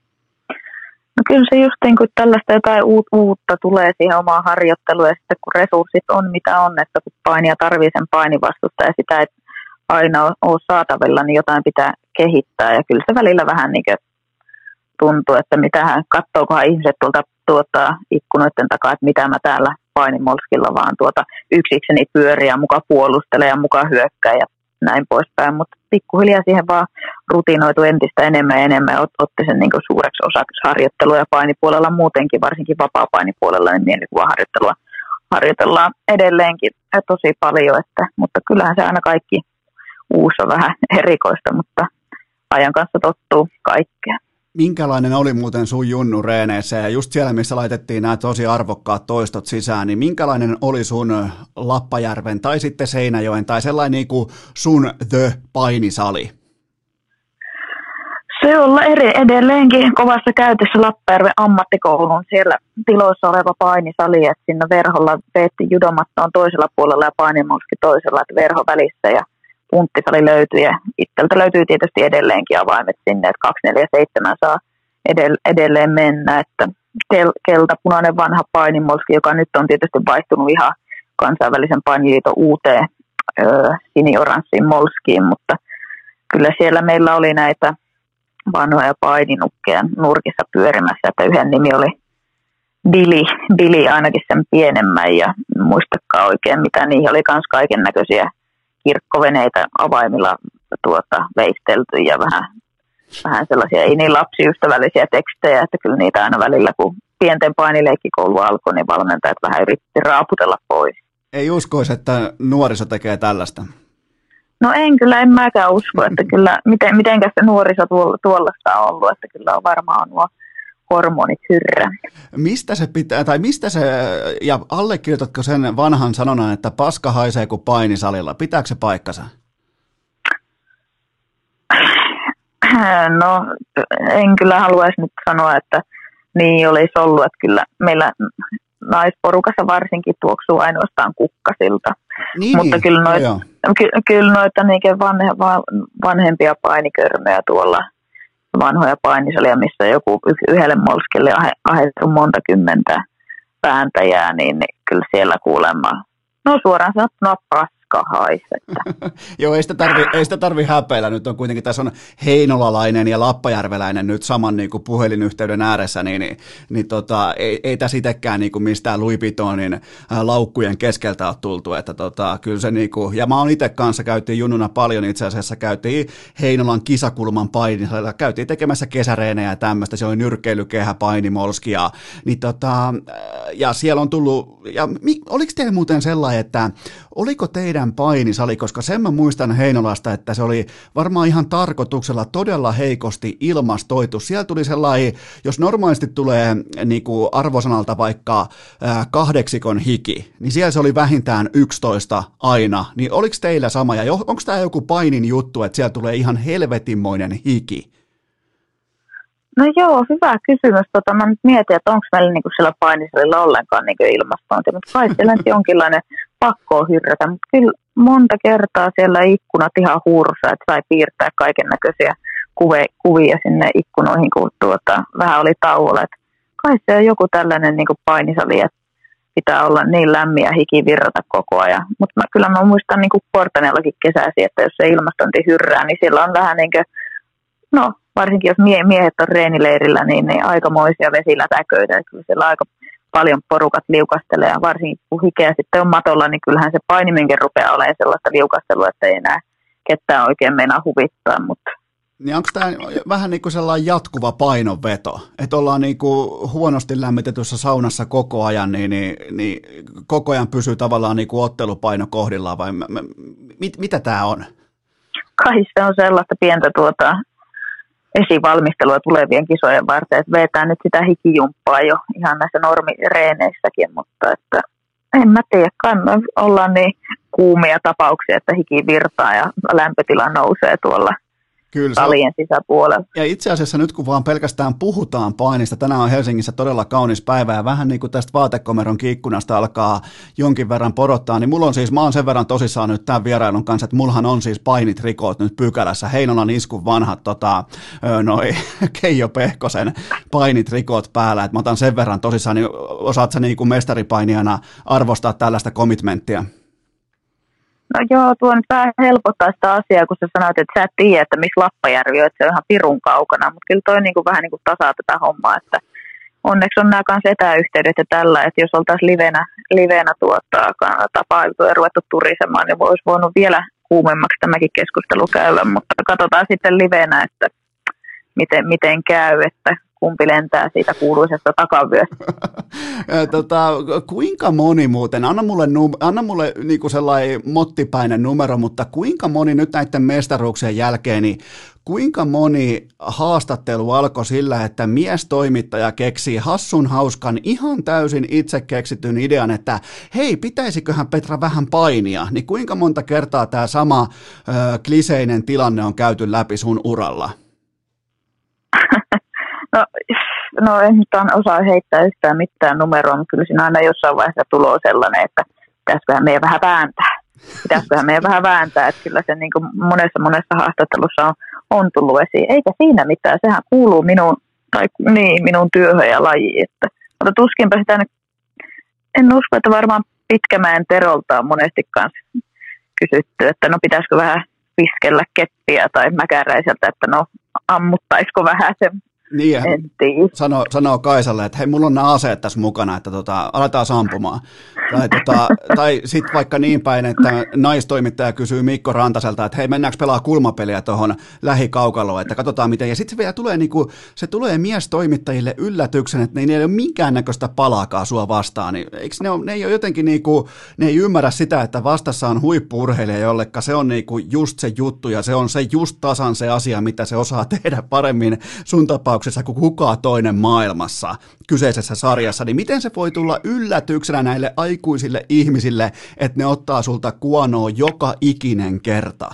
No kyllä se just niin kuin tällaista jotain uutta tulee siihen omaan harjoitteluun ja sitten kun resurssit on mitä on, että kun painia tarvii sen painivastusta ja sitä ei aina ole saatavilla, niin jotain pitää kehittää ja kyllä se välillä vähän niin kuin tuntuu, että mitähän, kattookohan ihmiset tuolta tuota, ikkunoiden takaa, että mitä mä täällä painimolskilla vaan tuota yksikseni pyöriä, muka puolustelee ja muka hyökkää ja näin poispäin, mutta pikkuhiljaa siihen vaan rutinoitu entistä enemmän ja enemmän ja otti sen niin kuin suureksi osaksi harjoittelua ja painipuolella muutenkin, varsinkin vapaa-painipuolella, niin mielikuvaharjoittelua harjoitellaan edelleenkin tosi paljon, että, mutta kyllähän se aina kaikki uusi on vähän erikoista, mutta ajan kanssa tottuu kaikkea. Minkälainen oli muuten sun junnu reeneissä ja just siellä, missä laitettiin nämä tosi arvokkaat toistot sisään, niin minkälainen oli sun Lappajärven tai sitten Seinäjoen tai sellainen niin kuin sun The-painisali? Se on eri, edelleenkin kovassa käytössä Lappajärven ammattikoulun siellä tiloissa oleva painisali, että siinä verholla veettiin judomattoon toisella puolella ja painimolski toisella, että verho välissä ja punttisali löytyi ja itseltä löytyy tietysti edelleenkin avaimet sinne, että kaksi neljä seitsemän saa edelleen mennä, että kel- keltapunainen vanha painimolski, joka nyt on tietysti vaihtunut ihan kansainvälisen painiliiton uuteen öö, sinioranssiin molskiin, mutta kyllä siellä meillä oli näitä vanhoja paininukkeja nurkissa pyörimässä, että yhden nimi oli Billy, Billy ainakin sen pienemmän ja muistakaan oikein mitä niihin oli myös kaiken näköisiä kirkkoveneitä avaimilla tuota, veistelty ja vähän, vähän sellaisia ei niin lapsiystävällisiä tekstejä, että kyllä niitä aina välillä, kun pienten painileikkikoulu alkoi, niin valmentajat vähän yritti raaputella pois. Ei uskoisi, että nuoriso tekee tällaista. No en kyllä, en mäkään usko, että kyllä, miten, mitenkäs se nuoriso tuollaista on ollut, että kyllä on varmaan nuo hormonit hyrrä. Mistä se pitää, tai mistä se, ja allekirjoitatko sen vanhan sanonnan, että paska haisee kuin painisalilla? Pitääkö se paikkansa? No, en kyllä haluaisi nyt sanoa, että niin olisi ollut, että kyllä meillä naisporukassa varsinkin tuoksuu ainoastaan kukkasilta. Niin, mutta kyllä noita, no ky, kyllä noita vanhe, vanhempia painikörmejä tuolla, vanhoja painisalia, missä joku yhdelle molskille ahettu monta kymmentä vääntäjää, niin, niin kyllä siellä kuulemma, no suoraan sanottuna paska haisetta. Joo, ei sitä tarvi, ei sitä tarvi häpeillä. Nyt on kuitenkin, tässä on heinolalainen ja lappajärveläinen nyt saman niin kuin puhelinyhteyden ääressä, niin, niin, niin tota, ei, ei tässä itsekään niin kuin mistään Louis Vuittonin laukkujen keskeltä ole tultu. Että tota, kyllä se niin kuin, ja mä oon itse kanssa, käytiin junnuna paljon itse asiassa, käytiin Heinolan kisakulman painilla, käytiin tekemässä kesäreenejä ja tämmöistä, se oli nyrkkeilykehä, painimolski ja, niin tota, ja siellä on tullut, ja mi, oliko teillä muuten sellainen, että oliko teidän painisali, koska sen mä muistan Heinolasta, että se oli varmaan ihan tarkoituksella todella heikosti ilmastoitu. Siellä tuli sellainen, jos normaalisti tulee niin kuin arvosanalta vaikka ää, kahdeksikon hiki, niin siellä se oli vähintään yksitoista aina. Niin oliko teillä sama, ja onko tämä joku painin juttu, että siellä tulee ihan helvetinmoinen hiki? No joo, hyvä kysymys. Tota, mä nyt mietin, että onko meillä niinku siellä painisalilla ollenkaan niinku ilmastointi, mutta kai siellä nyt jonkinlainen pakko on hyrrätä. Mutta kyllä monta kertaa siellä ikkunat ihan huurussa, että sai piirtää kaiken näköisiä kuvia sinne ikkunoihin, kun tuota, vähän oli tauolla. Et kai se on joku tällainen niinku painisali, että pitää olla niin lämmin ja hiki virrata koko ajan. Mutta kyllä mä muistan niinku Portanellakin kesäsi, että jos se ilmastointi hyrrää, niin siellä on vähän niin kuin, no varsinkin jos mie- miehet on reenileirillä, niin, niin aikamoisia vesilätäköitä. Kyllä siellä aika paljon porukat liukastelee, ja varsinkin kun hikeä sitten on matolla, niin kyllähän se painiminkin rupeaa olemaan sellaista liukastelua, että ei enää ketään oikein meinaa huvittaa. Mutta niin onko tämä vähän niin kuin sellainen jatkuva painonveto, että ollaan niin kuin huonosti lämmitetyssä saunassa koko ajan, niin, niin, niin koko ajan pysyy tavallaan niin kuin ottelupaino kohdillaan, vai mit, mitä tämä on? Kai se on sellaista pientä tuota esivalmistelua tulevien kisojen varten, että vetää nyt sitä hikijumppaa jo ihan näissä normireeneissäkin, mutta että en mä tiedä, kai me ollaan niin kuumia tapauksia, että hiki virtaa ja lämpötila nousee tuolla Kyllä, salien sisäpuolella. Ja itse asiassa nyt kun vaan pelkästään puhutaan painista, tänään on Helsingissä todella kaunis päivä ja vähän niin kuin tästä vaatekomeron kiikkunasta alkaa jonkin verran porottaa, niin mulla on siis, mä oon sen verran tosissaan nyt tämän vierailun kanssa, että mullahan on siis painitrikoot nyt pykälässä, Heinolan iskun vanhat tota, noi Keijo Pehkosen painitrikoot päällä, että mä otan sen verran tosissaan, niin osaat sä niin kuin mestaripainijana arvostaa tällaista commitmenttia? No joo, tuo nyt vähän helpottaa sitä asiaa, kun sä sanoit, että sä et tiedä, että missä Lappajärvi on, että se on ihan pirun kaukana, mutta kyllä toi niinku vähän niinku tasaa tätä hommaa, että onneksi on nämä kanssa etäyhteydet ja tällä, että jos oltaisiin livenä, livenä tuota, tapailtu ja ruvettu turisemaan, niin olisi voinut vielä kuumemmaksi tämäkin keskustelu käydä, mutta katsotaan sitten livenä, että miten, miten käy, että kumpi lentää siitä kuuluisesta takavyöstä. tota, kuinka moni muuten, anna mulle, anna mulle niinku sellainen mottipäinen numero, mutta kuinka moni nyt näiden mestaruuksien jälkeen, niin kuinka moni haastattelu alkoi sillä, että miestoimittaja keksii hassun hauskan, ihan täysin itse keksityn idean, että hei, pitäisiköhän Petra vähän painia, niin kuinka monta kertaa tämä sama ö, kliseinen tilanne on käyty läpi sun uralla? No, no en nyt osaa heittää yhtään mitään numeroa, mutta kyllä siinä aina jossain vaiheessa tulee sellainen, että pitäisiköhän meidän vähän vääntää. Pitäisiköhän meidän vähän vääntää, että kyllä se niin kuin monessa monessa haastattelussa on, on tullut esiin. Eikä siinä mitään, sehän kuuluu minun, tai niin, minun työhön ja lajiin. Että, mutta tuskinpä sitä nyt, en usko, että varmaan Pitkämäen Terolta on monesti kanssa kysytty, että no pitäisikö vähän piskellä keppiä tai Mäkäräiseltä, että no ammuttaisiko vähän se. Niin, sano, sanoo Kaisalle, että hei, mulla on nämä aseet tässä mukana, että tota, aletaan sampumaan. Tai, tota, tai sitten vaikka niin päin, että naistoimittaja kysyy Mikko Rantaselta, että hei, mennäänkö pelaa kulmapeliä tuohon lähikaukaloon, että katsotaan miten. Ja sitten se vielä tulee, niinku, se tulee miestoimittajille yllätyksen, että ne ei ole minkäännäköistä palaakaan sua vastaan. Niin, eikö ne, ole, ne ei ole jotenkin, niinku, ne ei ymmärrä sitä, että vastassa on huippu-urheilija, jollekka se on niinku just se juttu ja se on se just tasan se asia, mitä se osaa tehdä paremmin sun tapauksessa kuin kukaan toinen maailmassa kyseisessä sarjassa, niin miten se voi tulla yllätyksenä näille aikuisille ihmisille, että ne ottaa sulta kuonoa joka ikinen kerta?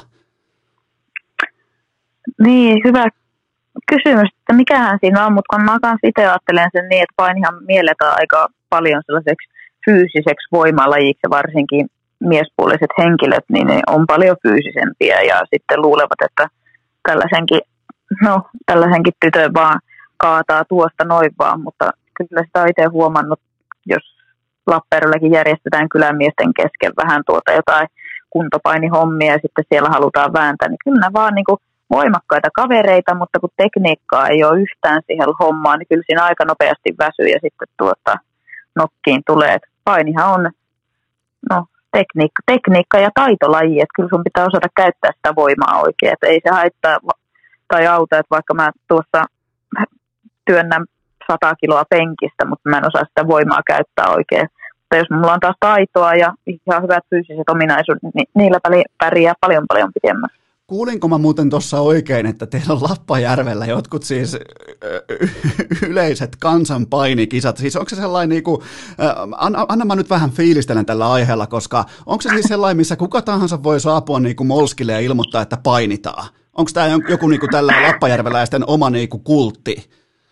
Niin, hyvä kysymys, että mikähän siinä on, mutta kun mä kanssa itse ajattelen sen niin, että painihan mielletään aika paljon sellaiseksi fyysiseksi voimalajiksi, varsinkin miespuoliset henkilöt, niin ne on paljon fyysisempiä ja sitten luulevat, että tällaisenkin No, tällaisenkin tytön vaan kaataa tuosta noin vaan, mutta kyllä sitä on itse huomannut, jos Lappeenrannallakin järjestetään kylämiesten kesken vähän tuota jotain kuntopainihommia ja sitten siellä halutaan vääntää, niin kyllä nämä vaan niin kuin voimakkaita kavereita, mutta kun tekniikkaa ei ole yhtään siihen hommaan, niin kyllä siinä aika nopeasti väsyy ja sitten tuota, nokkiin tulee. Et painihan on no, tekniikka, tekniikka ja taitolaji, että kyllä sun pitää osata käyttää sitä voimaa oikein, että ei se haittaa tai auta, että vaikka mä tuossa työnnän sata kiloa penkistä, mutta mä en osaa sitä voimaa käyttää oikein. Mutta jos mulla on taas taitoa ja ihan hyvät fyysiset ominaisuudet, niin niillä pärjää paljon paljon pidemmän. Kuulinko mä muuten tuossa oikein, että teillä on Lappajärvellä jotkut siis yleiset kansanpainikisat? Siis onko se sellainen, niin kuin, anna, anna mä nyt vähän fiilistelen tällä aiheella, koska onko se siis sellainen, missä kuka tahansa voi saapua niin kuin Molskille ja ilmoittaa, että painitaan? Onko tämä joku niin kuin tällä lappajärveläisten oma niin kuin kultti?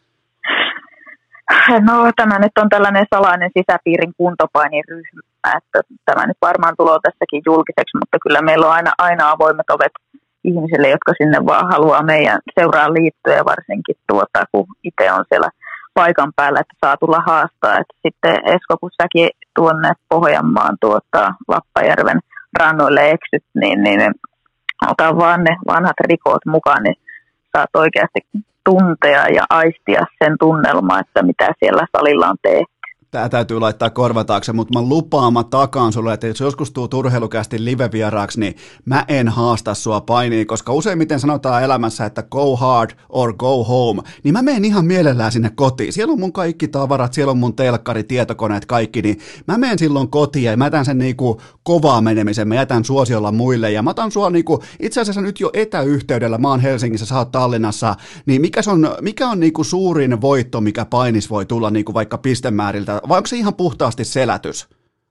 No tämä nyt on tällainen salainen sisäpiirin kuntopainiryhmä, että tämä nyt varmaan tulee tässäkin julkiseksi, mutta kyllä meillä on aina, aina avoimet ovet ihmisille, jotka sinne vaan haluaa meidän seuraan liittyä ja varsinkin tuota, kun itse on siellä paikan päällä, että saa tulla haastaa. Että sitten Esko, kun säkin tuonne Pohjanmaan tuota, Lappajärven rannoille eksyt, niin, niin ota vaan ne vanhat rikot mukaan, niin saat oikeasti tuntea ja aistia sen tunnelmaa, että mitä siellä salilla on tehty. Tämä täytyy laittaa korvataakse, mutta mä lupaan, mä takaan sulle, että jos joskus tuu Urheilukästin live-vieraaksi, niin mä en haasta sua painiin, koska useimmiten sanotaan elämässä, että go hard or go home, niin mä menen ihan mielellään sinne kotiin. Siellä on mun kaikki tavarat, siellä on mun telkkari, tietokoneet, kaikki, niin mä menen silloin kotiin ja mä jätän sen niinku kovaa menemisen, mä jätän suosiolla muille ja mä otan sua niinku, itse asiassa nyt jo etäyhteydellä, mä oon Helsingissä, sä oot Tallinnassa, niin mikä on, mikä on niinku suurin voitto, mikä painis voi tulla niinku vaikka pistemääriltä? Vai onko se ihan puhtaasti selätys?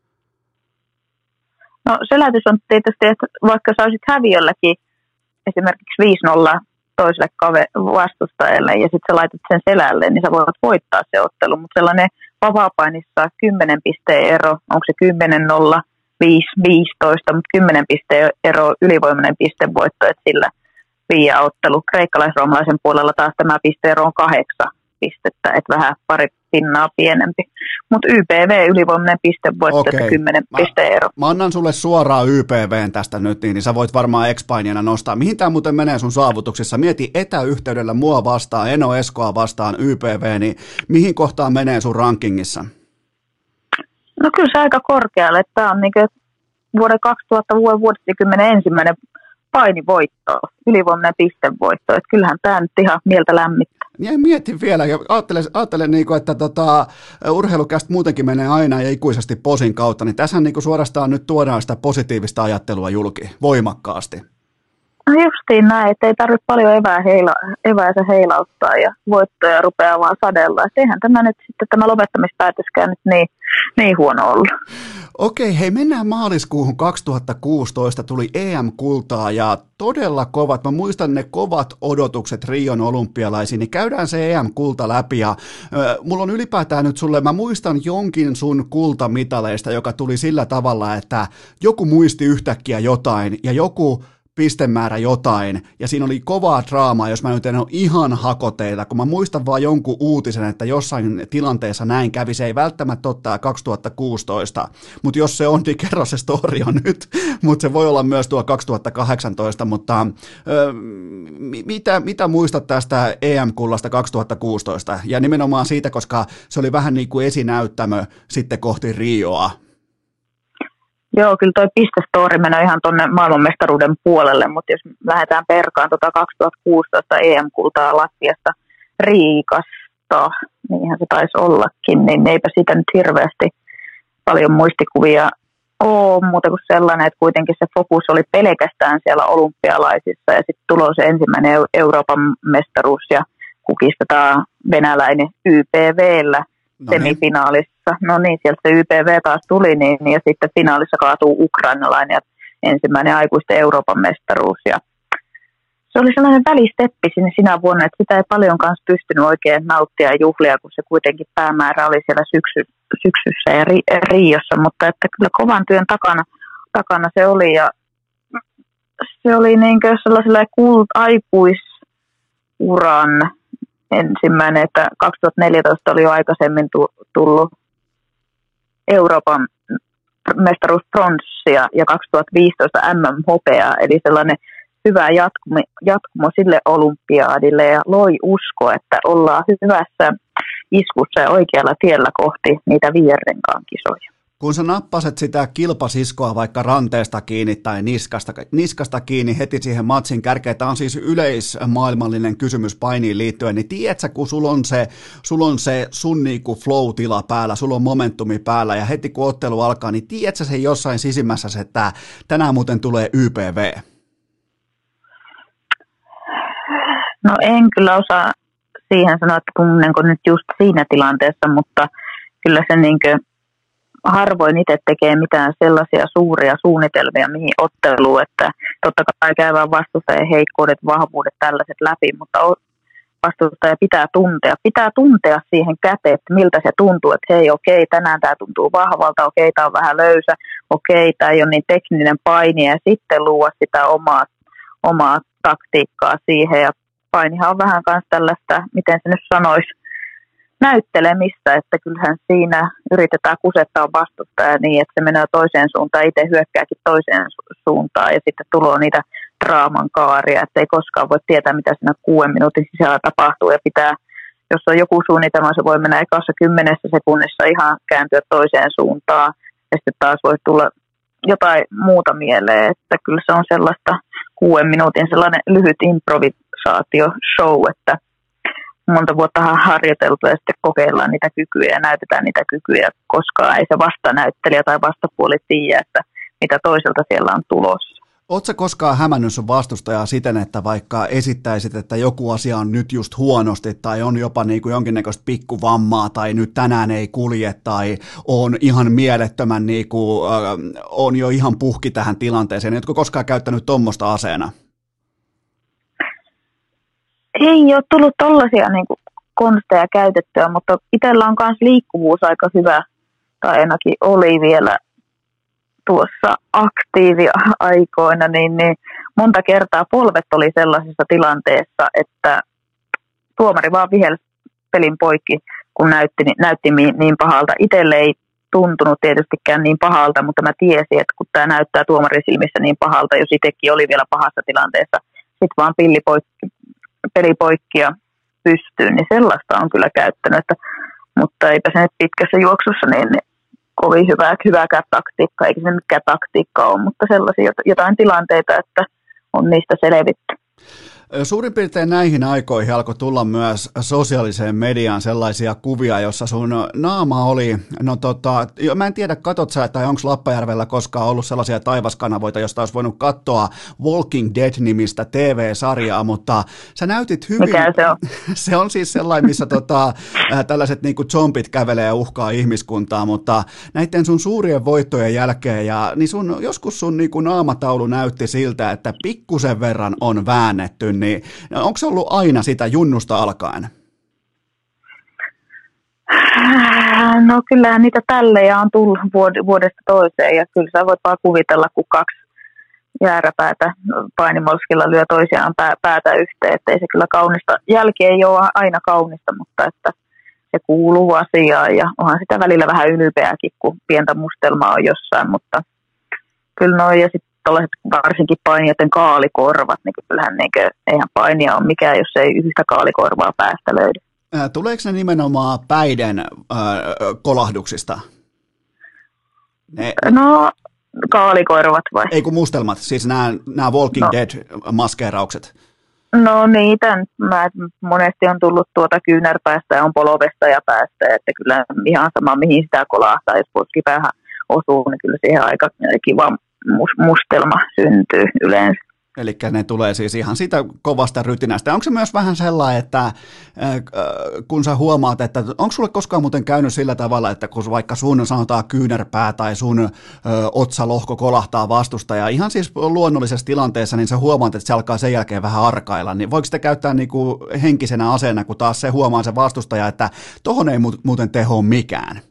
No selätys on tietysti, että vaikka sä olisit häviölläkin esimerkiksi viisi nolla toiselle kave- vastustajalle ja sitten sä laitat sen selälle, niin sä voit voittaa se ottelu. Mutta sellainen vapaapainissa kymmenen pisteen ero, onko se kymmenen nolla, viisi viisitoista, mutta kymmenen pisteen ero ylivoimainen pistevoitto, että sillä viiä ottelu. Kreikkalais-roomalaisen puolella taas tämä pisteero on kahdeksan pistettä, että vähän pari pinnaa pienempi. Mutta Y P V ylivoimainen pistevoitto, okay. Että kymmenen pisteen ero. Mä annan sulle suoraan Y P V:n tästä nyt, niin, niin sä voit varmaan Expainiana nostaa. Mihin tää muuten menee sun saavutuksissa? Mieti etäyhteydellä mua vastaan, Eno Eskoa vastaan Y P V, niin mihin kohtaan menee sun rankingissa? No kyllä se aika korkealle. Tämä on niinku vuoden kaksituhatta vuosikymmenen ensimmäinen painivoitto, ylivoimainen pistevoitto. Että kyllähän tämä nyt ihan mieltä lämmittää. Ja mietin vielä, ja ajattelen, ajattelen niin kuin, että tota, urheilukästä muutenkin menee aina ja ikuisesti posin kautta, niin tässä niin kuin suorastaan nyt tuodaan sitä positiivista ajattelua julki, voimakkaasti. No justiin näin, että ei tarvitse paljon evää heila, eväänsä heilauttaa ja voittoja rupeaa vaan sadella. Et eihän tämä nyt sitten tämä lopettamispäätöskään nyt niin, niin huono ollut. Okei, hei mennään maaliskuuhun kaksituhattakuusitoista, tuli E M-kultaa ja todella kovat, mä muistan ne kovat odotukset Rion olympialaisiin, niin käydään se E M-kulta läpi ja äh, mulla on ylipäätään nyt sulle, mä muistan jonkin sun kultamitaleista, joka tuli sillä tavalla, että joku muisti yhtäkkiä jotain ja joku pistemäärä jotain, ja siinä oli kovaa draamaa, jos mä nyt en ole ihan hakoteita, kun mä muistan vaan jonkun uutisen, että jossain tilanteessa näin kävi, se ei välttämättä ole tämä kaksituhattakuusitoista, mutta jos se on, niin kerro se story on nyt, mutta se voi olla myös tuo kaksituhattakahdeksantoista, mutta ö, mitä, mitä muistat tästä E M-kullasta kaksituhattakuusitoista, ja nimenomaan siitä, koska se oli vähän niin kuin esinäyttämö sitten kohti Rioa. Joo, kyllä toi pistestory menee ihan tuonne maailmanmestaruuden puolelle, mutta jos lähdetään perkaan tuota kaksituhattakuusitoista E M-kultaa Latviasta Riikasta, niinhän se taisi ollakin, niin eipä siitä nyt hirveästi paljon muistikuvia ole, muuta kuin sellainen, että kuitenkin se fokus oli pelkästään siellä olympialaisissa ja sitten tulee se ensimmäinen Euroopan mestaruus ja kukistetaan venäläinen Y P V:llä semifinaalissa. No niin, sieltä se Y P V taas tuli, niin, niin ja sitten finaalissa kaatuu ukrainalainen ja ensimmäinen aikuisten Euroopan mestaruus. Ja se oli sellainen välisteppi sinne sinä vuonna, että sitä ei paljon kanssa pystynyt oikein nauttia ja juhlia, kun se kuitenkin päämäärä oli siellä syksy, syksyssä ja ri, Riossa, mutta että kyllä kovan työn takana, takana se oli ja se oli niin kuin sellaisella kult aikuisuran ensimmäinen, että kaksituhattaneljätoista oli jo aikaisemmin tullut Euroopan mestaruuspronssia ja kaksituhattaviisitoista M M-hopeaa, eli sellainen hyvä jatkumo, jatkumo sille olympiaadille ja loi usko, että ollaan hyvässä iskussa ja oikealla tiellä kohti niitä viidenrenkaan kisoja. Kun sä nappaset sitä kilpasiskoa vaikka ranteesta kiinni tai niskasta, niskasta kiinni heti siihen matsin kärkeen, tämä on siis yleismaailmallinen kysymys painiin liittyen, niin tiedätkö, kun sulla on se, sul on se sun niinku flow-tila päällä, sulla on momentumi päällä ja heti kun ottelu alkaa, niin tiedätkö se jossain sisimmässä, että tänään muuten tulee Y P V? No en kyllä osaa siihen sanoa, että tunnenko nyt just siinä tilanteessa, mutta kyllä se niinkö harvoin itse tekee mitään sellaisia suuria suunnitelmia, mihin otteluun, että totta kai käydään vastustajan heikkoudet, vahvuudet, tällaiset läpi, mutta vastustaja pitää tuntea. Pitää tuntea siihen käteen, että miltä se tuntuu, että hei okei, tänään tämä tuntuu vahvalta, okei, tämä on vähän löysä, okei, tämä ei ole niin tekninen paini, ja sitten luoda sitä omaa, omaa taktiikkaa siihen, ja painihan on vähän myös tällaista, miten se nyt sanoisi, näyttelemistä, että kyllähän siinä yritetään kusettaa vastustaja niin, että se menee toiseen suuntaan, itse hyökkääkin toiseen su- suuntaan ja sitten tulee niitä draaman kaaria, että ei koskaan voi tietää, mitä siinä kuuden minuutin sisällä tapahtuu ja pitää, jos on joku suunnitelma, se voi mennä ekassa kymmenessä sekunnissa ihan kääntyä toiseen suuntaan ja sitten taas voi tulla jotain muuta mieleen, että kyllä se on sellaista kuuden minuutin sellainen lyhyt improvisaatio show, että monta vuotta harjoiteltu ja sitten kokeillaan niitä kykyjä ja näytetään niitä kykyjä, koska ei se vastanäyttelijä tai vastapuoli tiedä, että mitä toiselta siellä on tulossa. Oletko koskaan hämännyt sun vastustajaa siten, että vaikka esittäisit, että joku asia on nyt just huonosti tai on jopa niin kuin jonkinnäköistä pikkuvammaa tai nyt tänään ei kulje tai on ihan mielettömän, niin kuin, äh, on jo ihan puhki tähän tilanteeseen. Oletko koskaan käyttänyt tuommoista aseena? Ei ole tullut tollaisia niin kuin konsteja käytettyä, mutta itsellä on myös liikkuvuus aika hyvä, tai ainakin oli vielä tuossa aktiiviaikoina, niin, niin monta kertaa polvet oli sellaisessa tilanteessa, että tuomari vaan vihelsi pelin poikki, kun näytti, näytti niin pahalta. Itselle ei tuntunut tietystikään niin pahalta, mutta mä tiesin, että kun tämä näyttää tuomarin silmissä niin pahalta, jos itsekin oli vielä pahassa tilanteessa, sitten vaan pilli poikki. pelipoikkia pystyyn, niin sellaista on kyllä käyttänyt, että, mutta eipä se nyt pitkässä juoksussa niin, niin kovin hyvää, hyvääkään taktiikkaa, eikä se mikään taktiikka ole, mutta sellaisia jotain tilanteita, että on niistä selvitty. Suurin piirtein näihin aikoihin alkoi tulla myös sosiaaliseen mediaan sellaisia kuvia, jossa sun naama oli, no tota, mä en tiedä, katot sä, tai onko Lappajärvellä koskaan ollut sellaisia taivaskanavoita, josta olisi voinut katsoa Walking Dead-nimistä T V-sarjaa, mutta sä näytit hyvin. Mikä se on? Se on siis sellainen, missä tota, tällaiset niinku zombit kävelee ja uhkaa ihmiskuntaa, mutta näiden sun suurien voittojen jälkeen, ja, niin sun, joskus sun niinku naamataulu näytti siltä, että pikkusen verran on väännetty, niin onko se ollut aina sitä junnusta alkaen? No kyllähän niitä tällejä on tullut vuodesta toiseen ja kyllä sä voit vaan kuvitella, kun kaksi jääräpäätä painimolskilla lyö toisiaan päätä yhteen, että ei se kyllä kaunista, jälki ei ole aina kaunista, mutta että se kuuluu asiaan ja onhan sitä välillä vähän ylpeäkin, kun pientä mustelmaa on jossain, mutta kyllä noin ja sitten varsinkin painijoiden kaalikorvat, niin kyllähän niin eihän painia ole mikään, jos ei yhtä kaalikorvaa päästä löydy. Tuleeko ne nimenomaan päiden äh, kolahduksista? Ne... No, kaalikoirvat vai? Ei kun mustelmat, siis nämä, nämä Walking no. Dead-maskeeraukset. No niitä, mä, monesti on tullut tuota kyynärpäästä ja on polovesta ja päästä, että kyllä ihan sama mihin sitä kolahtaa, jos poskipäähän osuu, niin kyllä siihen aika kiva mustelma syntyy yleensä. Eli ne tulee siis ihan siitä kovasta rytinästä. Onko se myös vähän sellainen, että äh, kun sä huomaat, että onko sulle koskaan muuten käynyt sillä tavalla, että kun vaikka sun sanotaan kyynärpää tai sun ö, otsalohko kolahtaa vastustaja ihan siis luonnollisessa tilanteessa, niin sä huomaat, että se alkaa sen jälkeen vähän arkailla, niin voiko sitä käyttää niinku henkisenä aseena, kun taas se huomaa se vastustaja, että tohon ei muuten teho mikään?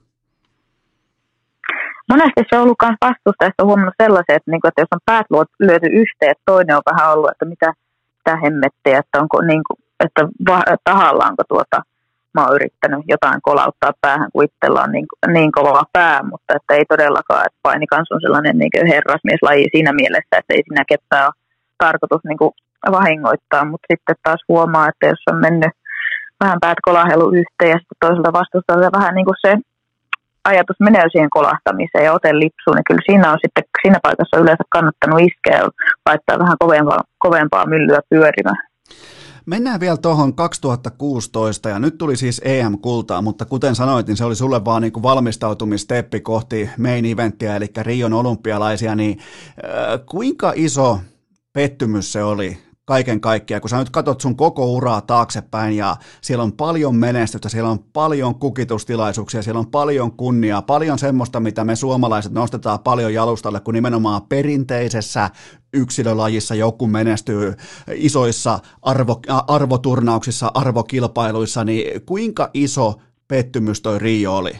Monesti se on ollut myös vastustajasta huomannut sellaisia, että, niin kuin, että jos on päät lyöty yhteen, että toinen on vähän ollut, että mitä, mitä hemmettiä, että onko niin kuin, että va, tahallaanko tuota mä oon yrittänyt jotain kolauttaa päähän, kun itsellä on niin, niin kova pää, mutta että ei todellakaan, että paini kanssa on sellainen niin herrasmieslaji siinä mielessä, että ei siinä ketään ole tarkoitus niin kuin vahingoittaa, mutta sitten taas huomaa, että jos on mennyt vähän päät kolahdellut yhteen ja sitten toiselta vastustaa vähän niin kuin se ajatus menee siihen kolahtamiseen ja oten lipsuun, niin kyllä siinä on sitten siinä paikassa yleensä kannattanut iskeä ja laittaa vähän kovempaa, kovempaa myllyä pyörimään. Mennään vielä tuohon kaksituhattakuusitoista ja nyt tuli siis E M-kultaa, mutta kuten sanoit, niin se oli sulle vaan niin kuin valmistautumisteppi kohti main eventtiä, eli Rion olympialaisia, niin äh, kuinka iso pettymys se oli kaiken kaikkiaan, kun sä nyt katsot sun koko uraa taaksepäin ja siellä on paljon menestystä, siellä on paljon kukitustilaisuuksia, siellä on paljon kunniaa, paljon semmoista, mitä me suomalaiset nostetaan paljon jalustalle, kun nimenomaan perinteisessä yksilölajissa joku menestyy isoissa arvo, arvoturnauksissa, arvokilpailuissa, niin kuinka iso pettymys toi Rio oli?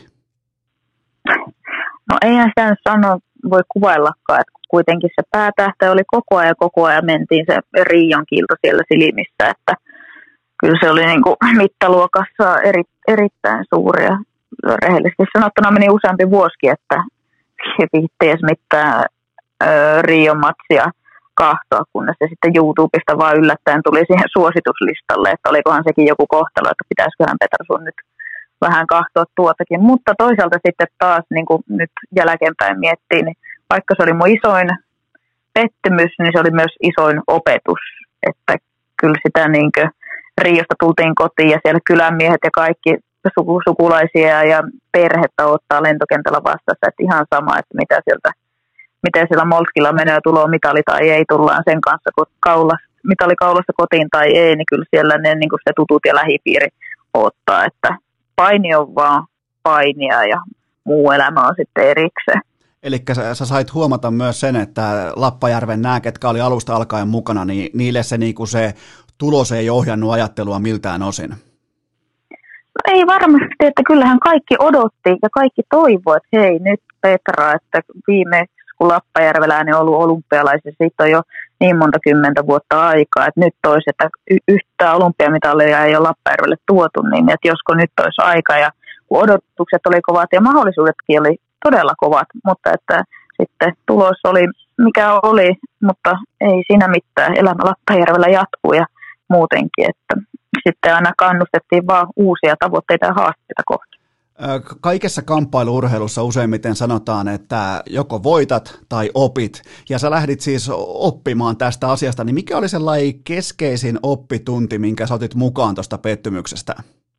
No eihän sitä nyt sano, voi kuvaillakaan, että kuitenkin se päätähtä oli koko ajan, koko ajan mentiin se Rion kilto siellä silmissä, että kyllä se oli niin kuin mittaluokassa eri, erittäin suuri ja rehellisesti sanottuna meni useampi vuosikin, että viittees mitään Rion matsia kahtoa, kunnes se sitten YouTubesta vaan yllättäen tuli siihen suosituslistalle, että olikohan sekin joku kohtalo, että pitäisiköhän Petra sun nyt vähän kahtoa tuotakin, mutta toisaalta sitten taas niin kuin nyt jälkeenpäin miettii, niin vaikka se oli mun isoin pettymys, niin se oli myös isoin opetus, että kyllä sitä niin kuin Riosta tultiin kotiin ja siellä kylänmiehet ja kaikki sukulaisia ja perhettä ottaa lentokentällä vastassa, että ihan sama, että mitä sieltä, miten siellä Molskilla menee, tulee mitali tai ei, tullaan sen kanssa, kun kaulas, mitali kaulasta kotiin tai ei, niin kyllä siellä ne niin kuin se tutut ja lähipiiri ottaa, että paini on vaan painia ja muu elämä on sitten erikseen. Eli sä, sä sait huomata myös sen, että Lappajärven nämä, ketkä oli alusta alkaen mukana, niin niille se, niin kuin se tulos ei ohjannut ajattelua miltään osin. No ei varmasti, että kyllähän kaikki odotti ja kaikki toivoi, että hei nyt Petra, että viimeksi kun Lappajärveläinen on ollut olympialaisissa, siitä on jo niin monta kymmentä vuotta aikaa, että nyt olisi, että yhtään olympiamitalia ei ole Lappajärvelle tuotu, niin että josko nyt olisi aika ja kun odotukset oli kovat ja mahdollisuudetkin oli todella kovat, mutta että sitten tulos oli mikä oli, mutta ei siinä mitään. Elämä Lappajärvellä jatkuu ja muutenkin, että sitten aina kannustettiin vaan uusia tavoitteita ja haasteita kohti. Kaikessa kamppailu-urheilussa useimmiten sanotaan, että joko voitat tai opit, ja sä lähdit siis oppimaan tästä asiasta, niin mikä oli sellainen keskeisin oppitunti, minkä sä otit mukaan tuosta pettymyksestä?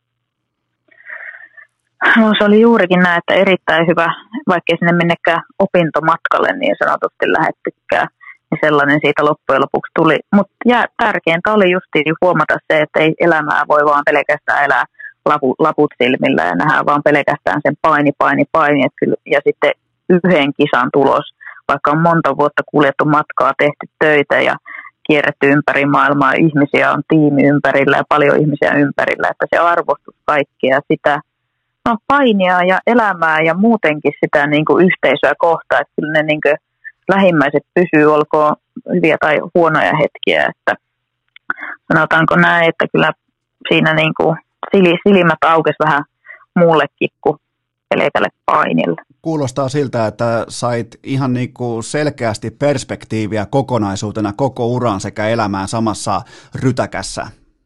No se oli juurikin näin, että erittäin hyvä, vaikkei sinne mennekään opintomatkalle niin sanotusti lähettykään, niin sellainen siitä loppujen lopuksi tuli. Mutta tärkeintä oli justiin huomata se, että ei elämää voi vaan pelkästään elää laput silmillä ja nähdään vaan pelkästään sen paini, paini, paini. Ja sitten yhden kisan tulos, vaikka on monta vuotta kuljettu matkaa, tehty töitä ja kierretty ympäri maailmaa, ihmisiä on tiimi ympärillä ja paljon ihmisiä ympärillä, että se arvostus kaikkea sitä no, painia ja elämää ja muutenkin sitä niin kuin yhteisöä kohtaan, että kyllä ne niin kuin lähimmäiset pysyy, olkoon hyviä tai huonoja hetkiä, että sanotaanko näin, että kyllä siinä niin kuin silmät aukesi vähän muullekin kuin pelkälle painille. Kuulostaa siltä, että sait ihan niin kuin selkeästi perspektiiviä kokonaisuutena koko uran sekä elämään samassa rytäkässä.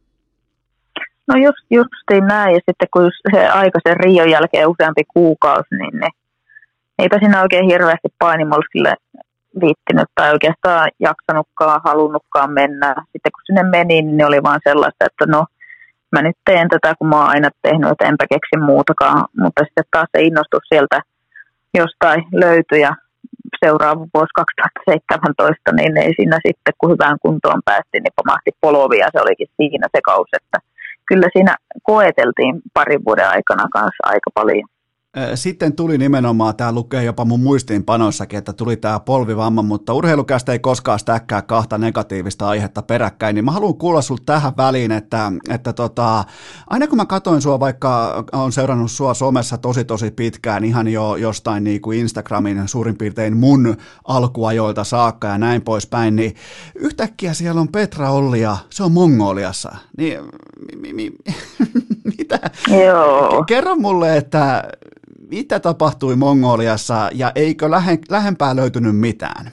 No just, justiin näin, ja sitten kun se aika sen Rion jälkeen useampi kuukausi, niin ne, eipä siinä oikein hirveästi painimolskille viittinyt tai oikeastaan jaksanutkaan, halunnutkaan mennä. Sitten kun sinne meni, niin ne oli vaan sellaista, että no mä nyt teen tätä, kun mä oon aina tehnyt, että enpä keksi muutakaan, mutta sitten taas se innostus sieltä jostain löytyi ja seuraava vuosi kaksituhattaseitsemäntoista, niin ei siinä sitten, kun hyvään kuntoon päästiin, niin pamahti polovia, se olikin siinä se kausi, että kyllä siinä koeteltiin parin vuoden aikana kanssa aika paljon. Sitten tuli nimenomaan, tämä lukee jopa mun muistiinpanoissakin, että tuli tämä polvivamma, mutta urheilukästä ei koskaan stäkkää kahta negatiivista aihetta peräkkäin, niin mä haluan kuulla sulta tähän väliin, että, että tota, aina kun mä katoin sua, vaikka on seurannut sua somessa tosi tosi pitkään, ihan jo jostain niin kuin Instagramin suurin piirtein mun alkuajoilta saakka ja näin poispäin, niin yhtäkkiä siellä on Petra Olli ja se on Mongoliassa, niin mi, mi, mi, Mitä? Joo. Kerro mulle, että mitä tapahtui Mongoliassa ja eikö lähe, lähempää löytynyt mitään?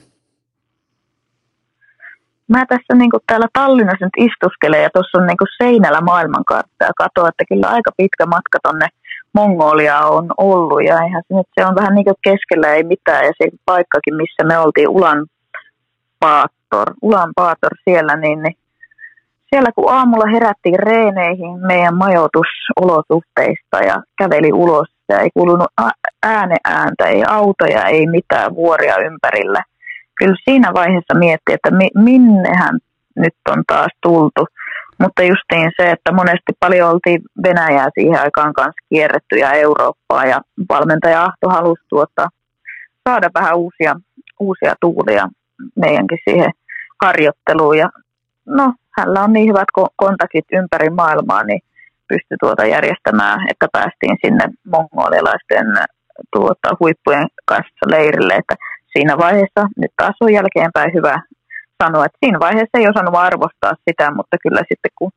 Mä tässä niin kuin täällä Tallinnassa nyt istuskelen ja tuossa on niin kuin seinällä maailmankartta ja katsoin, että kyllä aika pitkä matka tonne Mongoliaan on ollut ja eihän se nyt, se on vähän niin kuin keskellä ei mitään ja se paikkakin, missä me oltiin Ulan Baator, Ulan Baator siellä, niin, niin siellä kun aamulla herättiin reeneihin meidän majoitusolosuhteista ja käveli ulos ja ei kuulunut ääneääntä, ei autoja, ei mitään vuoria ympärillä. Kyllä siinä vaiheessa mietti, että mi- minnehän nyt on taas tultu. Mutta justiin se, että monesti paljon oltiin Venäjää siihen aikaan kanssa kierretty ja Eurooppaa ja valmentaja Ahto halusi tuota, saada vähän uusia, uusia tuulia meidänkin siihen harjoitteluun. Ja no, hänellä on niin hyvät ko- kontaktit ympäri maailmaa, niin pystyi tuota järjestämään, että päästiin sinne mongolialaisten tuota, huippujen kanssa leirille, että siinä vaiheessa, nyt taas on jälkeenpäin hyvä sanoa, että siinä vaiheessa ei osannut arvostaa sitä, mutta kyllä sitten kun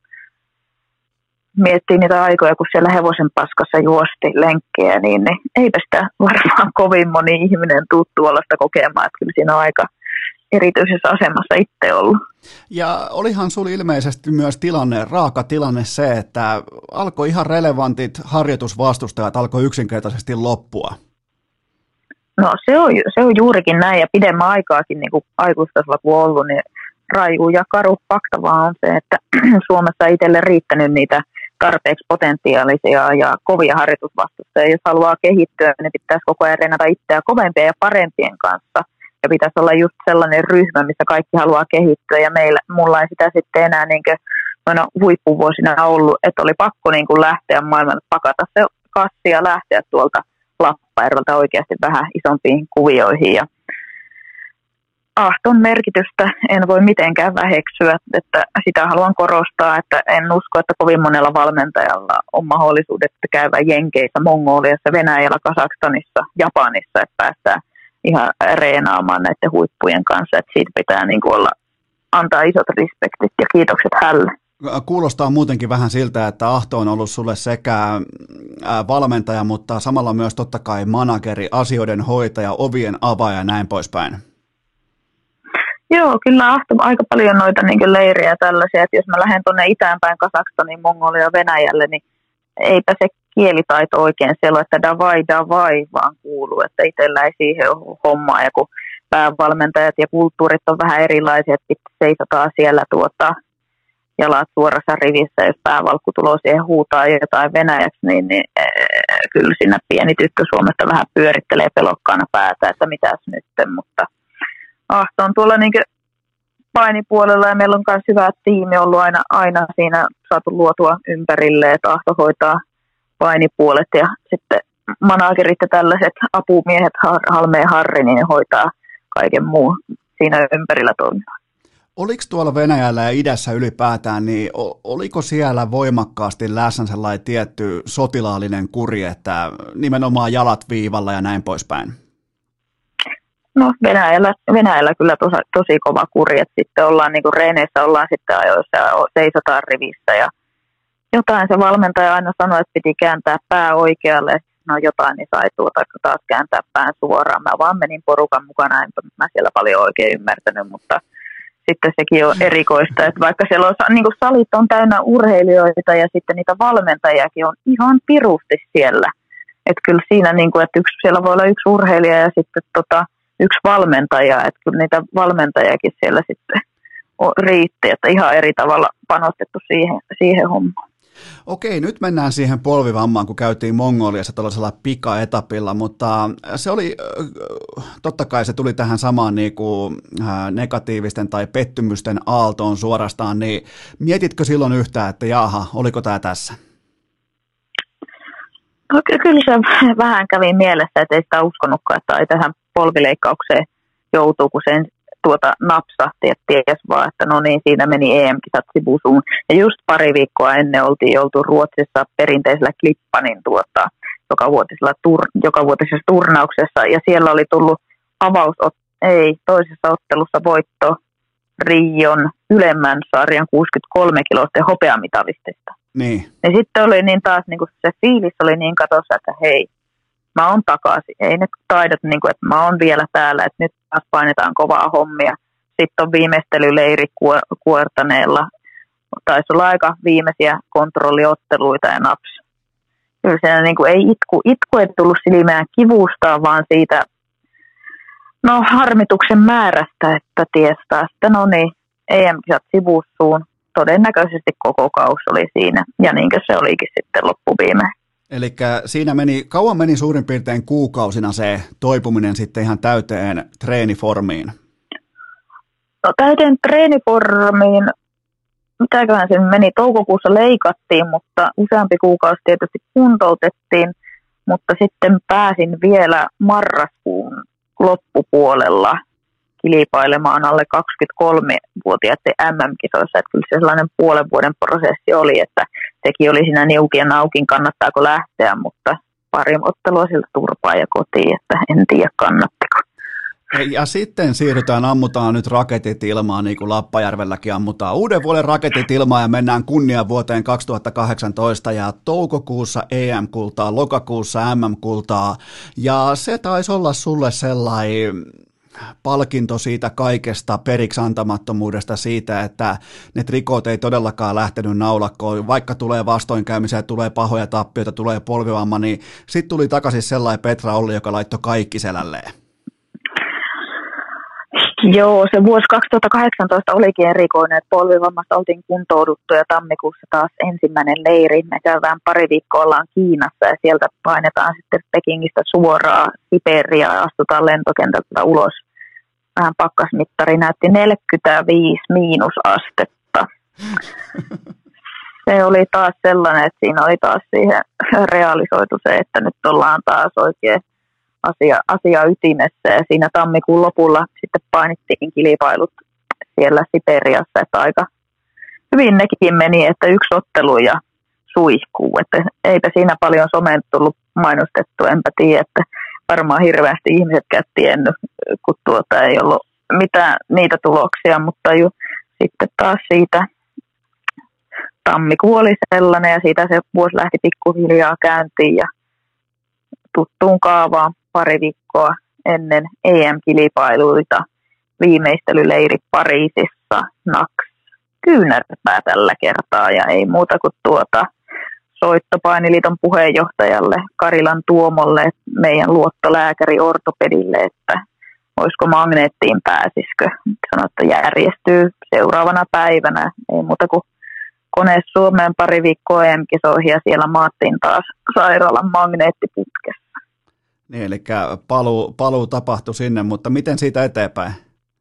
miettii niitä aikoja, kun siellä hevosen paskassa juosti lenkkejä, niin, niin eipä sitä varmaan kovin moni ihminen tuu tuollaista kokemaan, että kyllä siinä on aika erityisessä asemassa itse ollut. Ja olihan sulla ilmeisesti myös tilanne, raaka tilanne se, että alkoi ihan relevantit harjoitusvastustajat alkoi yksinkertaisesti loppua. No se on, se on juurikin näin ja pidemmän aikaakin niin kuin aikuistasolla kun on ollut, niin raju ja karu fakta vaan on se, että Suomessa ei itselle riittänyt niitä tarpeeksi potentiaalisia ja kovia harjoitusvastustajia. Jos haluaa kehittyä, niin pitäisi koko ajan reenata itseä kovempien ja parempien kanssa. Ja pitäisi olla just sellainen ryhmä, missä kaikki haluaa kehittyä ja meillä, mulla ei sitä sitten enää niin kuin noina huippuvuosina ollut, että oli pakko niin kuin lähteä maailmalle, pakata se kassi ja lähteä tuolta Lappajärveltä oikeasti vähän isompiin kuvioihin. Ja Ahton merkitystä en voi mitenkään väheksyä, että sitä haluan korostaa, että en usko, että kovin monella valmentajalla on mahdollisuudet käydä Jenkeissä, Mongoliassa, Venäjällä, Kazakstanissa, Japanissa, että päästään ihan reenaamaan näiden huippujen kanssa, että siitä pitää niin kuin olla, antaa isot respektit ja kiitokset hälle. Kuulostaa muutenkin vähän siltä, että Ahto on ollut sulle sekä valmentaja, mutta samalla myös totta kai manageri, asioiden hoitaja, ovien avaaja ja näin poispäin. Joo, kyllä Ahto aika paljon noita niin leiriä ja tällaisia, että jos mä lähden tuonne itäänpäin Kazakstaniin, Mongolia ja Venäjälle, niin eipä se kielitaito oikein siellä, että davai, davai vaan kuuluu, että itsellä ei siihen ole hommaa ja kun päävalmentajat ja kulttuurit on vähän erilaisia, että seisotaan siellä tuota jalat suorassa rivissä, jos päävalkku tulee siihen huutaa jotain venäjäksi, niin, niin äh, kyllä siinä pieni tyttö Suomesta vähän pyörittelee pelokkaana päätä, että mitäs nyt, mutta Ahto on tuolla niin painipuolella ja meillä on myös hyvä tiimi ollut aina, aina siinä saatu luotua ympärille, että Ahto hoitaa painipuolet ja sitten managerit ja tällaiset apumiehet, Halme ja Harri, niin hoitaa kaiken muun siinä ympärillä toiminnan. Oliko tuolla Venäjällä ja idässä ylipäätään, niin oliko siellä voimakkaasti läsnä sellainen tietty sotilaallinen kuri, että nimenomaan jalat viivalla ja näin poispäin? No Venäjällä, Venäjällä kyllä tosi, tosi kova kuri, että sitten ollaan niin kuin reeneissä, ollaan sitten ajoissa ja seisotaan rivissä ja jotain se valmentaja aina sanoi, että piti kääntää pää oikealle, no jotain niin sai tuota taas kääntää pään suoraan. Mä vaan menin porukan mukana, en mä siellä paljon oikein ymmärtänyt, mutta sitten sekin on erikoista, että vaikka siellä on, niin kuin salit on täynnä urheilijoita ja sitten niitä valmentajakin on ihan pirusti siellä. Että kyllä siinä, niin kuin, että yksi, siellä voi olla yksi urheilija ja sitten tota, yksi valmentaja, että kyllä niitä valmentajakin siellä sitten riitti, että ihan eri tavalla panostettu siihen, siihen hommaan. Okei, nyt mennään siihen polvivammaan, kun käytiin Mongoliassa tällaisella pikaetapilla, mutta se oli, totta kai se tuli tähän samaan niin kuin negatiivisten tai pettymysten aaltoon suorastaan, niin mietitkö silloin yhtään, että jaha, oliko tämä tässä? No, kyllä se vähän kävi mielessä, että ei sitä uskonutkaan, että ei tähän polvileikkaukseen joutuu, kun sen tuota napsahti, että ties vaan, että no niin, siinä meni E M-kisat sivusuun. Ja just pari viikkoa ennen oltiin oltu Ruotsissa perinteisellä Klippanin tuota, jokavuotisella tur, jokavuotisessa turnauksessa, ja siellä oli tullut avaus, ei, toisessa ottelussa voitto Rion ylemmän sarjan kuusikymmentäkolme kiloisten hopeamitalistista. Niin. Ja sitten oli niin taas niin kuin se fiilis oli niin katossa, että hei, mä oon takaisin. Ei ne taidot, niin kuin, että mä oon vielä täällä, että nyt taas painetaan kovaa hommia. Sitten on viimeistelyleiri Kuortaneella. Taisi olla aika viimeisiä kontrolliotteluita ja naps. Kyllä se niin kuin ei itku, itku ei tullut silmään kivusta, vaan siitä no, harmituksen määrästä, että tiestää sitten no niin, E M-kisat sivussuun. Todennäköisesti koko kausi oli siinä, ja niin kuin se olikin sitten loppuviimein. Eli siinä meni, kauan meni suurin piirtein kuukausina se toipuminen sitten ihan täyteen treeniformiin? No täyteen treeniformiin, mitäköhän se meni, toukokuussa leikattiin, mutta useampi kuukausi tietysti kuntoutettiin, mutta sitten pääsin vielä marraskuun loppupuolella kilpailemaan alle kaksikymmentäkolmevuotiaiden M M-kisoissa, että kyllä se sellainen puolen vuoden prosessi oli, että sekin oli siinä niukin ja naukin, kannattaako lähteä, mutta pari ottelua siltä turpaa ja kotiin, että en tiedä kannattiko. Ja sitten siirrytään, ammutaan nyt raketit ilmaan, niin kuin Lappajärvelläkin ammutaan uuden vuoden raketit ilmaan ja mennään kunnia vuoteen kaksituhattakahdeksantoista ja toukokuussa E M-kultaa, lokakuussa M M-kultaa ja se taisi olla sulle sellainen palkinto siitä kaikesta periksi antamattomuudesta siitä, että ne trikot ei todellakaan lähtenyt naulakkoon, vaikka tulee vastoinkäymisiä, tulee pahoja tappioita, tulee polvivamma, niin sitten tuli takaisin sellainen Petra Olli, joka laittoi kaikki selälleen. Joo, se vuosi kaksituhattakahdeksantoista olikin erikoinen, että polvivammasta oltiin kuntouduttu ja tammikuussa taas ensimmäinen leiri. Me käydään pari viikkoa ollaan Kiinassa ja sieltä painetaan sitten Pekingistä suoraan Siperiaan ja astutaan lentokentältä ulos. Vähän pakkasmittari näytti neljäkymmentäviisi miinusastetta. Se oli taas sellainen, että siinä oli taas siihen realisoitu se, että nyt ollaan taas oikein asia, asia ytimessä ja siinä tammikuun lopulla sitten painittiin kilpailut siellä Siperiassa, että aika hyvin nekin meni, että yksi ottelu ja suihkuu, että eipä siinä paljon someen tullut mainostettu, enpä tiedä, että varmaan hirveästi ihmisetkään tiennyt, kun tuota ei ollut mitään niitä tuloksia, mutta jo sitten taas siitä tammikuu oli sellainen ja siitä se vuosi lähti pikkuhiljaa käyntiin ja tuttuun kaavaan pari viikkoa ennen E M-kilpailuita viimeistelyleiri Pariisissa, naks, kyynärpää tällä kertaa ja ei muuta kuin tuota soitto Painiliiton puheenjohtajalle Karilan Tuomolle, meidän luottolääkäri ortopedille, että olisiko magneettiin pääsisikö. Sanoi, että järjestyy seuraavana päivänä, ei muuta kuin kone Suomeen pari viikkoa E M-kisoihin ja siellä maattiin taas sairaalan magneettiputkessa. Niin, eli paluu, paluu tapahtui sinne, mutta miten siitä eteenpäin?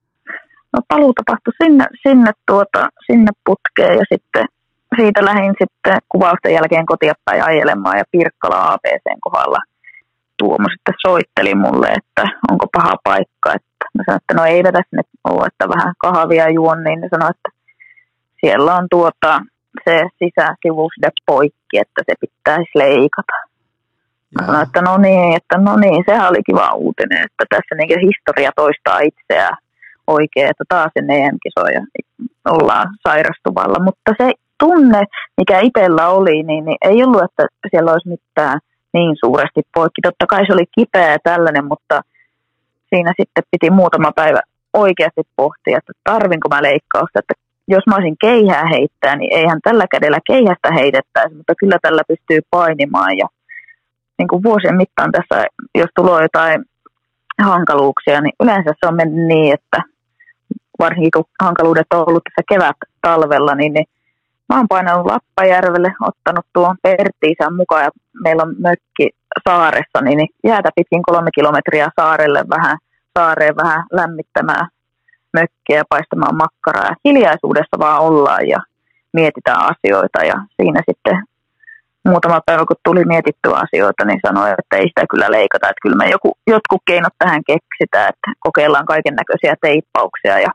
No paluu tapahtui sinne, sinne, tuota, sinne putkeen ja sitten siitä lähdin sitten kuvausten jälkeen kotia päin ajelemaan ja Pirkkala A B C:n kohdalla Tuomo sitten soitteli mulle, että onko paha paikka. Että mä sanoin, että no eipä tässä nyt ole, että vähän kahvia juon, niin ne sanoi, että siellä on tuota se sisäsivusde poikki, että se pitäisi leikata. Mä sanoin, että no niin, että no niin, sehän oli kiva uutinen, että tässä niin historia toistaa itseään oikein, että taas ennen E M-kisoja ollaan sairastuvalla, mutta se tunne, mikä itsellä oli, niin, niin ei ollut, että siellä olisi mitään niin suuresti poikki. Totta kai se oli kipeä ja tällainen, mutta siinä sitten piti muutama päivä oikeasti pohtia, että tarvinko mä leikkausta, että jos mä olisin keihää heittää, niin eihän tällä kädellä keihästä heitettäisi, mutta kyllä tällä pystyy painimaan ja niin kuin vuosien mittaan tässä, jos tulee jotain hankaluuksia, niin yleensä se on mennyt niin, että varsinkin kun hankaluudet on ollut tässä kevät-talvella, niin, niin mä oon painanut Lappajärvelle, ottanut tuon Pertti-isän mukaan ja meillä on mökki saaressa, niin, niin jäätä pitkin kolme kilometriä saarelle vähän, saareen vähän lämmittämään mökkiä ja paistamaan makkaraa ja hiljaisuudessa vaan ollaan ja mietitään asioita ja siinä sitten muutama päivä, kun tuli mietittyä asioita, niin sanoi, että ei sitä kyllä leikata, että kyllä me joku, jotkut keinot tähän keksitään, että kokeillaan kaiken näköisiä teippauksia ja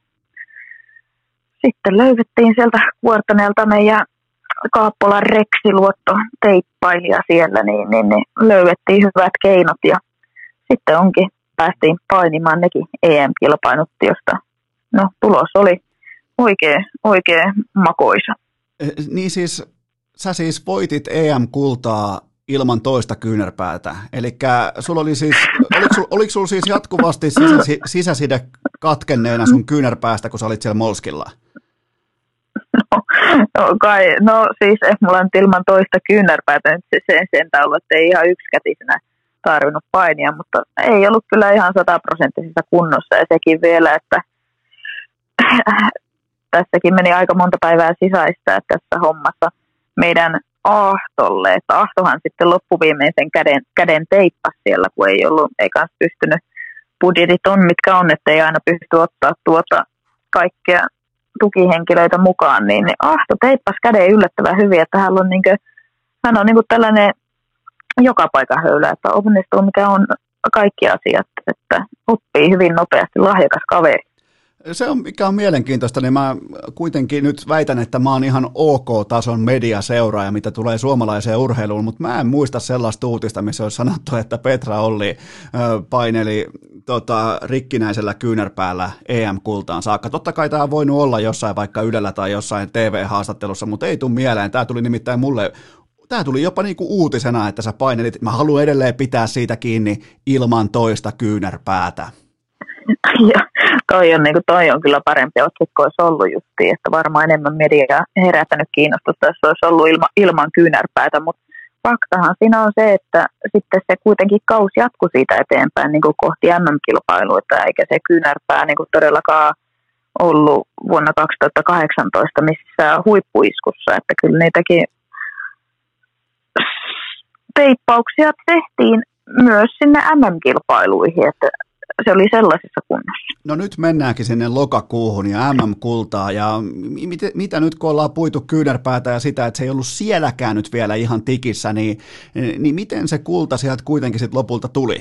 sitten löydettiin sieltä Kuortaneelta meidän Kaappolan Reksiluotto teippailija siellä, niin, niin, niin löydettiin hyvät keinot ja sitten onkin, päästiin painimaan nekin E M-kilpainut, josta no, tulos oli oikein, oikein makoisa. Niin siis sä siis voitit E M-kultaa ilman toista kyynärpäätä. Eli sulla oli siis, oliko sulla, oliko sulla siis jatkuvasti sisäsi, sisäside katkenneena sun kyynärpäästä, kun sä olit siellä molskilla? No, no, kai, no siis ehkä mulla on ilman toista kyynärpäätä nyt se sen sentään ollut, että ei ihan yksikätisenä tarvinnut painia, mutta ei ollut kyllä ihan sataprosenttisessa kunnossa ja sekin vielä, että tässäkin meni aika monta päivää sisäistää tässä hommassa meidän Ahtolle, että Ahtohan sitten loppuviimeisen käden, käden teippasi siellä, kun ei ollut, ei kanssa pystynyt, budjetit on mitkä on, että ei aina pysty ottaa tuota kaikkea tukihenkilöitä mukaan, niin Ahto teippasi käden yllättävän hyvin, että hän on, niin kuin, hän on niin kuin tällainen joka paikan höylä, että onnistuu mikä on kaikki asiat, että oppii hyvin nopeasti, lahjakas kaveri. Se on, mikä on mielenkiintoista, niin mä kuitenkin nyt väitän, että mä oon ihan OK-tason mediaseuraaja, mitä tulee suomalaiseen urheiluun, mutta mä en muista sellaista uutista, missä olisi sanottu, että Petra Olli paineli tota, rikkinäisellä kyynärpäällä E M-kultaan saakka. Totta kai tämä on voinut olla jossain vaikka Ylellä tai jossain T V-haastattelussa, mutta ei tule mieleen. Tämä tuli nimittäin mulle, tämä tuli jopa niinku uutisena, että sä painelit. Mä haluan edelleen pitää siitä kiinni ilman toista kyynärpäätä. Ja toi on, niin kuin, toi on kyllä parempi otsikko olisi ollut justiin, että varmaan enemmän mediaa herättänyt kiinnostusta, jos olisi ollut ilma, ilman kyynärpäätä, mutta faktahan siinä on se, että sitten se kuitenkin kausi jatkui siitä eteenpäin niin kuin kohti M M-kilpailuita, eikä se kyynärpää niin kuin todellakaan ollut vuonna kaksituhattakahdeksantoista missään huippuiskussa, että kyllä niitäkin teippauksia tehtiin myös sinne M M-kilpailuihin, että se oli sellaisessa kunnossa. No nyt mennäänkin sinne lokakuuhun ja M M-kultaa ja mit, mitä nyt kun ollaan puitu kyynärpäätä ja sitä, että se ei ollut sielläkään nyt vielä ihan tikissä, niin, niin miten se kulta sieltä kuitenkin sitten lopulta tuli?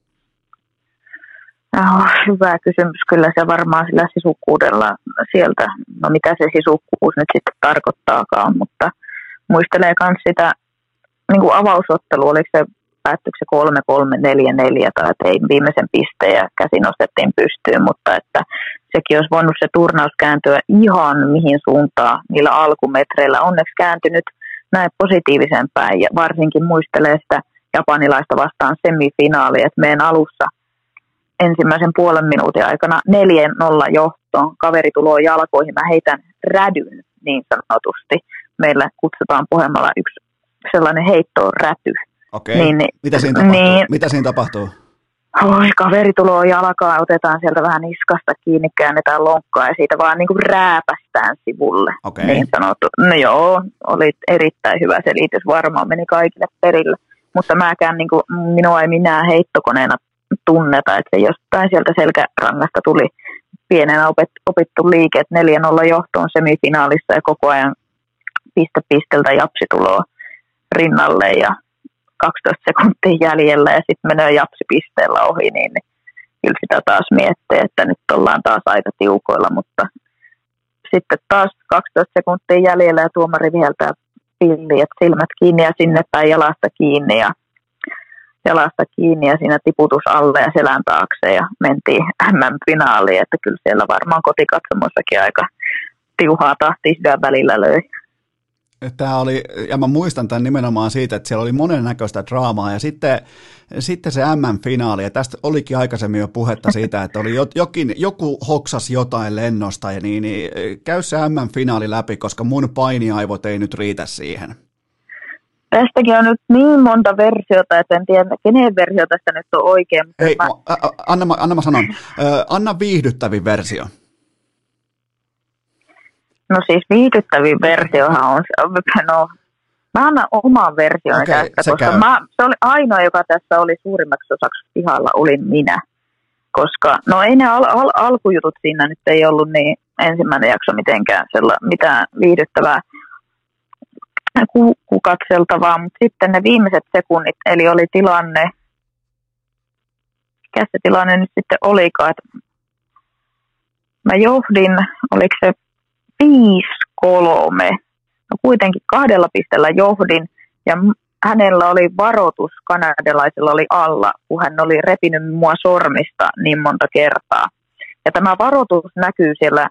Oh, hyvä kysymys. Kyllä se varmaan sillä sisukkuudella sieltä, no mitä se sisukkuus nyt sitten tarkoittaakaan, mutta muistelee myös sitä niin kuin avausottelu, oliko se päättyykö se kolme kolme neljä neljä tai tein viimeisen pisteen ja käsi nostettiin pystyyn, mutta että sekin olisi voinut se turnaus kääntyä ihan mihin suuntaan niillä alkumetreillä. Onneksi kääntynyt näin positiivisen päin ja varsinkin muistelee sitä japanilaista vastaan semifinaalia, että meidän alussa ensimmäisen puolen minuutin aikana neljä nolla johtoon, kaveri tuloo jalkoihin, mä heitän rädyn niin sanotusti. Meillä kutsutaan Pohjanmaalla yksi sellainen heittoon räty. Okei, niin, mitä, siinä tapahtuu? Niin, mitä siinä tapahtuu? Oi, kaveri tuloo jalkaan, otetaan sieltä vähän niskasta kiinni, käännetään lonkkaa ja siitä vaan niin kuin rääpästään sivulle. Okei. Niin sanottu. No joo, oli erittäin hyvä selitys, varmaan meni kaikille perille. Mutta mäkään, niin kuin, minua ei minä heittokoneena tunneta, että se jostain sieltä selkärangasta tuli pienenä opittu liike, että neljä nolla johtoon semifinaalissa ja koko ajan piste pisteltä japsi tuloo rinnalle ja kaksitoista sekuntia jäljellä ja sitten menee japsi pisteellä ohi, niin, niin kyllä sitä taas miettii, että nyt ollaan taas aika tiukoilla, mutta sitten taas kaksitoista sekuntia jäljellä ja tuomari viheltää pilli, että silmät kiinni ja sinne päin jalasta kiinni ja jalasta kiinni ja siinä tiputus alle ja selän taakse ja mentiin M M-finaaliin, että kyllä siellä varmaan kotikatsomoissakin aika tiuhaa tahtia sydän välillä löi. Tämä oli, ja mä muistan tämän nimenomaan siitä, että siellä oli monennäköistä draamaa, ja sitten, sitten se M M-finaali, ja tästä olikin aikaisemmin jo puhetta siitä, että oli jokin, joku hoksas jotain lennosta, ja niin, niin käy se M M-finaali läpi, koska mun painiaivot ei nyt riitä siihen. Tästäkin on nyt niin monta versiota, että en tiedä, kenen versio tästä nyt on oikein. Ei, mä... anna, anna mä sanon, anna viihdyttävin versio. No siis viihdyttävin versiohan on, no mä annan oman version okay, tästä, koska mä, se oli ainoa, joka tässä oli suurimmaksi osaksi pihalla, olin minä. Koska, no ei ne al- al- alkujutut siinä nyt ei ollut niin ensimmäinen jakso mitenkään sella, mitään viihdyttävää ku, ku katseltavaa, mutta sitten ne viimeiset sekunnit, eli oli tilanne, mikä se tilanne nyt sitten olikaan, että mä johdin, oliko se viisi kolme. No kuitenkin kahdella pisteellä johdin ja hänellä oli varoitus, kanadalaisella oli alla, kun hän oli repinyt mua sormista niin monta kertaa. Ja tämä varoitus näkyy siellä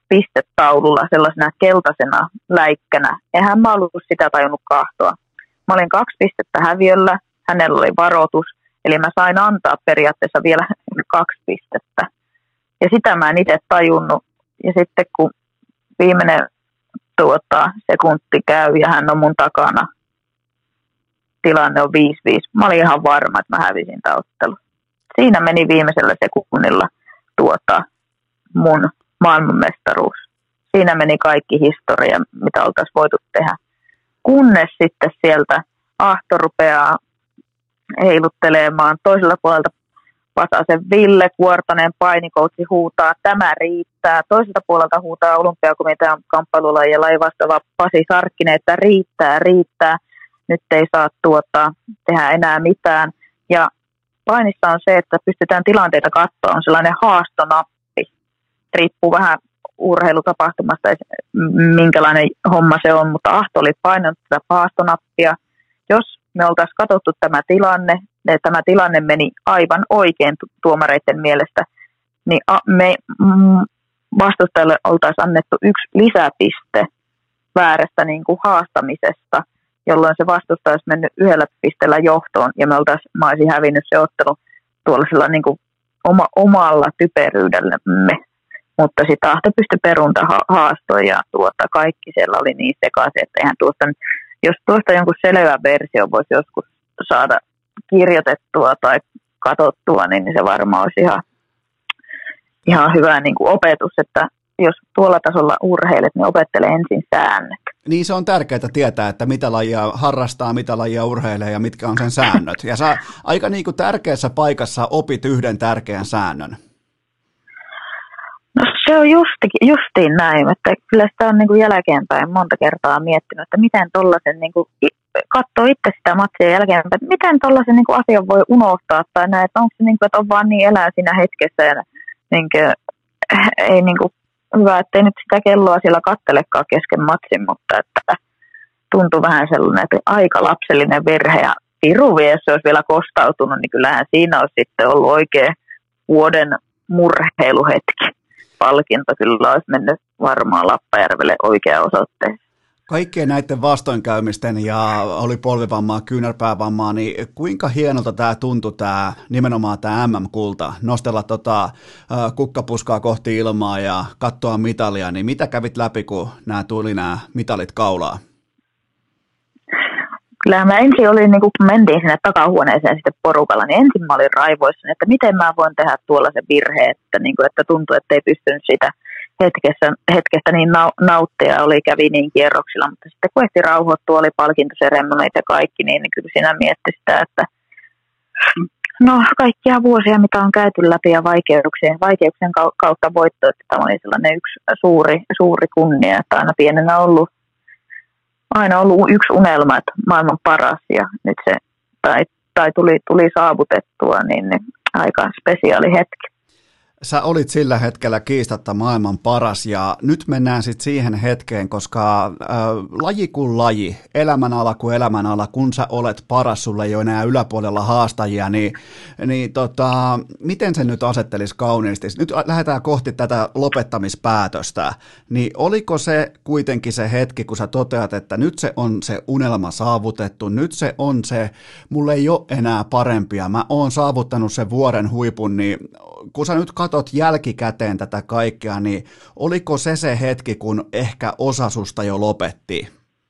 pistetaululla sellaisena keltaisena läikkänä. Eihän mä ollut sitä tajunnut kahtoa. Mä olin kaksi pistettä häviöllä, hänellä oli varoitus, eli mä sain antaa periaatteessa vielä kaksi pistettä. Ja sitä mä en itse tajunnut. Ja sitten kun viimeinen tuota, sekunti käy ja hän on mun takana, tilanne on viisi viisi. Mä olin ihan varma, että mä hävisin tämän ottelun. Siinä meni viimeisellä sekunnilla tuota, mun maailmanmestaruus. Siinä meni kaikki historia, mitä oltaisiin voitu tehdä. Kunnes sitten sieltä Ahto rupeaa heiluttelemaan. Toisella puolelta Pasasen Ville Kuortanen painikoutsi huutaa, tämä riittää. Toiselta puolelta huutaa olympiakomitean kamppailulajia vastaava Pasi Sarkkinen, että riittää, riittää. Nyt ei saa tuota, tehdä enää mitään. Ja painissa on se, että pystytään tilanteita katsoa, on sellainen haastonappi. Riippuu vähän urheilutapahtumasta, minkälainen homma se on, mutta Ahto oli painanut tätä haastonappia. Jos me oltaisiin katsottu tämä tilanne, ja tämä tilanne meni aivan oikein tuomareiden mielestä, niin me vastustajalle oltaisiin annettu yksi lisäpiste väärästä niin kuin haastamisesta, jolloin se vastustaja olisi mennyt yhdellä pisteellä johtoon, ja me oltaisiin, mä olisin hävinnyt se ottelu tuollaisella niin kuin oma, omalla typeryydellämme. Mutta sitten Ahto pystyi perunta haastoon, ja tuota, kaikki siellä oli niin sekaisin, että eihän tuosta, jos tuosta jonkun selvä versio voisi joskus saada kirjoitettua tai katsottua, niin se varmaan olisi ihan, ihan hyvä niin kuin opetus, että jos tuolla tasolla urheilet, niin opettele ensin säännöt. Niin se on tärkeää tietää, että mitä lajia harrastaa, mitä lajia urheilee ja mitkä on sen säännöt. Ja sä aika niin kuin tärkeässä paikassa opit yhden tärkeän säännön. No se on justi, justiin näin, että kyllä sitä on niin kuin jälkeenpäin monta kertaa miettinyt, että miten tollaisen, niin kuin, katsoo itse sitä matsia jälkeenpäin, että miten tollaisen niin kuin asian voi unohtaa tai näin, että onko se niin kuin, että on vaan niin elää siinä hetkessä ja niin kuin, ei niin kuin, hyvä, ettei nyt sitä kelloa siellä kattelekaan kesken matsin, mutta että tuntui vähän sellainen, että aika lapsellinen virhe ja piruvi, jos se olisi vielä kostautunut, niin kyllähän siinä olisi sitten ollut oikein vuoden murheiluhetki. Palkinto kyllä olisi mennyt varmaan Lappajärvelle oikeaan osoitteeseen. Kaikkien näiden vastoinkäymisten ja oli polvivammaa, kyynärpäävammaa, niin kuinka hienolta tämä tuntui tämä, nimenomaan tämä M M-kulta, nostella tota, kukkapuskaa kohti ilmaa ja katsoa mitalia, niin mitä kävit läpi, kun nämä tuli nämä mitalit kaulaa? Kyllähän mä ensin olin, niin kun mentiin sinne takahuoneeseen sitten porukalla, niin ensin mä olin raivoissani, että miten mä voin tehdä tuollaisen virheen, että, niin kuin, että tuntui, että ei pystynyt sitä hetkessä, hetkestä niin nauttia, oli kävi niin kierroksilla, mutta sitten kun ehti rauhoittua, oli palkintoseremonit ja kaikki, niin, niin kyllä siinä mietti sitä, että no kaikkia vuosia, mitä on käyty läpi ja vaikeuksien, vaikeuksien kautta voitto, että tämä oli sellainen yksi suuri, suuri kunnia, että aina pienenä ollut aina ollut yksi unelma, että maailman paras ja nyt se tai, tai tuli, tuli saavutettua, niin, niin aika spesiaali hetki. Sä olit sillä hetkellä kiistatta maailman paras ja nyt mennään sitten siihen hetkeen, koska äh, laji kuin laji, elämänala kuin elämänala, kun sä olet paras, sulla ei ole enää yläpuolella haastajia, niin, niin tota, miten se nyt asettelisi kauniisti? Nyt lähdetään kohti tätä lopettamispäätöstä, niin oliko se kuitenkin se hetki, kun sä toteat, että nyt se on se unelma saavutettu, nyt se on se, mulla ei ole enää parempia, mä oon saavuttanut sen vuoren huipun, niin kun sä nyt katot jälkikäteen tätä kaikkea, niin oliko se se hetki, kun ehkä osa susta jo lopetti?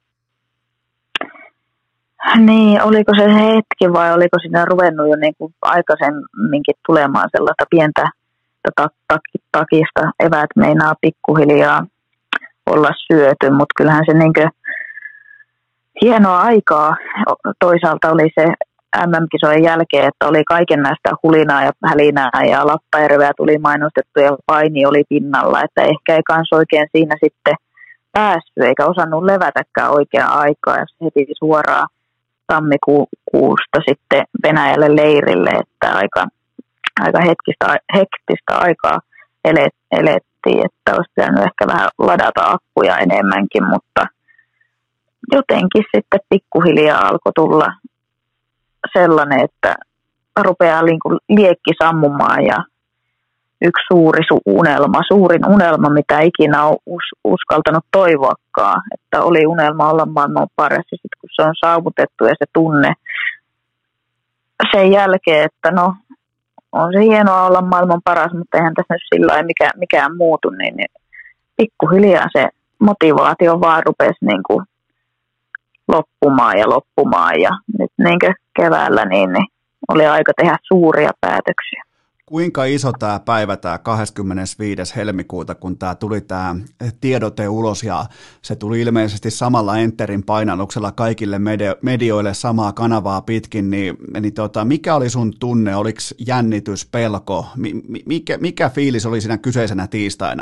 Niin, oliko se se hetki vai oliko siinä ruvennut jo niin kuin aikaisemminkin tulemaan sellaista pientä takista, eväät meinaa pikkuhiljaa olla syöty, mutta kyllähän se niin kuin hienoa aikaa toisaalta oli se M M-kisojen jälkeen, että oli kaiken näistä hulinaa ja hälinää ja Lappajärveä tuli mainostettu ja paini oli pinnalla, että ehkä ei kans oikein siinä sitten päässyt eikä osannut levätäkään oikeaan aikaa ja se heti suoraan tammikuusta sitten Venäjälle leirille, että aika, aika hetkistä, hektistä aikaa elet, elettiin, että olisi pitänyt ehkä vähän ladata akkuja enemmänkin, mutta jotenkin sitten pikkuhiljaa alkoi tulla sellainen, että rupeaa niin kuin liekki sammumaan ja yksi suuri su- unelma, suurin unelma, mitä ikinä on us- uskaltanut toivoakaan, että oli unelma olla maailman paras, ja sitten kun se on saavutettu ja se tunne sen jälkeen, että no, on se hienoa olla maailman paras, mutta eihän tässä nyt sillä lailla mikään, mikään muutu, niin, niin pikkuhiljaa se motivaatio vaan rupesi niin kuin loppumaan ja loppumaan, ja nyt niin kuin keväällä niin, niin oli aika tehdä suuria päätöksiä. Kuinka iso tämä päivä, tämä kahdeskymmenesviides helmikuuta, kun tämä tuli tämä tiedote ulos ja se tuli ilmeisesti samalla enterin painalluksella kaikille medioille samaa kanavaa pitkin, niin, niin tota, mikä oli sun tunne? Oliko jännitys, pelko? Mikä, mikä fiilis oli siinä kyseisenä tiistaina?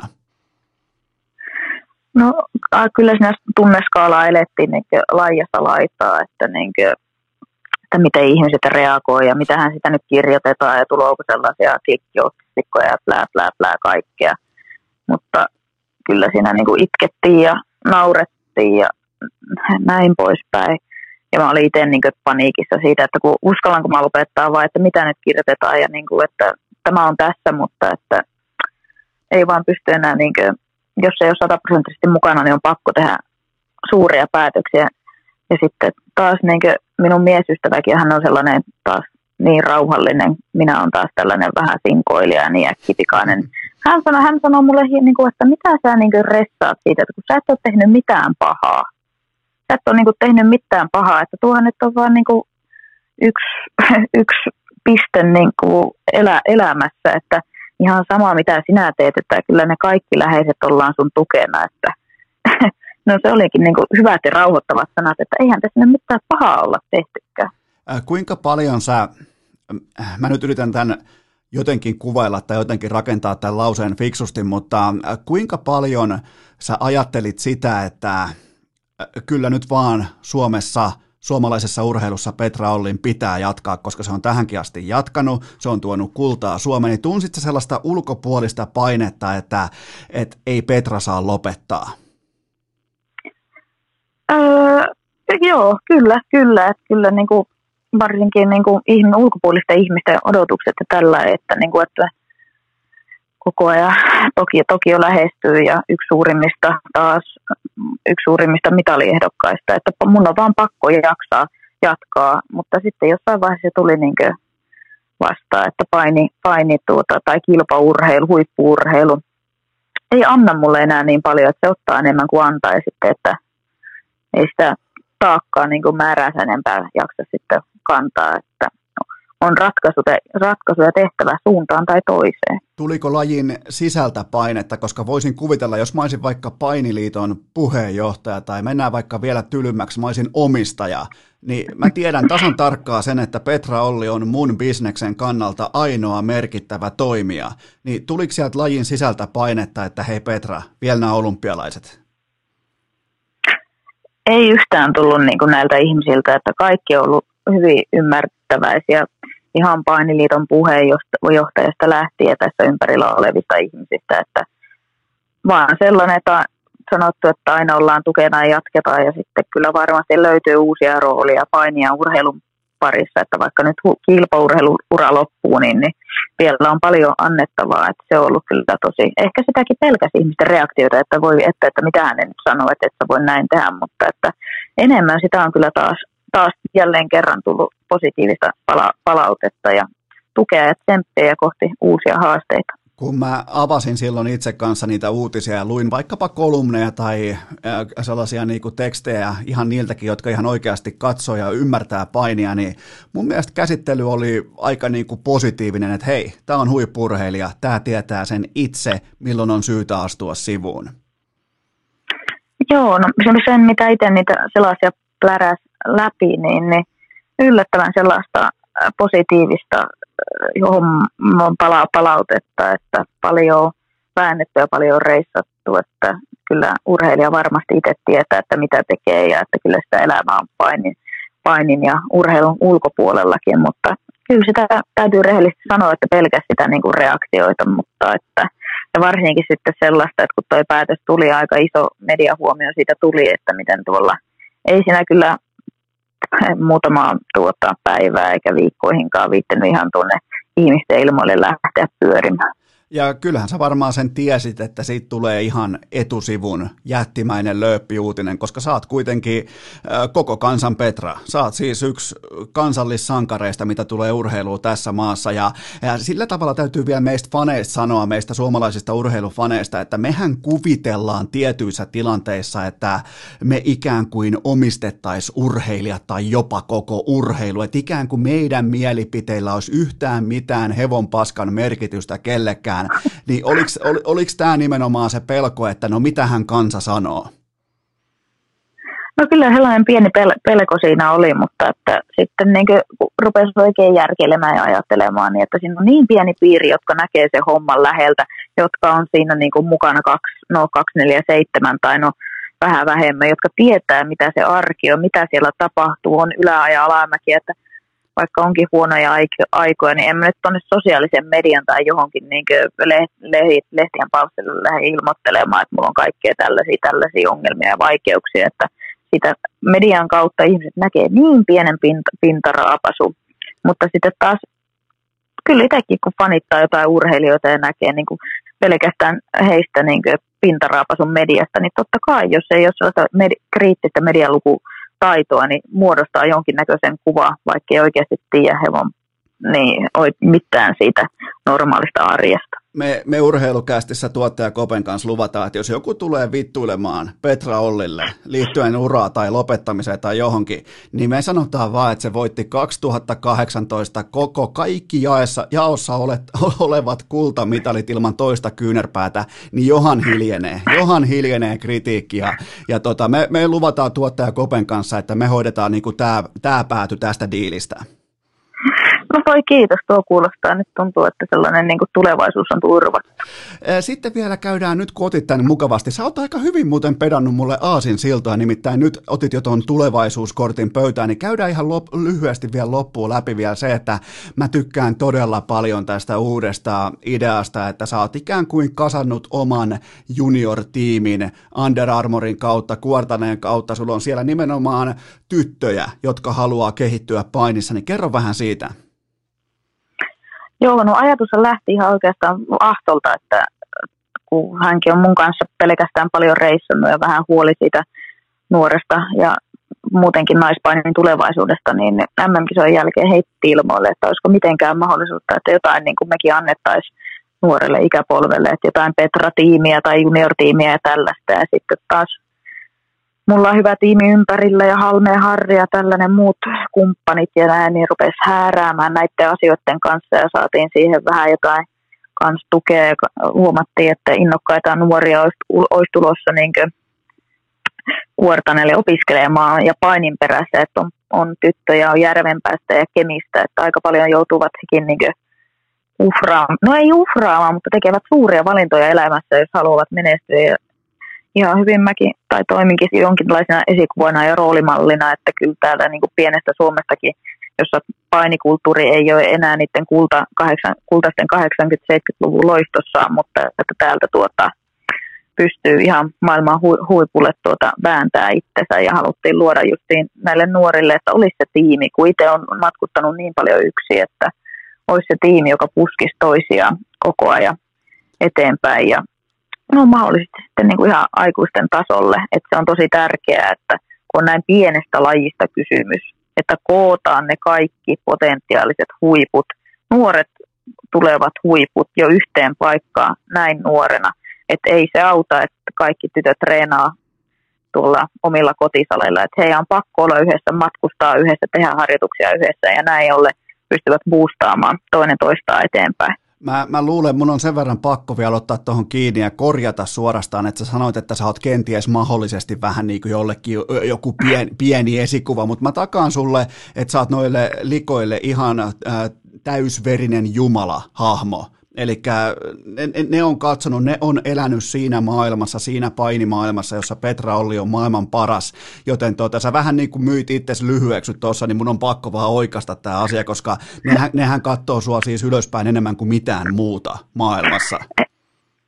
No kyllä siinä tunneskaalaa elettiin niin laajasta laitaa, että niin kuin että miten ihmiset reagoi ja mitähän sitä nyt kirjoitetaan ja tuleeko sellaisia klikkiotsikkoja ja plää, plää, plää kaikkea. Mutta kyllä siinä niin kuin itkettiin ja naurettiin ja näin poispäin. Ja mä olin itse niin kuin paniikissa siitä, että kun uskallanko mä lopettaa vai että mitä nyt kirjoitetaan ja niin kuin, että tämä on tässä, mutta että ei vaan pysty enää, niin kuin, jos ei ole sataprosenttisesti mukana, niin on pakko tehdä suuria päätöksiä. Ja sitten taas niin kuin minun miesystäväkin, hän on sellainen taas niin rauhallinen, minä olen taas tällainen vähän sinkoilija ja niin äkkipikainen. Hän sanoi, hän sanoi mulle, niin kuin, että mitä sä niin kuin ressaat siitä, että kun sä et ole tehnyt mitään pahaa. Sä et ole niin kuin tehnyt mitään pahaa, että tuohan nyt on vaan niin kuin yksi, yksi piste niin kuin elä, elämässä, että ihan sama mitä sinä teet, että kyllä ne kaikki läheiset ollaan sun tukena, että no se olikin niin kuin hyvät ja rauhoittavat sanat, että eihän tässä nyt mitään pahaa olla tehtykään. Äh, kuinka paljon sä, äh, mä nyt yritän tämän jotenkin kuvailla tai jotenkin rakentaa tämän lauseen fiksusti, mutta äh, kuinka paljon sä ajattelit sitä, että äh, kyllä nyt vaan Suomessa, suomalaisessa urheilussa Petra Ollin pitää jatkaa, koska se on tähänkin asti jatkanut, se on tuonut kultaa Suomeen, niin tunsit sä sellaista ulkopuolista painetta, että et ei Petra saa lopettaa? Öö, joo, kyllä, kyllä. Että kyllä niin kuin, varsinkin niin kuin, ihminen, ulkopuolisten ihmisten odotukset ja tällä, että, niin kuin, että koko ajan toki, toki jo lähestyy ja yksi suurimmista taas, yksi suurimmista mitaliehdokkaista, että mun on vaan pakko jaksaa jatkaa, mutta sitten jossain vaiheessa tuli niin kuin vastaan, että paini, paini tuota, tai kilpaurheilu, huippu-urheilu ei anna mulle enää niin paljon, että se ottaa enemmän kuin antaa ja sitten, että ei sitä taakkaa niin kuin määräänsä enempää jaksa sitten kantaa, että on ratkaisuja, ratkaisuja tehtävä suuntaan tai toiseen. Tuliko lajin sisältä painetta, koska voisin kuvitella, jos mä olisin vaikka Painiliiton puheenjohtaja tai mennään vaikka vielä tylymmäksi, mä olisin omistaja, niin mä tiedän tasan tarkkaa sen, että Petra Olli on mun bisneksen kannalta ainoa merkittävä toimija. Niin tuliko sieltä lajin sisältä painetta, että hei Petra, vielä nämä olympialaiset? Ei yhtään tullut niin kuin näiltä ihmisiltä, että kaikki on ollut hyvin ymmärtäväisiä ihan Painiliiton puheenjohtajasta lähtien tässä ympärillä olevista ihmisistä, että vaan sellainen, että on sanottu, että aina ollaan tukena ja jatketaan ja sitten kyllä varmasti löytyy uusia roolia painia urheilun parissa, että vaikka nyt kilpaurheiluura loppuu, niin, niin vielä on paljon annettavaa, että se on ollut kyllä tosi, ehkä sitäkin pelkäsi ihmisten reaktioita, että voi, että, että mitä hän nyt sanoo, että et sä voi näin tehdä, mutta että enemmän sitä on kyllä taas, taas jälleen kerran tullut positiivista pala- palautetta ja tukea ja tsemppejä kohti uusia haasteita. Kun mä avasin silloin itse kanssa niitä uutisia ja luin vaikkapa kolumneja tai sellaisia niinku tekstejä ihan niiltäkin, jotka ihan oikeasti katsoo ja ymmärtää painia, niin mun mielestä käsittely oli aika niinku positiivinen, että hei, tää on huippu-urheilija, tää tietää sen itse, milloin on syytä astua sivuun. Joo, no sen mitä itse niitä sellaisia pläräs läpi, niin, niin yllättävän sellaista positiivista johon on pala- palautetta, että paljon väännetty ja paljon reissattu, että kyllä urheilija varmasti itse tietää, että mitä tekee ja että kyllä sitä elämää on painin, painin ja urheilun ulkopuolellakin, mutta kyllä sitä täytyy rehellisesti sanoa, että pelkästään sitä niin kuin reaktioita, mutta että ja varsinkin sitten sellaista, että kun tuo päätös tuli, aika iso mediahuomio siitä tuli, että miten tuolla ei siinä kyllä muutamaa tuota päivää eikä viikkoihinkaan viittänyt ihan tuonne ihmisten ilmoille lähteä pyörimään. Ja kyllähän sä varmaan sen tiesit, että siitä tulee ihan etusivun jättimäinen lööppiuutinen, koska sä oot kuitenkin äh, koko kansan Petra. Sä oot siis yksi kansallissankareista, mitä tulee urheiluun tässä maassa. Ja, ja sillä tavalla täytyy vielä meistä faneista sanoa, meistä suomalaisista urheilufaneista, että mehän kuvitellaan tietyissä tilanteissa, että me ikään kuin omistettaisiin urheilijat tai jopa koko urheilu. Että ikään kuin meidän mielipiteillä olisi yhtään mitään hevon paskan merkitystä kellekään. Niin oliko, ol, oliko tämä nimenomaan se pelko, että no mitähän kansa sanoo? No kyllä sellainen pieni pel- pelko siinä oli, mutta että sitten niin rupesi oikein järkelemään ja ajattelemaan, niin että siinä on niin pieni piiri, jotka näkee sen homman läheltä, jotka on siinä niin kuin mukana kaksi, no kaksi neljä seitsemän tai no vähän vähemmän, jotka tietää mitä se arki on, mitä siellä tapahtuu, on ylä- ja alamäki, että vaikka onkin huonoja aikoja, niin en mä nyt tuonne sosiaalisen median tai johonkin niin lehtien palstoille lähde ilmoittelemaan, että mulla on kaikkea tällaisia, tällaisia ongelmia ja vaikeuksia, että sitä median kautta ihmiset näkee niin pienen pinta, pintaraapasun, mutta sitten taas kyllä itsekin kun fanittaa jotain urheilijoita ja näkee niin kuin pelkästään heistä niin kuin pintaraapasun mediasta, niin totta kai jos ei ole sellaista med- kriittistä medialuku taitoa, niin muodostaa jonkinnäköisen kuva, vaikka ei oikeasti tiedä hevon niin, mitään siitä normaalista arjesta. Me, me urheilukästissä tuottaja Kopen kanssa luvataan, että jos joku tulee vittuilemaan Petra Ollille liittyen uraa tai lopettamiseen tai johonkin, niin me sanotaan vaan, että se voitti kaksituhattakahdeksantoista koko kaikki jaessa, jaossa olet, olevat kultamitalit ilman toista kyynärpäätä, niin johan hiljenee, johan hiljenee kritiikki. Ja, ja tota, me, me luvataan tuottaja Kopen kanssa, että me hoidetaan niin kuin tämä, tämä pääty tästä diilistä. No voi kiitos, tuo kuulostaa. Nyt tuntuu, että sellainen niin kuin tulevaisuus on turvattu. Sitten vielä käydään, nyt kun otit tämän mukavasti, sä oot aika hyvin muuten pedannut mulle aasin siltaa, nimittäin nyt otit jo tuon tulevaisuuskortin pöytään, niin käydään ihan lop- lyhyesti vielä loppuun läpi vielä se, että mä tykkään todella paljon tästä uudesta ideasta, että sä oot ikään kuin kasannut oman junior-tiimin Under Armourin kautta, Kuortaneen kautta, sulla on siellä nimenomaan tyttöjä, jotka haluaa kehittyä painissa, niin kerro vähän siitä. Joo, no ajatus lähti ihan oikeastaan Ahtolta, että kun hänkin on mun kanssa pelkästään paljon reissannut ja vähän huoli siitä nuoresta ja muutenkin naispainin tulevaisuudesta, niin M M-kisojen jälkeen heitti ilmoille, että olisiko mitenkään mahdollisuutta, että jotain niin kuin mekin annettaisiin nuorelle ikäpolvelle, että jotain Petra-tiimiä tai junior-tiimiä ja tällaista. Ja sitten taas mulla on hyvä tiimi ympärillä ja Halme ja Harri ja tällainen muut kumppanit ja näin, niin rupesi hääräämään näiden asioiden kanssa ja saatiin siihen vähän jotain kans tukea ja huomattiin, että innokkaita nuoria olisi, olisi tulossa niin Kuortaneelle opiskelemaan ja painin perässä, että on, on tyttöjä on Järvenpäästä ja Kemistä, että aika paljon joutuvat hekin niin uhraamaan, no ei uhraamaan, mutta tekevät suuria valintoja elämässä, jos haluavat menestyä ja ihan hyvin mäkin, tai toiminkin jonkinlaisena esikuvana ja roolimallina, että kyllä täältä niin kuin pienestä Suomestakin, jossa painikulttuuri ei ole enää niiden kulta, kahdeksan, kultaisten kahdeksankymmentä-seitsemänkymmentäluvun loistossa, mutta että täältä tuota, pystyy ihan maailman hu- huipulle tuota vääntää itsensä ja haluttiin luoda justiin näille nuorille, että olisi se tiimi, kun itse on matkustanut niin paljon yksin, että olisi se tiimi, joka puskisi toisiaan koko ajan eteenpäin ja no mahdollisesti sitten niin kuin ihan aikuisten tasolle, että se on tosi tärkeää, että kun on näin pienestä lajista kysymys, että kootaan ne kaikki potentiaaliset huiput, nuoret tulevat huiput jo yhteen paikkaan näin nuorena, että ei se auta, että kaikki tytöt treenaa tuolla omilla kotisaleilla, että heidän on pakko olla yhdessä, matkustaa yhdessä, tehdä harjoituksia yhdessä ja näin ollen pystyvät boostaamaan toinen toistaan eteenpäin. Mä, mä luulen, mun on sen verran pakko vielä ottaa tuohon kiinni ja korjata suorastaan, että sä sanoit, että sä oot kenties mahdollisesti vähän niin kuin jollekin joku pien, pieni esikuva, mutta mä takaan sulle, että sä oot noille likoille ihan äh, täysverinen jumala-hahmo. Eli ne, ne on katsonut, ne on elänyt siinä maailmassa, siinä painimaailmassa, jossa Petra Olli on maailman paras, joten tuota, sä vähän niin kuin myit itsesi lyhyeksi tuossa, niin mun on pakko vaan oikaista tämä asia, koska nehän, nehän katsoo sua siis ylöspäin enemmän kuin mitään muuta maailmassa.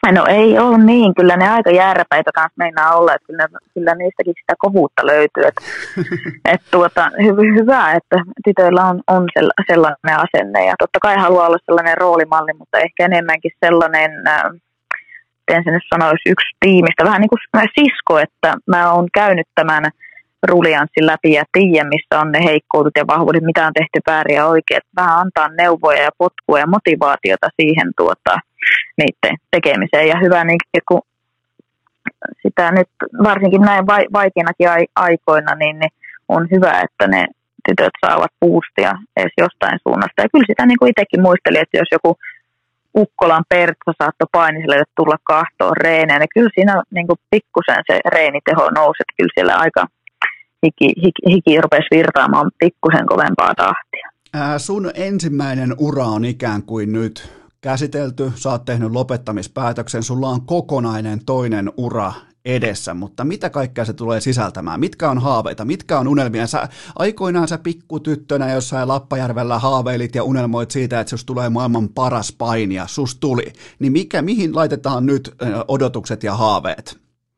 No ei ole niin, kyllä ne aika jääräpäitä kanssa meinaa olla, että kyllä, kyllä niistäkin sitä kovuutta löytyy. Että, et tuota, hy, hyvä, että tytöillä on, on sellainen asenne ja totta kai haluaa olla sellainen roolimalli, mutta ehkä enemmänkin sellainen, miten se nyt sanoisi, yksi tiimistä, vähän niin kuin sisko, että mä oon käynyt tämän rulianssin läpi ja tiedän, missä on ne heikkoudet ja vahvuudet, mitä on tehty väärin ja oikein, että vähän antaa neuvoja ja potkua ja motivaatiota siihen tuota, niiden tekemiseen. Ja hyvä, niin, kun sitä nyt varsinkin näin vaikeinakin aikoina, niin, niin on hyvä, että ne tytöt saavat boostia edes jostain suunnasta. Ja kyllä sitä niin kuin itsekin muistelin, että jos joku Ukkolan Pertsa saattoi Painiselle tulla kahtoon reeneen, niin kyllä siinä niin kuin pikkusen se reeniteho nousi, että kyllä siellä aika hiki, hiki, hiki rupesi virtaamaan pikkusen kovempaa tahtia. Ää, sun ensimmäinen ura on ikään kuin nyt käsitelty, sä oot tehnyt lopettamispäätöksen, sulla on kokonainen toinen ura edessä, mutta mitä kaikkea se tulee sisältämään? Mitkä on haaveita? Mitkä on unelmia? Sä, aikoinaan sä pikkutyttönä jossain Lappajärvellä haaveilit ja unelmoit siitä, että sus tulee maailman paras painija, sus tuli. Niin mikä, mihin laitetaan nyt odotukset ja haaveet?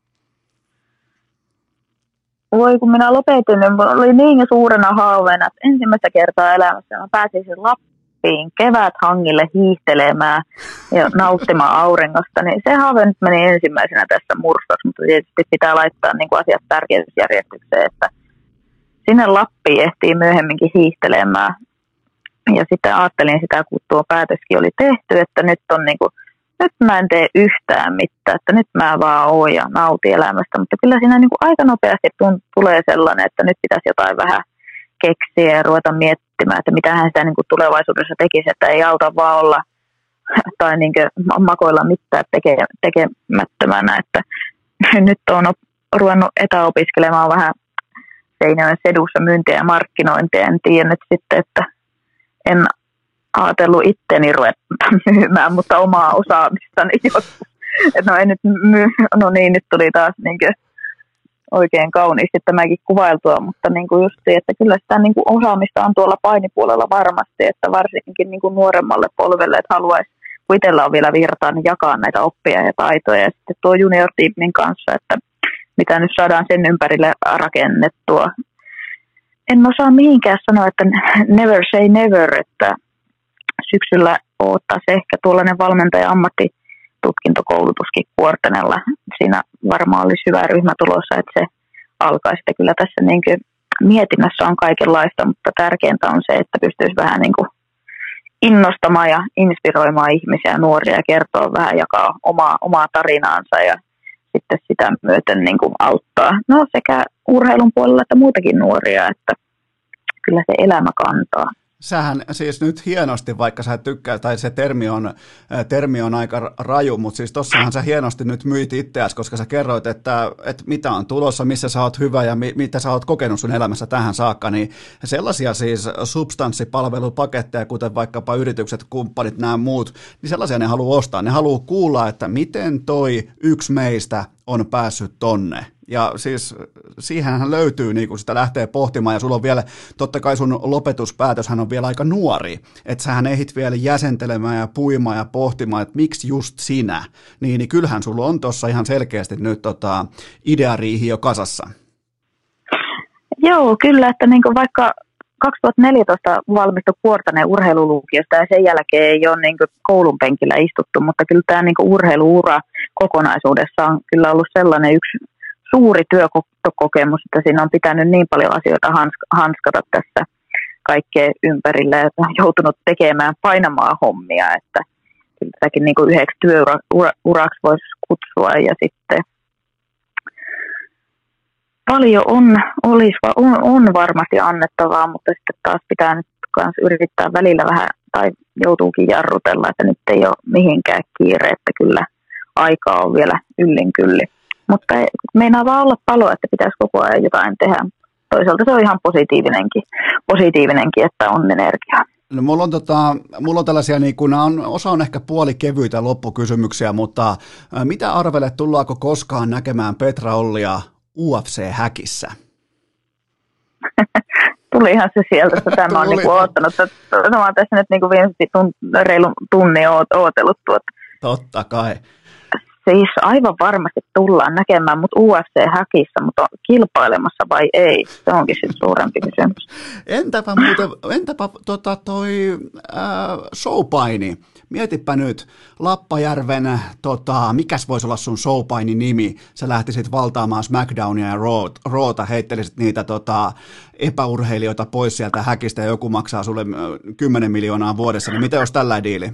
Voi kun minä lopetin, niin oli niin suurena haaveena, että ensimmäistä kertaa elämässä mä pääsin Lappiin keväthangille hiihtelemään ja nauttimaan auringosta, niin se haave nyt meni ensimmäisenä tässä murskassa, mutta tietysti pitää laittaa niin kuin asiat tärkeysjärjestykseen, että sinne Lappiin ehtii myöhemminkin hiihtelemään. Ja sitten ajattelin sitä, kun tuo päätöskin oli tehty, että nyt on niin kuin, nyt mä en tee yhtään mitään, että nyt mä vaan oon ja nautin elämästä, mutta kyllä siinä niin kuin aika nopeasti tulee sellainen, että nyt pitäisi jotain vähän keksiä ja ruveta miettimään, että mitähän sitä niin kuin tulevaisuudessa tekisi, että ei auta vaan olla tai niin kuin makoilla mitään teke, tekemättömänä, että nyt on ruvennut etäopiskelemaan vähän Seinäjoen sedussa myyntiä ja markkinointia, en tiedä nyt sitten, että en ajatellut itteni ruveta myymään, mutta omaa osaamistani joskus. No ei nyt myy, no niin, nyt tuli taas niin kuin oikein kauniisti tämäkin kuvailtua, mutta niin kuin just se, että kyllä sitä niin kuin osaamista on tuolla painipuolella varmasti, että varsinkin niin kuin nuoremmalle polvelle, että haluaisi, kun itsellä on vielä virtaa, niin jakaa näitä oppia ja taitoja. Ja sitten tuo junior-tiimin kanssa, että mitä nyt saadaan sen ympärille rakennettua. En osaa mihinkään sanoa, että never say never, että syksyllä odottaisi ehkä tuollainen valmentaja ammattitutkintokoulutuskin Kuortenella. Siinä varmaan olisi hyvä ryhmä tulossa, että se alkaisi. Sitten kyllä tässä niin kuin mietinnässä on kaikenlaista, mutta tärkeintä on se, että pystyisi vähän niin kuin innostamaan ja inspiroimaan ihmisiä ja nuoria ja kertoa vähän, jakaa omaa, omaa tarinaansa ja sitten sitä myöten niin kuin auttaa no sekä urheilun puolella että muitakin nuoria, että kyllä se elämä kantaa. Sähän siis nyt hienosti, vaikka sä et tykkää, tai se termi on, termi on aika raju, mutta siis tossahan sä hienosti nyt myit itseäsi, koska sä kerroit, että, että mitä on tulossa, missä sä oot hyvä ja mi, mitä sä oot kokenut sun elämässä tähän saakka, niin sellaisia siis substanssipalvelupaketteja, kuten vaikkapa yritykset, kumppanit, nämä muut, niin sellaisia ne haluaa ostaa. Ne haluaa kuulla, että miten toi yksi meistä on päässyt tonne. Ja siis siihenhän löytyy, niin kun sitä lähtee pohtimaan, ja sulla on vielä, totta kai sun lopetuspäätöshän on vielä aika nuori, että sähän ehdit vielä jäsentelemään ja puimaan ja pohtimaan, että miksi just sinä, niin, niin kyllähän sulla on tuossa ihan selkeästi nyt tota, ideariihi jo kasassa. Joo, kyllä, että niin kuin vaikka kaksituhattaneljätoista valmistui Kuortaneen urheilulukiosta ja sen jälkeen ei ole niin kuin koulun penkillä istuttu, mutta kyllä tämä niin kuin urheiluura kokonaisuudessa on kyllä ollut sellainen yksi suuri työkokemus, että siinä on pitänyt niin paljon asioita hanskata tässä kaikkea ympärillä ja joutunut tekemään painamaa hommia, että tätäkin niin kuin yhdeksi työuraksi voisi kutsua ja sitten paljon on, olisi, on, on varmasti annettavaa, mutta sitten taas pitää nyt kanssa yrittää välillä vähän tai joutuukin jarrutella, että nyt ei ole mihinkään kiire, että kyllä aikaa on vielä yllin kyllin. Mutta meinaa vaan olla palo, että pitäisi koko ajan jotain tehdä. Toisaalta se on ihan positiivinenkin, positiivinenkin että on energiaa. No, mulla, on tota, mulla on tällaisia, niin kun on, osa on ehkä puolikevyitä loppukysymyksiä, mutta ä, mitä arvelet, tullaanko koskaan näkemään Petra Ollia U F C-häkissä? Tulihan se sieltä, että tämä on niinku oottanut. Tämä on tässä nyt niinku viimeisesti tun, reilun tunnin ootellut tuota. Totta kai. Siis aivan varmasti tullaan näkemään mut U F C-häkissä, mutta kilpailemassa vai ei? Se onkin sitten suurempi kysymys. Entäpä muuten, entäpä tota toi äh, showpaini? Mietipä nyt, Lappajärven, tota, mikäs voisi olla sun showpainin nimi? Sä lähtisit valtaamaan SmackDownia ja Rawta, heittelisit niitä tota, epäurheilijoita pois sieltä häkistä ja joku maksaa sulle kymmenen miljoonaa vuodessa, niin mitä jos tällä diili?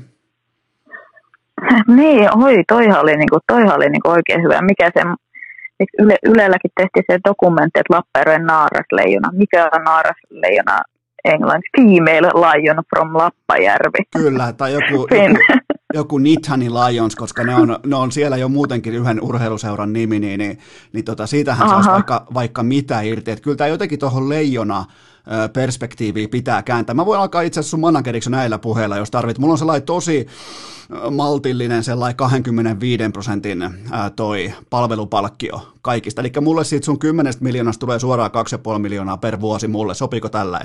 Niin, oi, toihan oli, niinku, toihan oli niinku oikein hyvä. Mikä se, Yle, Ylelläkin tehtiin se dokumentti, että Lappajärven naarasleijona. Mikä on naarasleijona englanniksi? Female lion from Lappajärvi. Kyllä, tai joku, joku, joku Nithani Lions, koska ne on, ne on siellä jo muutenkin yhden urheiluseuran nimi, niin, niin, niin tota, siitähän saisi vaikka, vaikka mitä irti. Että kyllä tämä jotenkin tuohon leijona perspektiiviä pitää kääntää. Mä voin alkaa itse asiassa sun manageriksi näillä puheilla, jos tarvit. Mulla on sellainen tosi maltillinen sellainen kaksikymmentäviisi prosentin ää, toi palvelupalkkio kaikista. Eli mulle siitä sun kymmenestä miljoonasta tulee suoraan kaksi pilkku viisi miljoonaa per vuosi mulle. Sopiiko tälläin?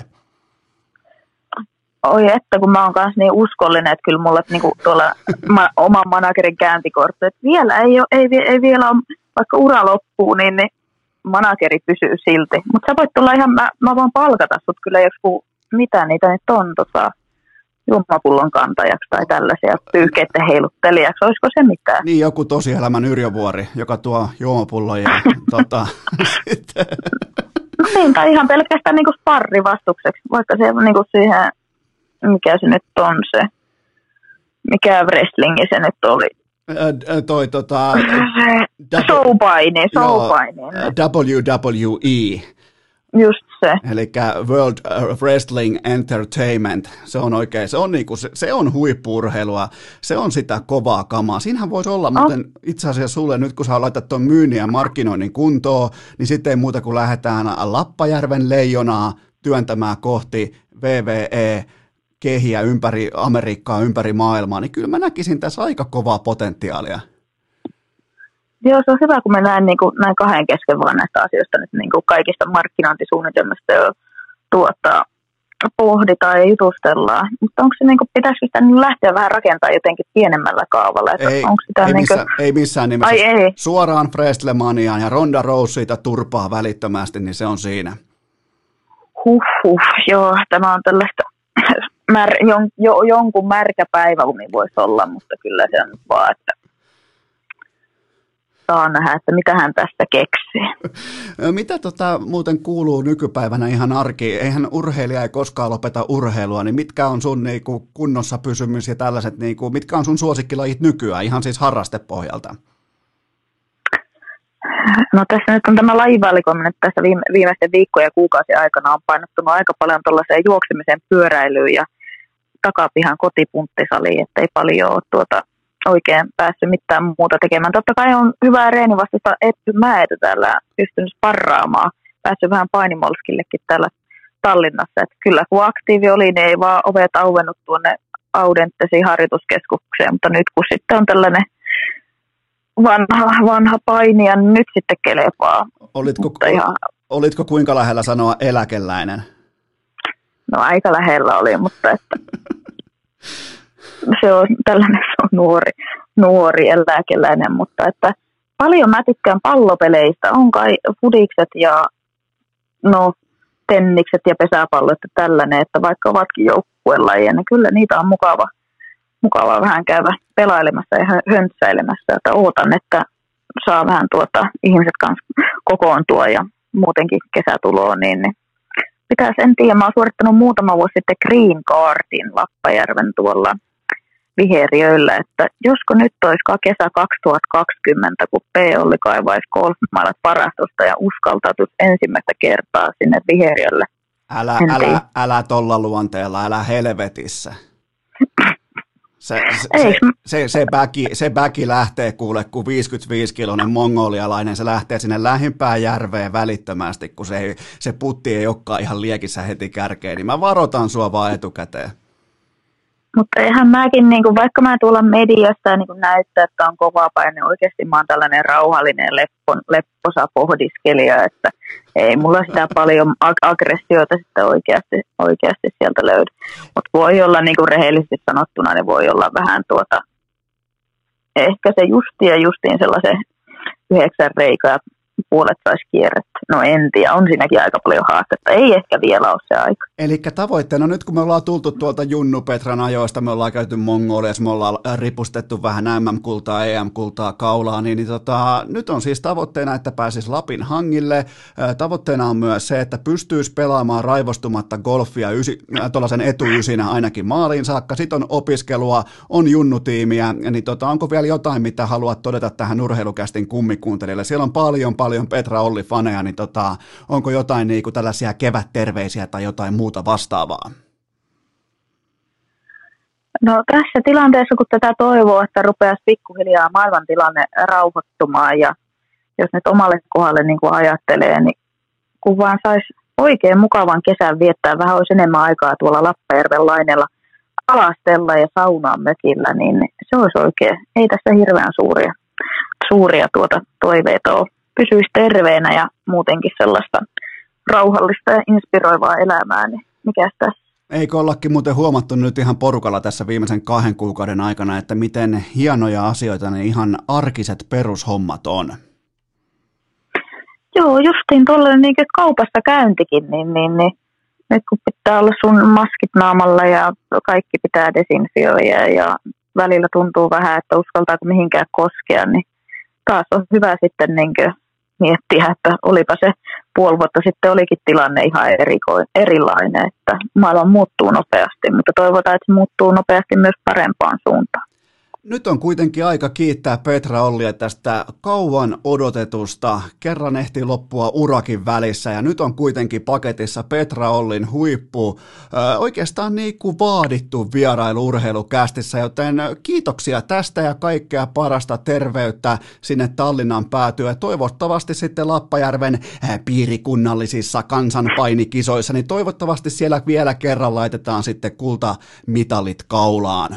Oi että, kun mä oon kanssa niin uskollinen, että kyllä mulla niinku tuolla ma- oman managerin käyntikortti, että vielä ei, ole, ei, ei vielä ole, vaikka ura loppuu, niin, niin manageri pysyy silti. Mutta sä voit tulla ihan, mä, mä voin palkata sut kyllä joku, mitä niitä nyt on, tota, juomapullon kantajaksi tai tällaisia pyyhkeiden heiluttelijaksi, olisiko se mitään? Niin, joku tosielämän Yrjövuori, joka tuo juomapullon ja tota, sitten. No niin, tai ihan pelkästään niinku sparri vastukseksi, vaikka se niinku siihen, mikä se nyt on se, mikä wrestlingi se nyt oli. Ä, toi tota... Showpaini, showpaini. W W E. Just se. Eli World Wrestling Entertainment, se on oikein, se on, niinku, se, se on huippu-urheilua, se on sitä kovaa kamaa. Siinähän voisi olla, no. Muuten itse asiassa sulle nyt, kun sä laitat tuon myynnin ja markkinoinnin kuntoon, niin sitten ei muuta kuin lähdetään Lappajärven leijonaa työntämään kohti W W E kehiä ympäri Amerikkaa, ympäri maailmaa, niin kyllä mä näkisin tässä aika kovaa potentiaalia. Joo, se on hyvä, kun me näen, niin kuin, näin kahden kesken vaan näistä asioista nyt niin kuin kaikista markkinointisuunnitelmista jo tuota, pohditaan ja jutustellaan. Mutta onko se, niin kuin, pitäisikö sitä niin lähteä vähän rakentamaan jotenkin pienemmällä kaavalla? Että ei, onko sitä, ei, niin missään, kuin... ei missään nimessä. Ai, ei. Suoraan Wrestlemaniaan ja Ronda Rouseyta turpaa välittömästi, niin se on siinä. Huh, huh, joo, tämä on tällaista... Mär, jon, jo, jonkun märkä päiväuni voisi olla, mutta kyllä se on vaan, että saa nähdä, että mitä hän tästä keksii. Mitä tota muuten kuuluu nykypäivänä ihan arki? Eihän urheilija ei koskaan lopeta urheilua, niin mitkä on sun niinku kunnossa pysymys ja tällaiset, niinku, mitkä on sun suosikkilajit nykyään, ihan siis harrastepohjalta? No tässä nyt on tämä lajivalikoiminen, että tässä viime, viimeisten viikkojen ja kuukausien aikana on painottunut aika paljon tuollaiseen juoksemiseen, pyöräilyyn ja takapihan kotipunttisaliin, että ei paljon ole tuota oikein päässyt mitään muuta tekemään. Totta kai on hyvää reenivastasta Etty Mäetä täällä pystynyt sparraamaan, päässyt vähän painimolskillekin täällä Tallinnassa. Että kyllä kun aktiivi oli, niin ei vaan ovet auennut tuonne Audenttesiin harjoituskeskukseen, mutta nyt kun sitten on tällainen vanha, vanha painija, niin nyt sitten kelepaa. Olitko, ihan... olitko kuinka lähellä sanoa eläkeläinen? No aika lähellä oli, mutta että se on tällainen se on nuori, nuori eläkeläinen, mutta että paljon mä tykkään pallopeleistä, on kai fudikset ja no tennikset ja pesäpallot ja tällainen, että vaikka ovatkin joukkuelajia, niin kyllä niitä on mukava, mukava vähän käydä pelailemassa ja höntsäilemässä, että ootan, että saa vähän tuota ihmiset kanssa kokoontua ja muutenkin kesä tuloo, niin, niin pitäisi, en tiedä, mä oon suorittanut muutama vuosi sitten Green Cardin Lappajärven tuolla Viheriöillä, että josko nyt olisikaan kesä kaksituhattakaksikymmentä, kun P. Olli kaivaisi golfmailat varastosta ja uskaltautuisi ensimmäistä kertaa sinne Viheriölle. Älä, älä, älä tolla luonteella, älä helvetissä. Se, se, se, se, se, bäki, se bäki lähtee kuule, kun viisikymmentäviisi-kiloinen mongolialainen, se lähtee sinne lähimpään järveen välittömästi, kun se, ei, se putti ei olekaan ihan liekissä heti kärkeen, niin mä varoitan sua vaan etukäteen. Mutta eihän mäkin, niin kuin, vaikka mä tuolla mediasta ja niin näyttää, että on kova paine, niin oikeasti mä oon tällainen rauhallinen leppon, lepposa pohdiskelija, että ei mulla sitä paljon ag- aggressioita sitten oikeasti, oikeasti sieltä löydy. Mutta voi olla niin kuin rehellisesti sanottuna, niin voi olla vähän tuota ehkä se justiin ja justiin sellaisen yhdeksän reikaa puolet saisi kierrettä. No en tiedä, on siinäkin aika paljon haastetta. Ei ehkä vielä ole se aika. Eli tavoitteena nyt kun me ollaan tultu tuolta Junnu Petran ajoista, me ollaan käyty Mongoliassa, me ollaan ripustettu vähän M M-kultaa, E M-kultaa kaulaan, niin, niin tota, nyt on siis tavoitteena, että pääsisi Lapin hangille. Tavoitteena on myös se, että pystyisi pelaamaan raivostumatta golfia tuollaisen etuysinä ainakin maaliin saakka. Sitten on opiskelua, on Junnu-tiimiä, niin tota, onko vielä jotain, mitä haluat todeta tähän Urheilukästin kummikuuntelijalle? Siellä on paljon, paljon Petra Olli-faneja, niin tota, onko jotain niin kuin tällaisia kevätterveisiä tai jotain muuta vastaavaa? No tässä tilanteessa, kun tätä toivoo, että rupeaisi pikkuhiljaa maailmantilanne rauhoittumaan ja jos nyt omalle kohdalle niin kuin ajattelee, niin kun vaan saisi oikein mukavan kesän viettää, vähän olisi enemmän aikaa tuolla Lappajärven laineella alastella ja saunaa mökillä, niin se olisi oikein, ei tässä hirveän suuria, suuria tuota toiveita ole. Pysyisi terveenä ja muutenkin sellaista rauhallista ja inspiroivaa elämää, niin mikäs tässä? Eikö ollakin muuten huomattu nyt ihan porukalla tässä viimeisen kahden kuukauden aikana, että miten hienoja asioita ne ihan arkiset perushommat on? Joo, justiin tuollainen niin kaupassa käyntikin, niin, niin, niin nyt kun pitää olla sun maskit naamalla ja kaikki pitää desinfioida ja välillä tuntuu vähän, että uskaltaako mihinkään koskea, niin taas on hyvä sitten niin miettiä, että olipa se puoli vuotta sitten olikin tilanne ihan erikoin, erilainen, että maailma muuttuu nopeasti, mutta toivotaan, että se muuttuu nopeasti myös parempaan suuntaan. Nyt on kuitenkin aika kiittää Petra Ollia tästä kauan odotetusta, kerran ehti loppua urakin välissä ja nyt on kuitenkin paketissa Petra Ollin huippu, ö, oikeastaan niin kuin vaadittu vierailu Urheilukästissä, joten kiitoksia tästä ja kaikkea parasta terveyttä sinne Tallinnan päätyä. Toivottavasti sitten Lappajärven piirikunnallisissa kansanpainikisoissa, niin toivottavasti siellä vielä kerran laitetaan sitten kultamitalit kaulaan.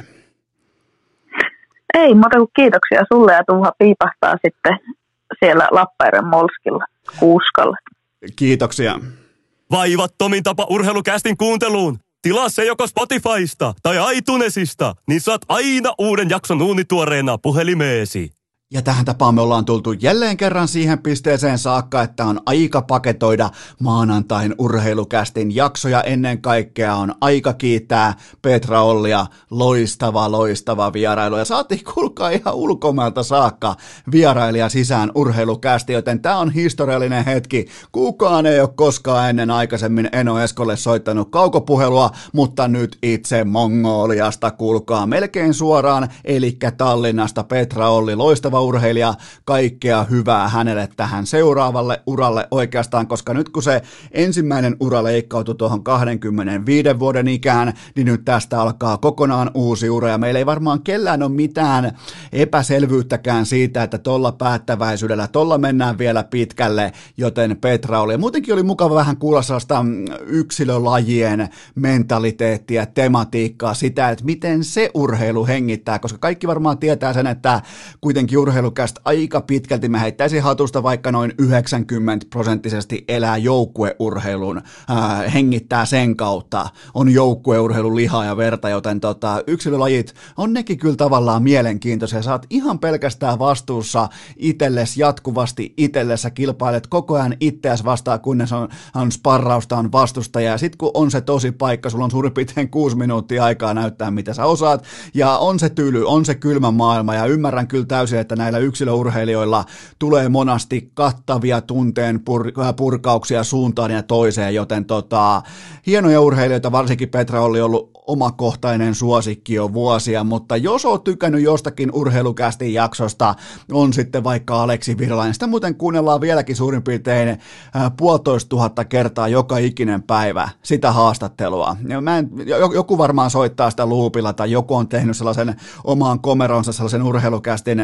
Ei muuta kuin kiitoksia sulle ja Tuuha piipahtaa sitten siellä Lappajärven molskilla, kuuskalla. Kiitoksia. Vaivattomin tapa Urheilukästin kuunteluun. Tilaa se joko Spotifysta tai iTunesista, niin saat aina uuden jakson uunituoreena puhelimeesi. Ja tähän tapaan me ollaan tultu jälleen kerran siihen pisteeseen saakka, että on aika paketoida maanantain Urheilukästin jaksoja. Ennen kaikkea on aika kiittää Petra Ollia. Loistava, loistava vierailu. Ja saatiin kuulkaa ihan ulkomailta saakka vierailija sisään Urheilukästi, joten tämä on historiallinen hetki. Kukaan ei ole koskaan ennen aikaisemmin Eno Eskolle soittanut kaukopuhelua, mutta nyt itse Mongoliasta kuulkaa melkein suoraan, eli Tallinnasta Petra Olli. Loistava urheilija, kaikkea hyvää hänelle tähän seuraavalle uralle oikeastaan, koska nyt kun se ensimmäinen ura leikkautui tuohon kaksikymmentäviisi vuoden ikään, niin nyt tästä alkaa kokonaan uusi ura ja meillä ei varmaan kellään ole mitään epäselvyyttäkään siitä, että tolla päättäväisyydellä, tolla mennään vielä pitkälle, joten Petra oli. Ja muutenkin oli mukava vähän kuulla sellaista yksilölajien mentaliteettia, tematiikkaa, sitä, että miten se urheilu hengittää, koska kaikki varmaan tietää sen, että kuitenkin Urheilukästä aika pitkälti mä heittäisin hatusta vaikka noin yhdeksänkymmentä prosenttisesti elää joukkueurheilun, ää, hengittää sen kautta, on joukkueurheilun lihaa ja verta, joten tota, yksilölajit on nekin kyllä tavallaan mielenkiintoisia, sä oot ihan pelkästään vastuussa itsellesi jatkuvasti, itsellesi kilpailet koko ajan itseäsi vastaan, kunnes on, on sparrausta, on vastustaja ja sit kun on se tosi paikka, sulla on suurin piirtein kuusi minuuttia aikaa näyttää mitä sä osaat ja on se tyly, on se kylmä maailma ja ymmärrän kyllä täysin, että näillä yksilöurheilijoilla tulee monasti kattavia tunteen pur- purkauksia suuntaan ja toiseen, joten tota, hienoja urheilijoita, varsinkin Petra oli ollut omakohtainen suosikki jo vuosia, mutta jos oot tykännyt jostakin Urheilukästin jaksosta, on sitten vaikka Aleksi Virolainen, sitä muuten kuunnellaan vieläkin suurin piirtein puolitoista tuhatta kertaa joka ikinen päivä sitä haastattelua. Ja mä en, joku varmaan soittaa sitä loopilla tai joku on tehnyt sellaisen omaan komeronsa sellaisen Urheilukästin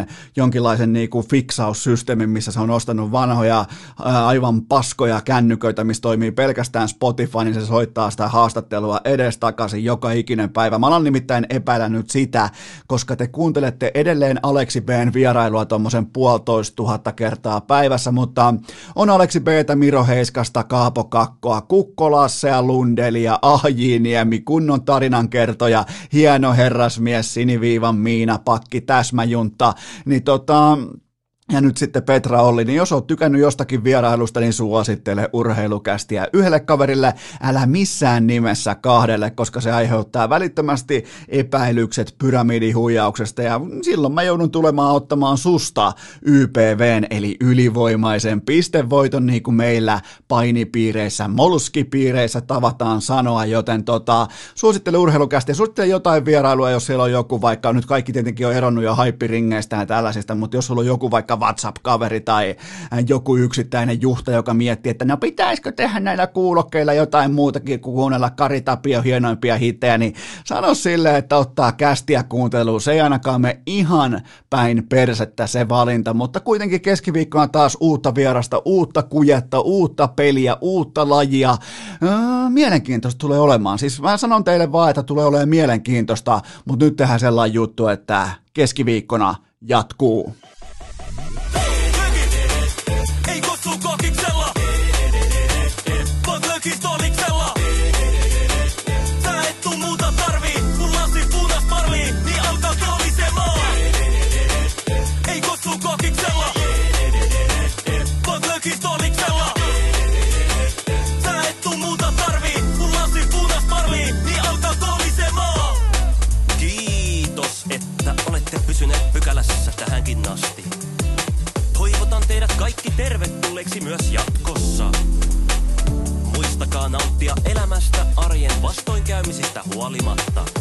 jonkinlaisen niinku fiksaussysteemin, missä se on ostanut vanhoja ää, aivan paskoja kännyköitä, missä toimii pelkästään Spotify, niin se soittaa sitä haastattelua edestakaisin joka ikinen päivä. Mä alan nimittäin epäillä nyt sitä, koska te kuuntelette edelleen Aleksi B:n vierailua tuommoisen puolitoista tuhatta kertaa päivässä, mutta on Aleksi B:tä, Miro Heiskasta, Kaapo Kakkoa, Kukkolassea, Lundelia, Ahjiniemi, kunnon tarinankertoja, hieno herrasmies, siniviivan Miina, pakki, täsmäjunta, niin tota... Ja nyt sitten Petra Olli, niin jos oot tykännyt jostakin vierailusta, niin suosittele Urheilukästiä yhdelle kaverille, älä missään nimessä kahdelle, koska se aiheuttaa välittömästi epäilykset pyramidihuijauksesta, ja silloin mä joudun tulemaan ottamaan susta Y P V:n, eli ylivoimaisen pistevoiton, niin kuin meillä painipiireissä, molskipiireissä tavataan sanoa, joten tota, suosittele Urheilukästiä, suosittele jotain vierailua, jos siellä on joku, vaikka nyt kaikki tietenkin on eronnut jo haippiringeistä ja tällaisista, mutta jos sulla on joku vaikka WhatsApp-kaveri tai joku yksittäinen juhta, joka miettii, että no pitäisikö tehdä näillä kuulokkeilla jotain muutakin kuin kuunnella Kari Tapion hienoimpia hittejä, niin sano silleen, että ottaa kästiä kuunteluun. Se ei ainakaan me ihan päin persettä se valinta, mutta kuitenkin keskiviikkona taas uutta vierasta, uutta kujetta, uutta peliä, uutta lajia. Öö, mielenkiintoista tulee olemaan. Siis mä sanon teille vaan, että tulee olemaan mielenkiintoista, mutta nyt tehdään sellainen juttu, että keskiviikkona jatkuu. Ei kutsu kokiksella, vaan lökin toliksella. Sä et tuu muuta tarvii, kun lasi punas parlii, niin alkaa kolisemaan. Ei kutsu kokiksella, vaan lökin toliksella. Sä et tuu muuta tarvii, kun lasi punas parlii, niin alkaa kolisemaan. Kiitos, että olette pysyneet pykälässä tähänkin asti. Toivotan teidät kaikki tervetulleeksi myös jatkossa. Muistakaa nauttia elämästä arjen vastoinkäymisistä huolimatta.